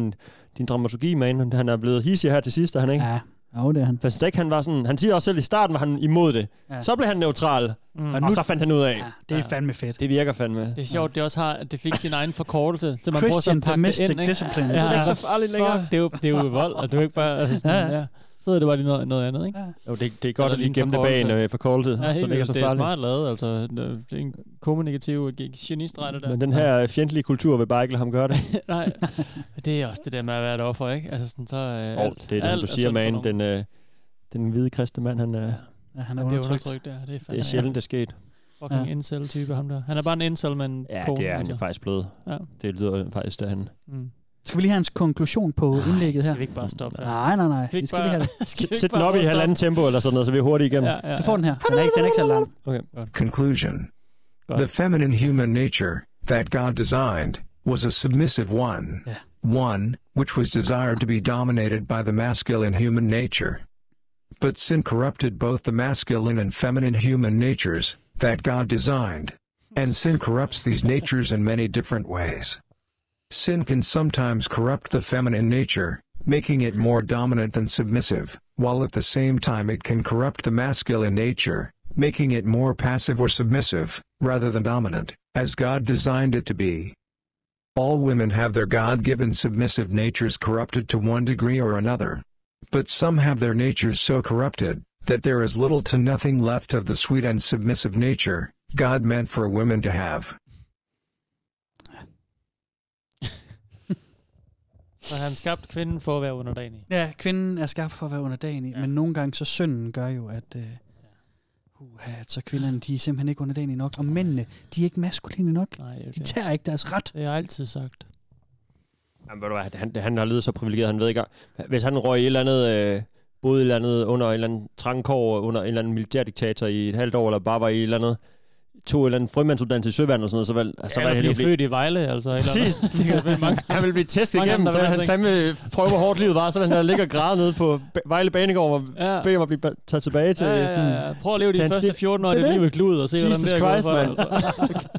din dramaturgi, man. Han er blevet hissig her til sidst, er han ikke? Ja. Jo, det er han. Han var sådan, han siger også selv i starten, var han imod det. Ja. Så blev han neutral, og så fandt han ud af. Ja, det er fandme fedt. Det virker fandme. Det er sjovt, det også har, at det fik sin egen forkortelse. Så man Christian domestic discipline. Ja, så det er ikke så farligt længere. Det er jo vold, og det er jo ikke bare altså sådan, så er det bare noget andet, ikke? Ja. Jo, det er godt at lige gemme det bag en forkortelse. Ja, så det er så farligt. Det er smart lavet, altså. Det er en kommunikativ genistreg, det der. Men den her fjendtlige kultur vil bare ikke lade ham gøre det. Nej, det er også det der med at være et offer, ikke? Altså sådan så... det er det, du siger, man. Den hvide kristne mand, han er... Ja, han er undertrykt. Det er sjældent, det er sket. Fucking incel-type, ham der. Han er bare en incel, men kone. Ja, det er han jo faktisk blevet. Ja. Det lyder faktisk derhen. Skal vi lige have hans konklusion på indlægget her? Skal vi ikke bare stoppe der? Nej. Vi skal lige have det. Sæt den op i halvanden tempo eller sådan noget, så vi er hurtigt igennem. Du får den her. Den er ikke så lang. Okay. Conclusion. The feminine human nature that God designed was a submissive one. One which was desired to be dominated by the masculine human nature. But sin corrupted both the masculine and feminine human natures that God designed. And sin corrupts these natures in many different ways. Sin can sometimes corrupt the feminine nature, making it more dominant than submissive, while at the same time it can corrupt the masculine nature, making it more passive or submissive, rather than dominant, as God designed it to be. All women have their God-given submissive natures corrupted to one degree or another. But some have their natures so corrupted, that there is little to nothing left of the sweet and submissive nature, God meant for women to have. Så han skabt kvinden for at være underdanig. Ja, kvinden er skabt for at være underdanig, men nogle gange så synden gør jo, at så kvinderne, de er simpelthen ikke underdanige nok, og mændene, de er ikke maskuline nok. Nej, de tager ikke deres ret. Det har jeg altid sagt. Jamen, ved du hvad, han har levet så privilegeret, han ved ikke. Hvis han røg i et eller andet, boede i et eller andet under en eller anden trangkår, under en eller anden militærdiktator i et halvt år, eller bare var i et eller andet, tog en eller anden frømandsuddannelse i søvand og sådan noget, så var han født i Vejle, altså. Præcis. Han vil blive testet igennem, så vil han fandme prøve, hvor hårdt livet var, så vil han ligge og græde nede på Vejle Banegård, og bede om at blive taget tilbage til... Ja. Prøv at leve de første 14 år i dit liv med klud, og se, hvordan det er gået for.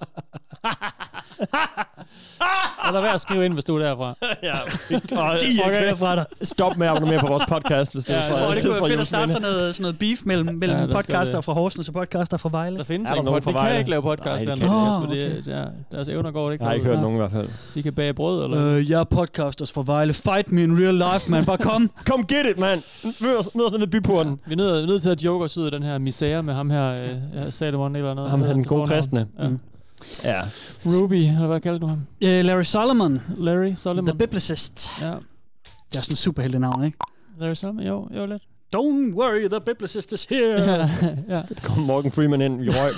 Og lad være at skrive ind, hvis du er derfra. Ja. Okay. Fra dig. Stop med at abonnere på vores podcast, hvis det er fra. Det kunne være fedt at starte sådan noget beef mellem podcaster fra Horsens og podcaster fra Vejle. Der findes ikke podcast. De kan ikke lave podcast. Deres evner går det ikke. Jeg har ikke hørt nogen i hvert fald. De kan bage brød, eller? Jeg er podcasters fra Vejle. Fight me in real life, man. Bare kom. Come get it, man. Mød os nede ved byporten. Vi er nødt til at joke os ud af den her misære med ham her, Salomon eller noget. Ham her, den gode kristne. Ja. Ruby, eller hvad kalder du ham? Larry Solomon. Larry Solomon. The Biblicist. Ja. Det er sådan en superheltenavn, ikke? Larry Solomon, jo lidt. Don't worry, the Biblicist is here. Ja. Det kom Morgan Freeman ind i røg.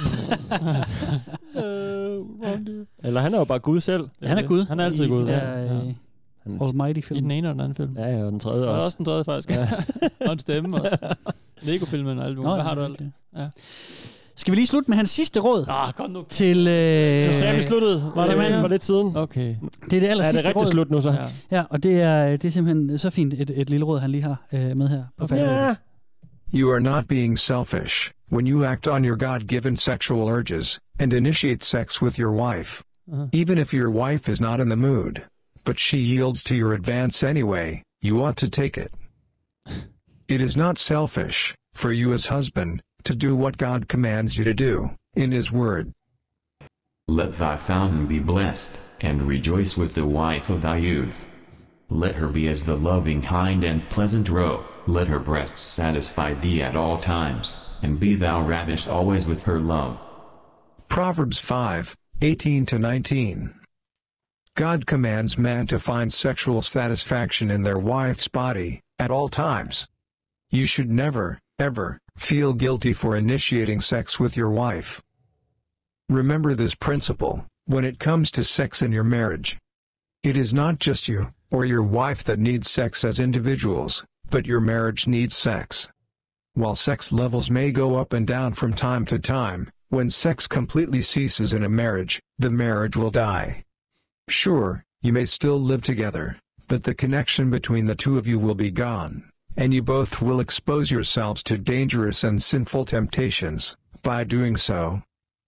Eller han er jo bare Gud selv. Han er Gud. Han er altid Gud. Almighty film. I den ene og den anden film. Ja, og den tredje også. Og også den tredje, faktisk. Ja. Og en stemme også. Lego-filmen og alt muligt. Hvad har du alt? Ja. Skal vi lige slutte med hans sidste råd? Kom nu. Til sagde vi sluttede. Var det for lidt siden? Okay. Det er det aller sidste råd. Er det rigtig slut nu så? Ja, og det er simpelthen så fint et lille råd, han lige har med her på faldet. You are not being selfish when you act on your God-given sexual urges and initiate sex with your wife. Even if your wife is not in the mood, but she yields to your advance anyway, you ought to take it. It is not selfish for you as husband to do what God commands you to do in His Word. Let thy fountain be blessed, and rejoice with the wife of thy youth. Let her be as the loving, kind, and pleasant roe. Let her breasts satisfy thee at all times, and be thou ravished always with her love. Proverbs 5:18-19. God commands man to find sexual satisfaction in their wife's body at all times. You should never, ever feel guilty for initiating sex with your wife. Remember this principle when it comes to sex in your marriage. It is not just you or your wife that needs sex as individuals, but your marriage needs sex. While sex levels may go up and down from time to time, when sex completely ceases in a marriage, the marriage will die. Sure, you may still live together, but the connection between the two of you will be gone, and you both will expose yourselves to dangerous and sinful temptations by doing so.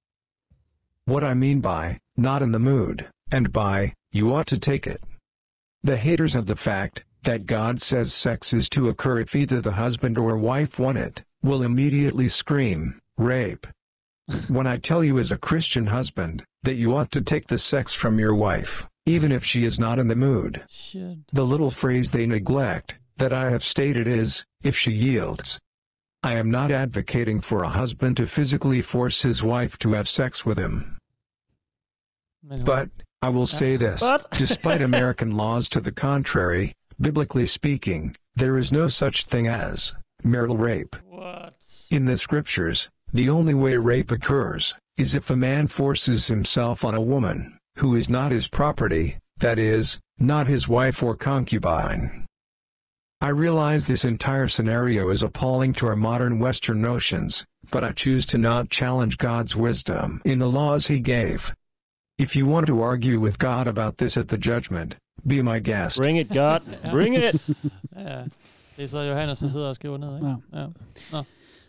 What I mean by, not in the mood, and by, you ought to take it. The haters of the fact that God says sex is to occur if either the husband or wife want it, will immediately scream, rape. When I tell you as a Christian husband, that you ought to take the sex from your wife, even if she is not in the mood, the little phrase they neglect, that I have stated is, if she yields. I am not advocating for a husband to physically force his wife to have sex with him. But, I will say this, despite American laws to the contrary, biblically speaking, there is no such thing as marital rape. In the scriptures, the only way rape occurs is if a man forces himself on a woman who is not his property, that is, not his wife or concubine. I realize this entire scenario is appalling to our modern Western notions, but I choose to not challenge God's wisdom in the laws He gave. If you want to argue with God about this at the judgment, be my guest. Bring it, God. Bring it. Ja, det er så Johannes, der sidder og skriver ned, ikke? Ja. Nå.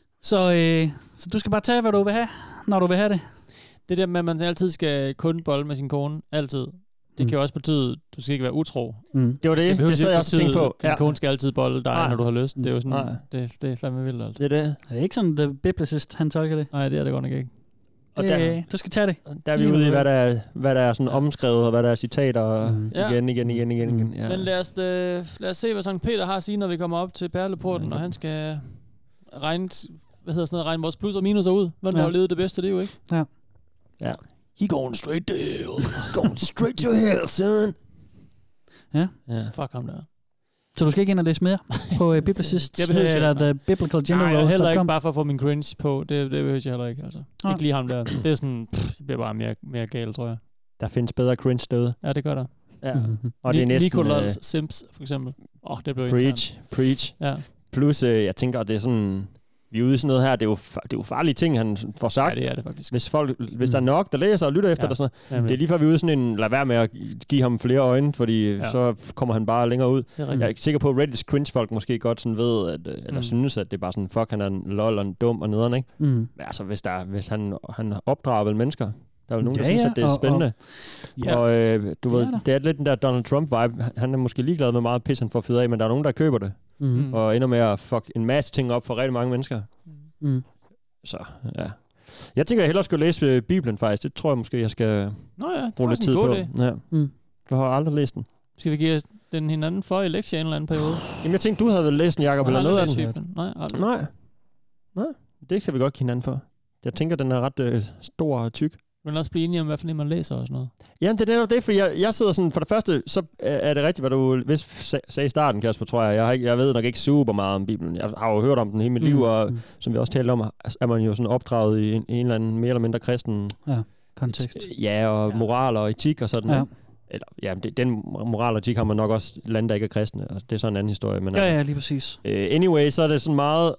Så du skal bare tage, hvad du vil have, når du vil have det. Det der med, at man altid skal kun bolle med sin kone, altid. Det kan jo også betyde, at du skal ikke være utro. Det var det. Det sad jeg også tænkt på. Din kone skal altid bolle dig, når du har lyst. Det er jo sådan, det er fandme vildt. Altså. Det er det. Er det ikke sådan, The Biblicist, han tolker det? Nej, det er det godt nok ikke. Og der, du skal tage det. Der er vi ude i, hvad der er sådan omskrevet, og hvad der er citater, og igen. Ja. Men lad os se, hvad Sankt Peter har at sige, når vi kommer op til Perleporten, og han skal regne vores plus og minuser ud. Hvordan har levet det bedste liv, ikke? Ja. Ja. He going straight to hell. Going straight to hell, son. Ja. Fuck ham der. Så du skal ikke ind og læse mere på Biblicist, eller The Biblical Gender Nej, Roles.com? heller ikke bare for at få min cringe på. Det behøver jeg heller ikke. Altså. Ikke lige ham der. Det er sådan, det bliver bare mere galt, tror jeg. Der findes bedre cringe derude. Ja, det gør der. Ja. Og det er næsten... Nicolas Sims, for eksempel. Det blev Preach. Ja. Plus, jeg tænker, det er sådan... Vi er ude i sådan noget her, det er jo farlige ting, han får sagt. Ja, det er det faktisk. Hvis der er nok, der læser og lytter efter det, sådan noget, det er lige før vi er ude i sådan en, lad være med at give ham flere øjne, fordi så kommer han bare længere ud. Jeg er sikker på, at Reddit's cringe-folk måske godt sådan ved, eller synes, at det er bare sådan, fuck, han er en lol og en dum og nederen, ikke? Men altså, hvis han opdrager vel mennesker, der er jo nogen, der synes, at det er spændende. Og du ved, det er lidt den der Donald Trump-vibe. Han er måske ligeglad med meget pis, han får fyret af, men der er nogen, der køber det. Og ender med at fuck en masse ting op for rigtig mange mennesker. Så, ja. Jeg tænker, jeg hellere skulle læse Bibelen faktisk. Det tror jeg måske, jeg skal bruge lidt tid på. Ja. Jeg har aldrig læst den. Skal vi give den hinanden for i lektier en eller anden periode? Jamen, jeg tænkte, du havde vel læst den, Jacob, eller noget af den? Nej. Det kan vi godt give hinanden for. Jeg tænker, den er ret stor og tyk. Men også blive enige om, hvad for man læser og sådan noget. Jamen, det er jo det, fordi jeg sidder sådan, for det første, så er det rigtigt, hvad du sagde i starten, Kasper, tror jeg. Jeg ved nok ikke super meget om Bibelen. Jeg har jo hørt om den hele mit liv, og som vi også talte om, er man jo sådan opdraget i en eller anden mere eller mindre kristen kontekst. Ja, og moral og etik og sådan. Eller, den moral og etik har man nok også lande, der ikke er kristne. Altså, det er sådan en anden historie. Men, ja, lige præcis. Anyway, så er det sådan meget...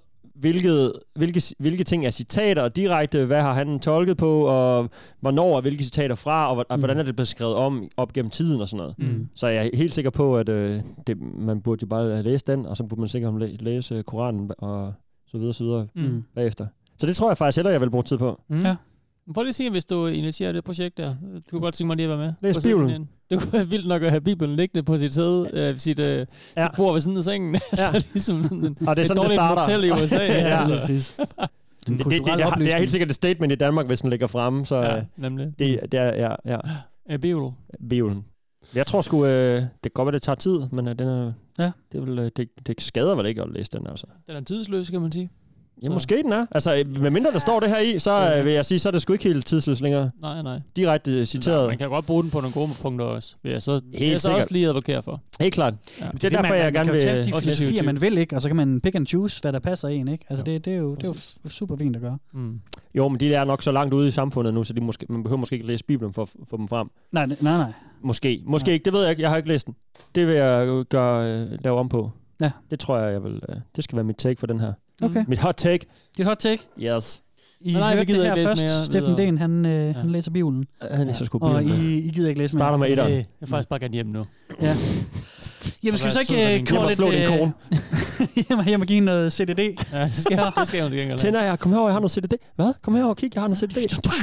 Hvilke ting er citater direkte, hvad har han tolket på, og hvornår er hvilke citater fra, og hvordan er det blevet skrevet om op gennem tiden og sådan noget. Så jeg er helt sikker på, at man burde jo bare læse den, og så burde man sikkert læse Koranen og så videre bagefter. Så det tror jeg faktisk heller, jeg vil bruge tid på. Ja. Prøv lige at sige, hvis du initierer det projekt der. Du kunne godt tænke mig lige at være med. Læs Bibelen. Det kunne være vildt nok at have Bibelen liggende på sit sæde, sit bord ved siden af sengen. Så ligesom sådan en, og det er sådan, det starter. Motel i USA. Præcis. Det er helt sikkert et statement i Danmark, hvis den ligger fremme. Så nemlig. Det er Bibelen. Jeg tror sgu, det kan godt være, det tager tid, men den er, det skader vel ikke at læse den. Altså. Den er tidsløs, kan man sige. Ja, måske den er. Altså, medmindre der står det her i, så vil jeg sige, så er det sgu ikke helt tidsløs længere. Nej. Direkte citeret. Man kan godt bruge den på nogle gode punkter også. Vil jeg så, helt også lige advokere for. Helt klart. Ja. Det er derfor, jeg gerne vil... Man kan jo tage de filosofier, man vil, ikke? Og så kan man pick and choose, hvad der passer en, ikke? Altså, det er jo super fint at gøre. Jo, men de er nok så langt ude i samfundet nu, så man behøver måske ikke læse Bibelen for at få dem frem. Nej. Måske ikke. Det ved jeg ikke. Jeg har ikke læst den. Det vil jeg lave om på. Ja. Det tror jeg vil... Det skal være mit take for den her. Okay. Mit hot take. Dit hot take? Yes. I hørte det her først. Steffen Dehn, han læser Bibelen. Han læser sgu Bibelen. Og I gider ikke læse mere. Starter med etteren. Jeg er faktisk bare gerne hjem nu. Ja. Jamen, skal vi så ikke kåre lidt... slå din kone. Jeg må give noget CDD. Ja, det skal jeg jo ikke engang. Tænder jeg. Kom herover, jeg har noget CDD. Hvad? Kom herover og kig, jeg har noget CDD.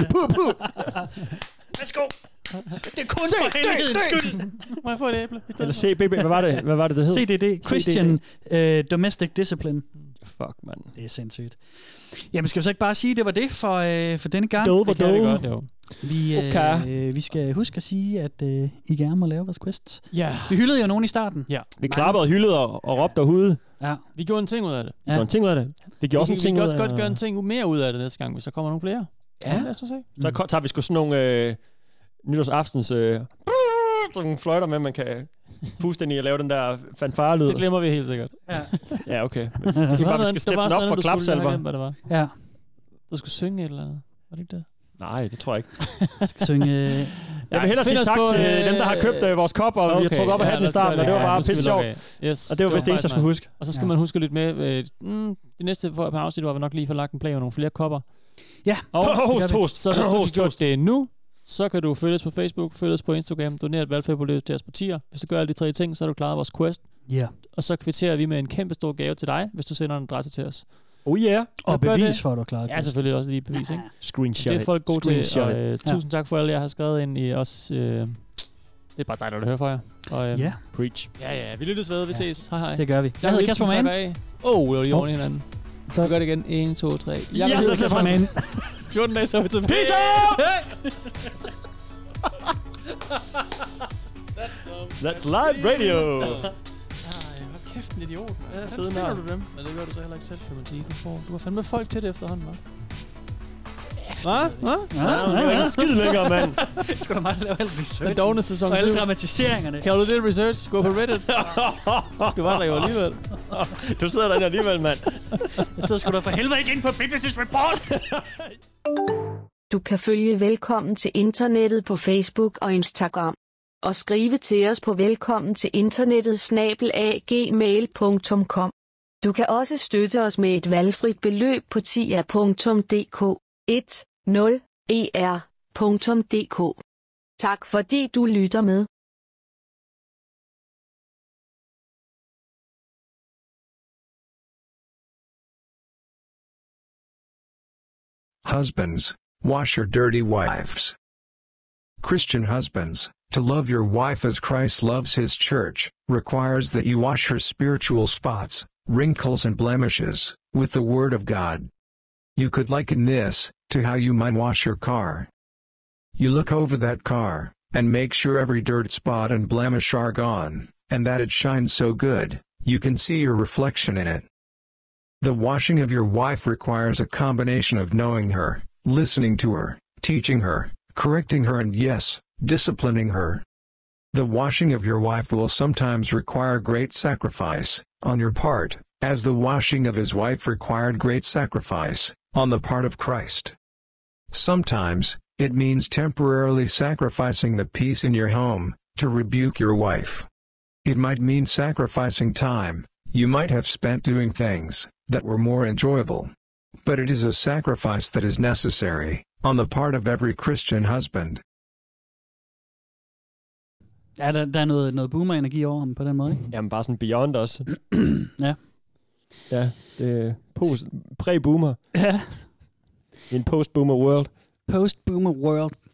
Værsgo. Det er kun for helvedens skyld. Må jeg få et æble? Eller CBB, hvad var det hed? CDD. Christian Domestic Discipline. Fuck, mand. Det er sindssygt. Jamen, skal vi så ikke bare sige, det var det for denne gang? Det kan vi godt, jo. Vi skal huske at sige, at I gerne må lave vores quest. Ja. Vi hyldede jo nogen i starten. Ja. Vi klappede og hyldede og råbte og hudede. Ja. Vi gjorde en ting ud af det. Vi gjorde en ting ud af det. Vi gjorde også en ting ud af det. Vi kan også godt gøre en ting mere ud af det næste gang, hvis der kommer nogle flere. Ja. Lad os se. Så tager vi sgu sådan nogle nytårsaftens sådan nogle fløjter med, man kan puste ind i at lave den der fanfare-lyd. Det glemmer vi helt sikkert. Ja, okay. Det skal bare, vi skal steppe den op for klapsalver. Ja. Du skulle synge et eller andet. Var det ikke det? Nej, det tror jeg ikke. Jeg skal synge... Jeg vil hellere sige tak til dem, der har købt vores kop, og vi har trukket op af hatten i starten, og det var bare pisse sjovt. Yes, og det var vist det eneste, jeg skulle huske. Og så skal man huske lidt med, det næste par afsnit var vi nok lige for lagt en plan med nogle flere kopper. Ja. Og så hvis du har gjort det nu, så kan du følge os på Facebook, følge os på Instagram, donere et valgfri beløb til os på tier. Hvis du gør alle de 3 ting, så har du klaret vores quest. Ja. Og så kvitterer vi med en kæmpe stor gave til dig, hvis du sender en adresse til os. Oh yeah. Og bevis for, at du har klaret det. Ja, selvfølgelig også lige bevis, ikke? Screenshot. Det er folk gode til. Og tusind tak for alle, jeg har skrevet ind i os. Det er bare dejligt at høre fra jer. Og, ja. Preach. Ja, vi lyttes ved. Vi ses. Hej. Det gør vi. Jeg hedder Kasper Mann. Det var lige oven i hinanden. Så vi gør det igen. 1, 2, 3. Jeg hedder Kasper Mann. 14 dage, så er vi tilbage. Peace out! That's live radio. Hvor kæft en idiot, man. Ja, fed finder du dem? Men det gør du så heller ikke selv, kan man sige. Du får fandme folk til det efterhånden, hva'? Hvad? Det er ikke skid længere, mand. Det skulle da meget lave alt research. Den dogne sæson 7. Og alle dramatiseringerne. Kan du lidt research? Gå på Reddit. Du var der jo alligevel. Du sidder derinde alligevel, mand. Jeg sidder sgu da for helvede ikke ind på BBC's Report. Du kan følge Velkommen til Internettet på Facebook og Instagram. Og skrive til os på velkommen til internettet@gmail.com. Du kan også støtte os med et valgfrit beløb på tia.dk 10er.dk. Tak fordi du lytter med. Husbands, wash your dirty wives. Christian husbands, to love your wife as Christ loves his church, requires that you wash her spiritual spots, wrinkles and blemishes, with the Word of God. You could liken this to how you might wash your car. You look over that car, and make sure every dirt spot and blemish are gone, and that it shines so good, you can see your reflection in it. The washing of your wife requires a combination of knowing her, listening to her, teaching her, correcting her and yes, disciplining her. The washing of your wife will sometimes require great sacrifice on your part, as the washing of his wife required great sacrifice on the part of Christ. Sometimes, it means temporarily sacrificing the peace in your home to rebuke your wife. It might mean sacrificing time you might have spent doing things that were more enjoyable. But it is a sacrifice that is necessary on the part of every Christian husband. Ja, der er noget boomer-energi over ham på den måde, ikke? Jamen bare sådan beyond også. Ja. Ja, det er pre-boomer. Ja. In post-boomer world. Post-boomer world.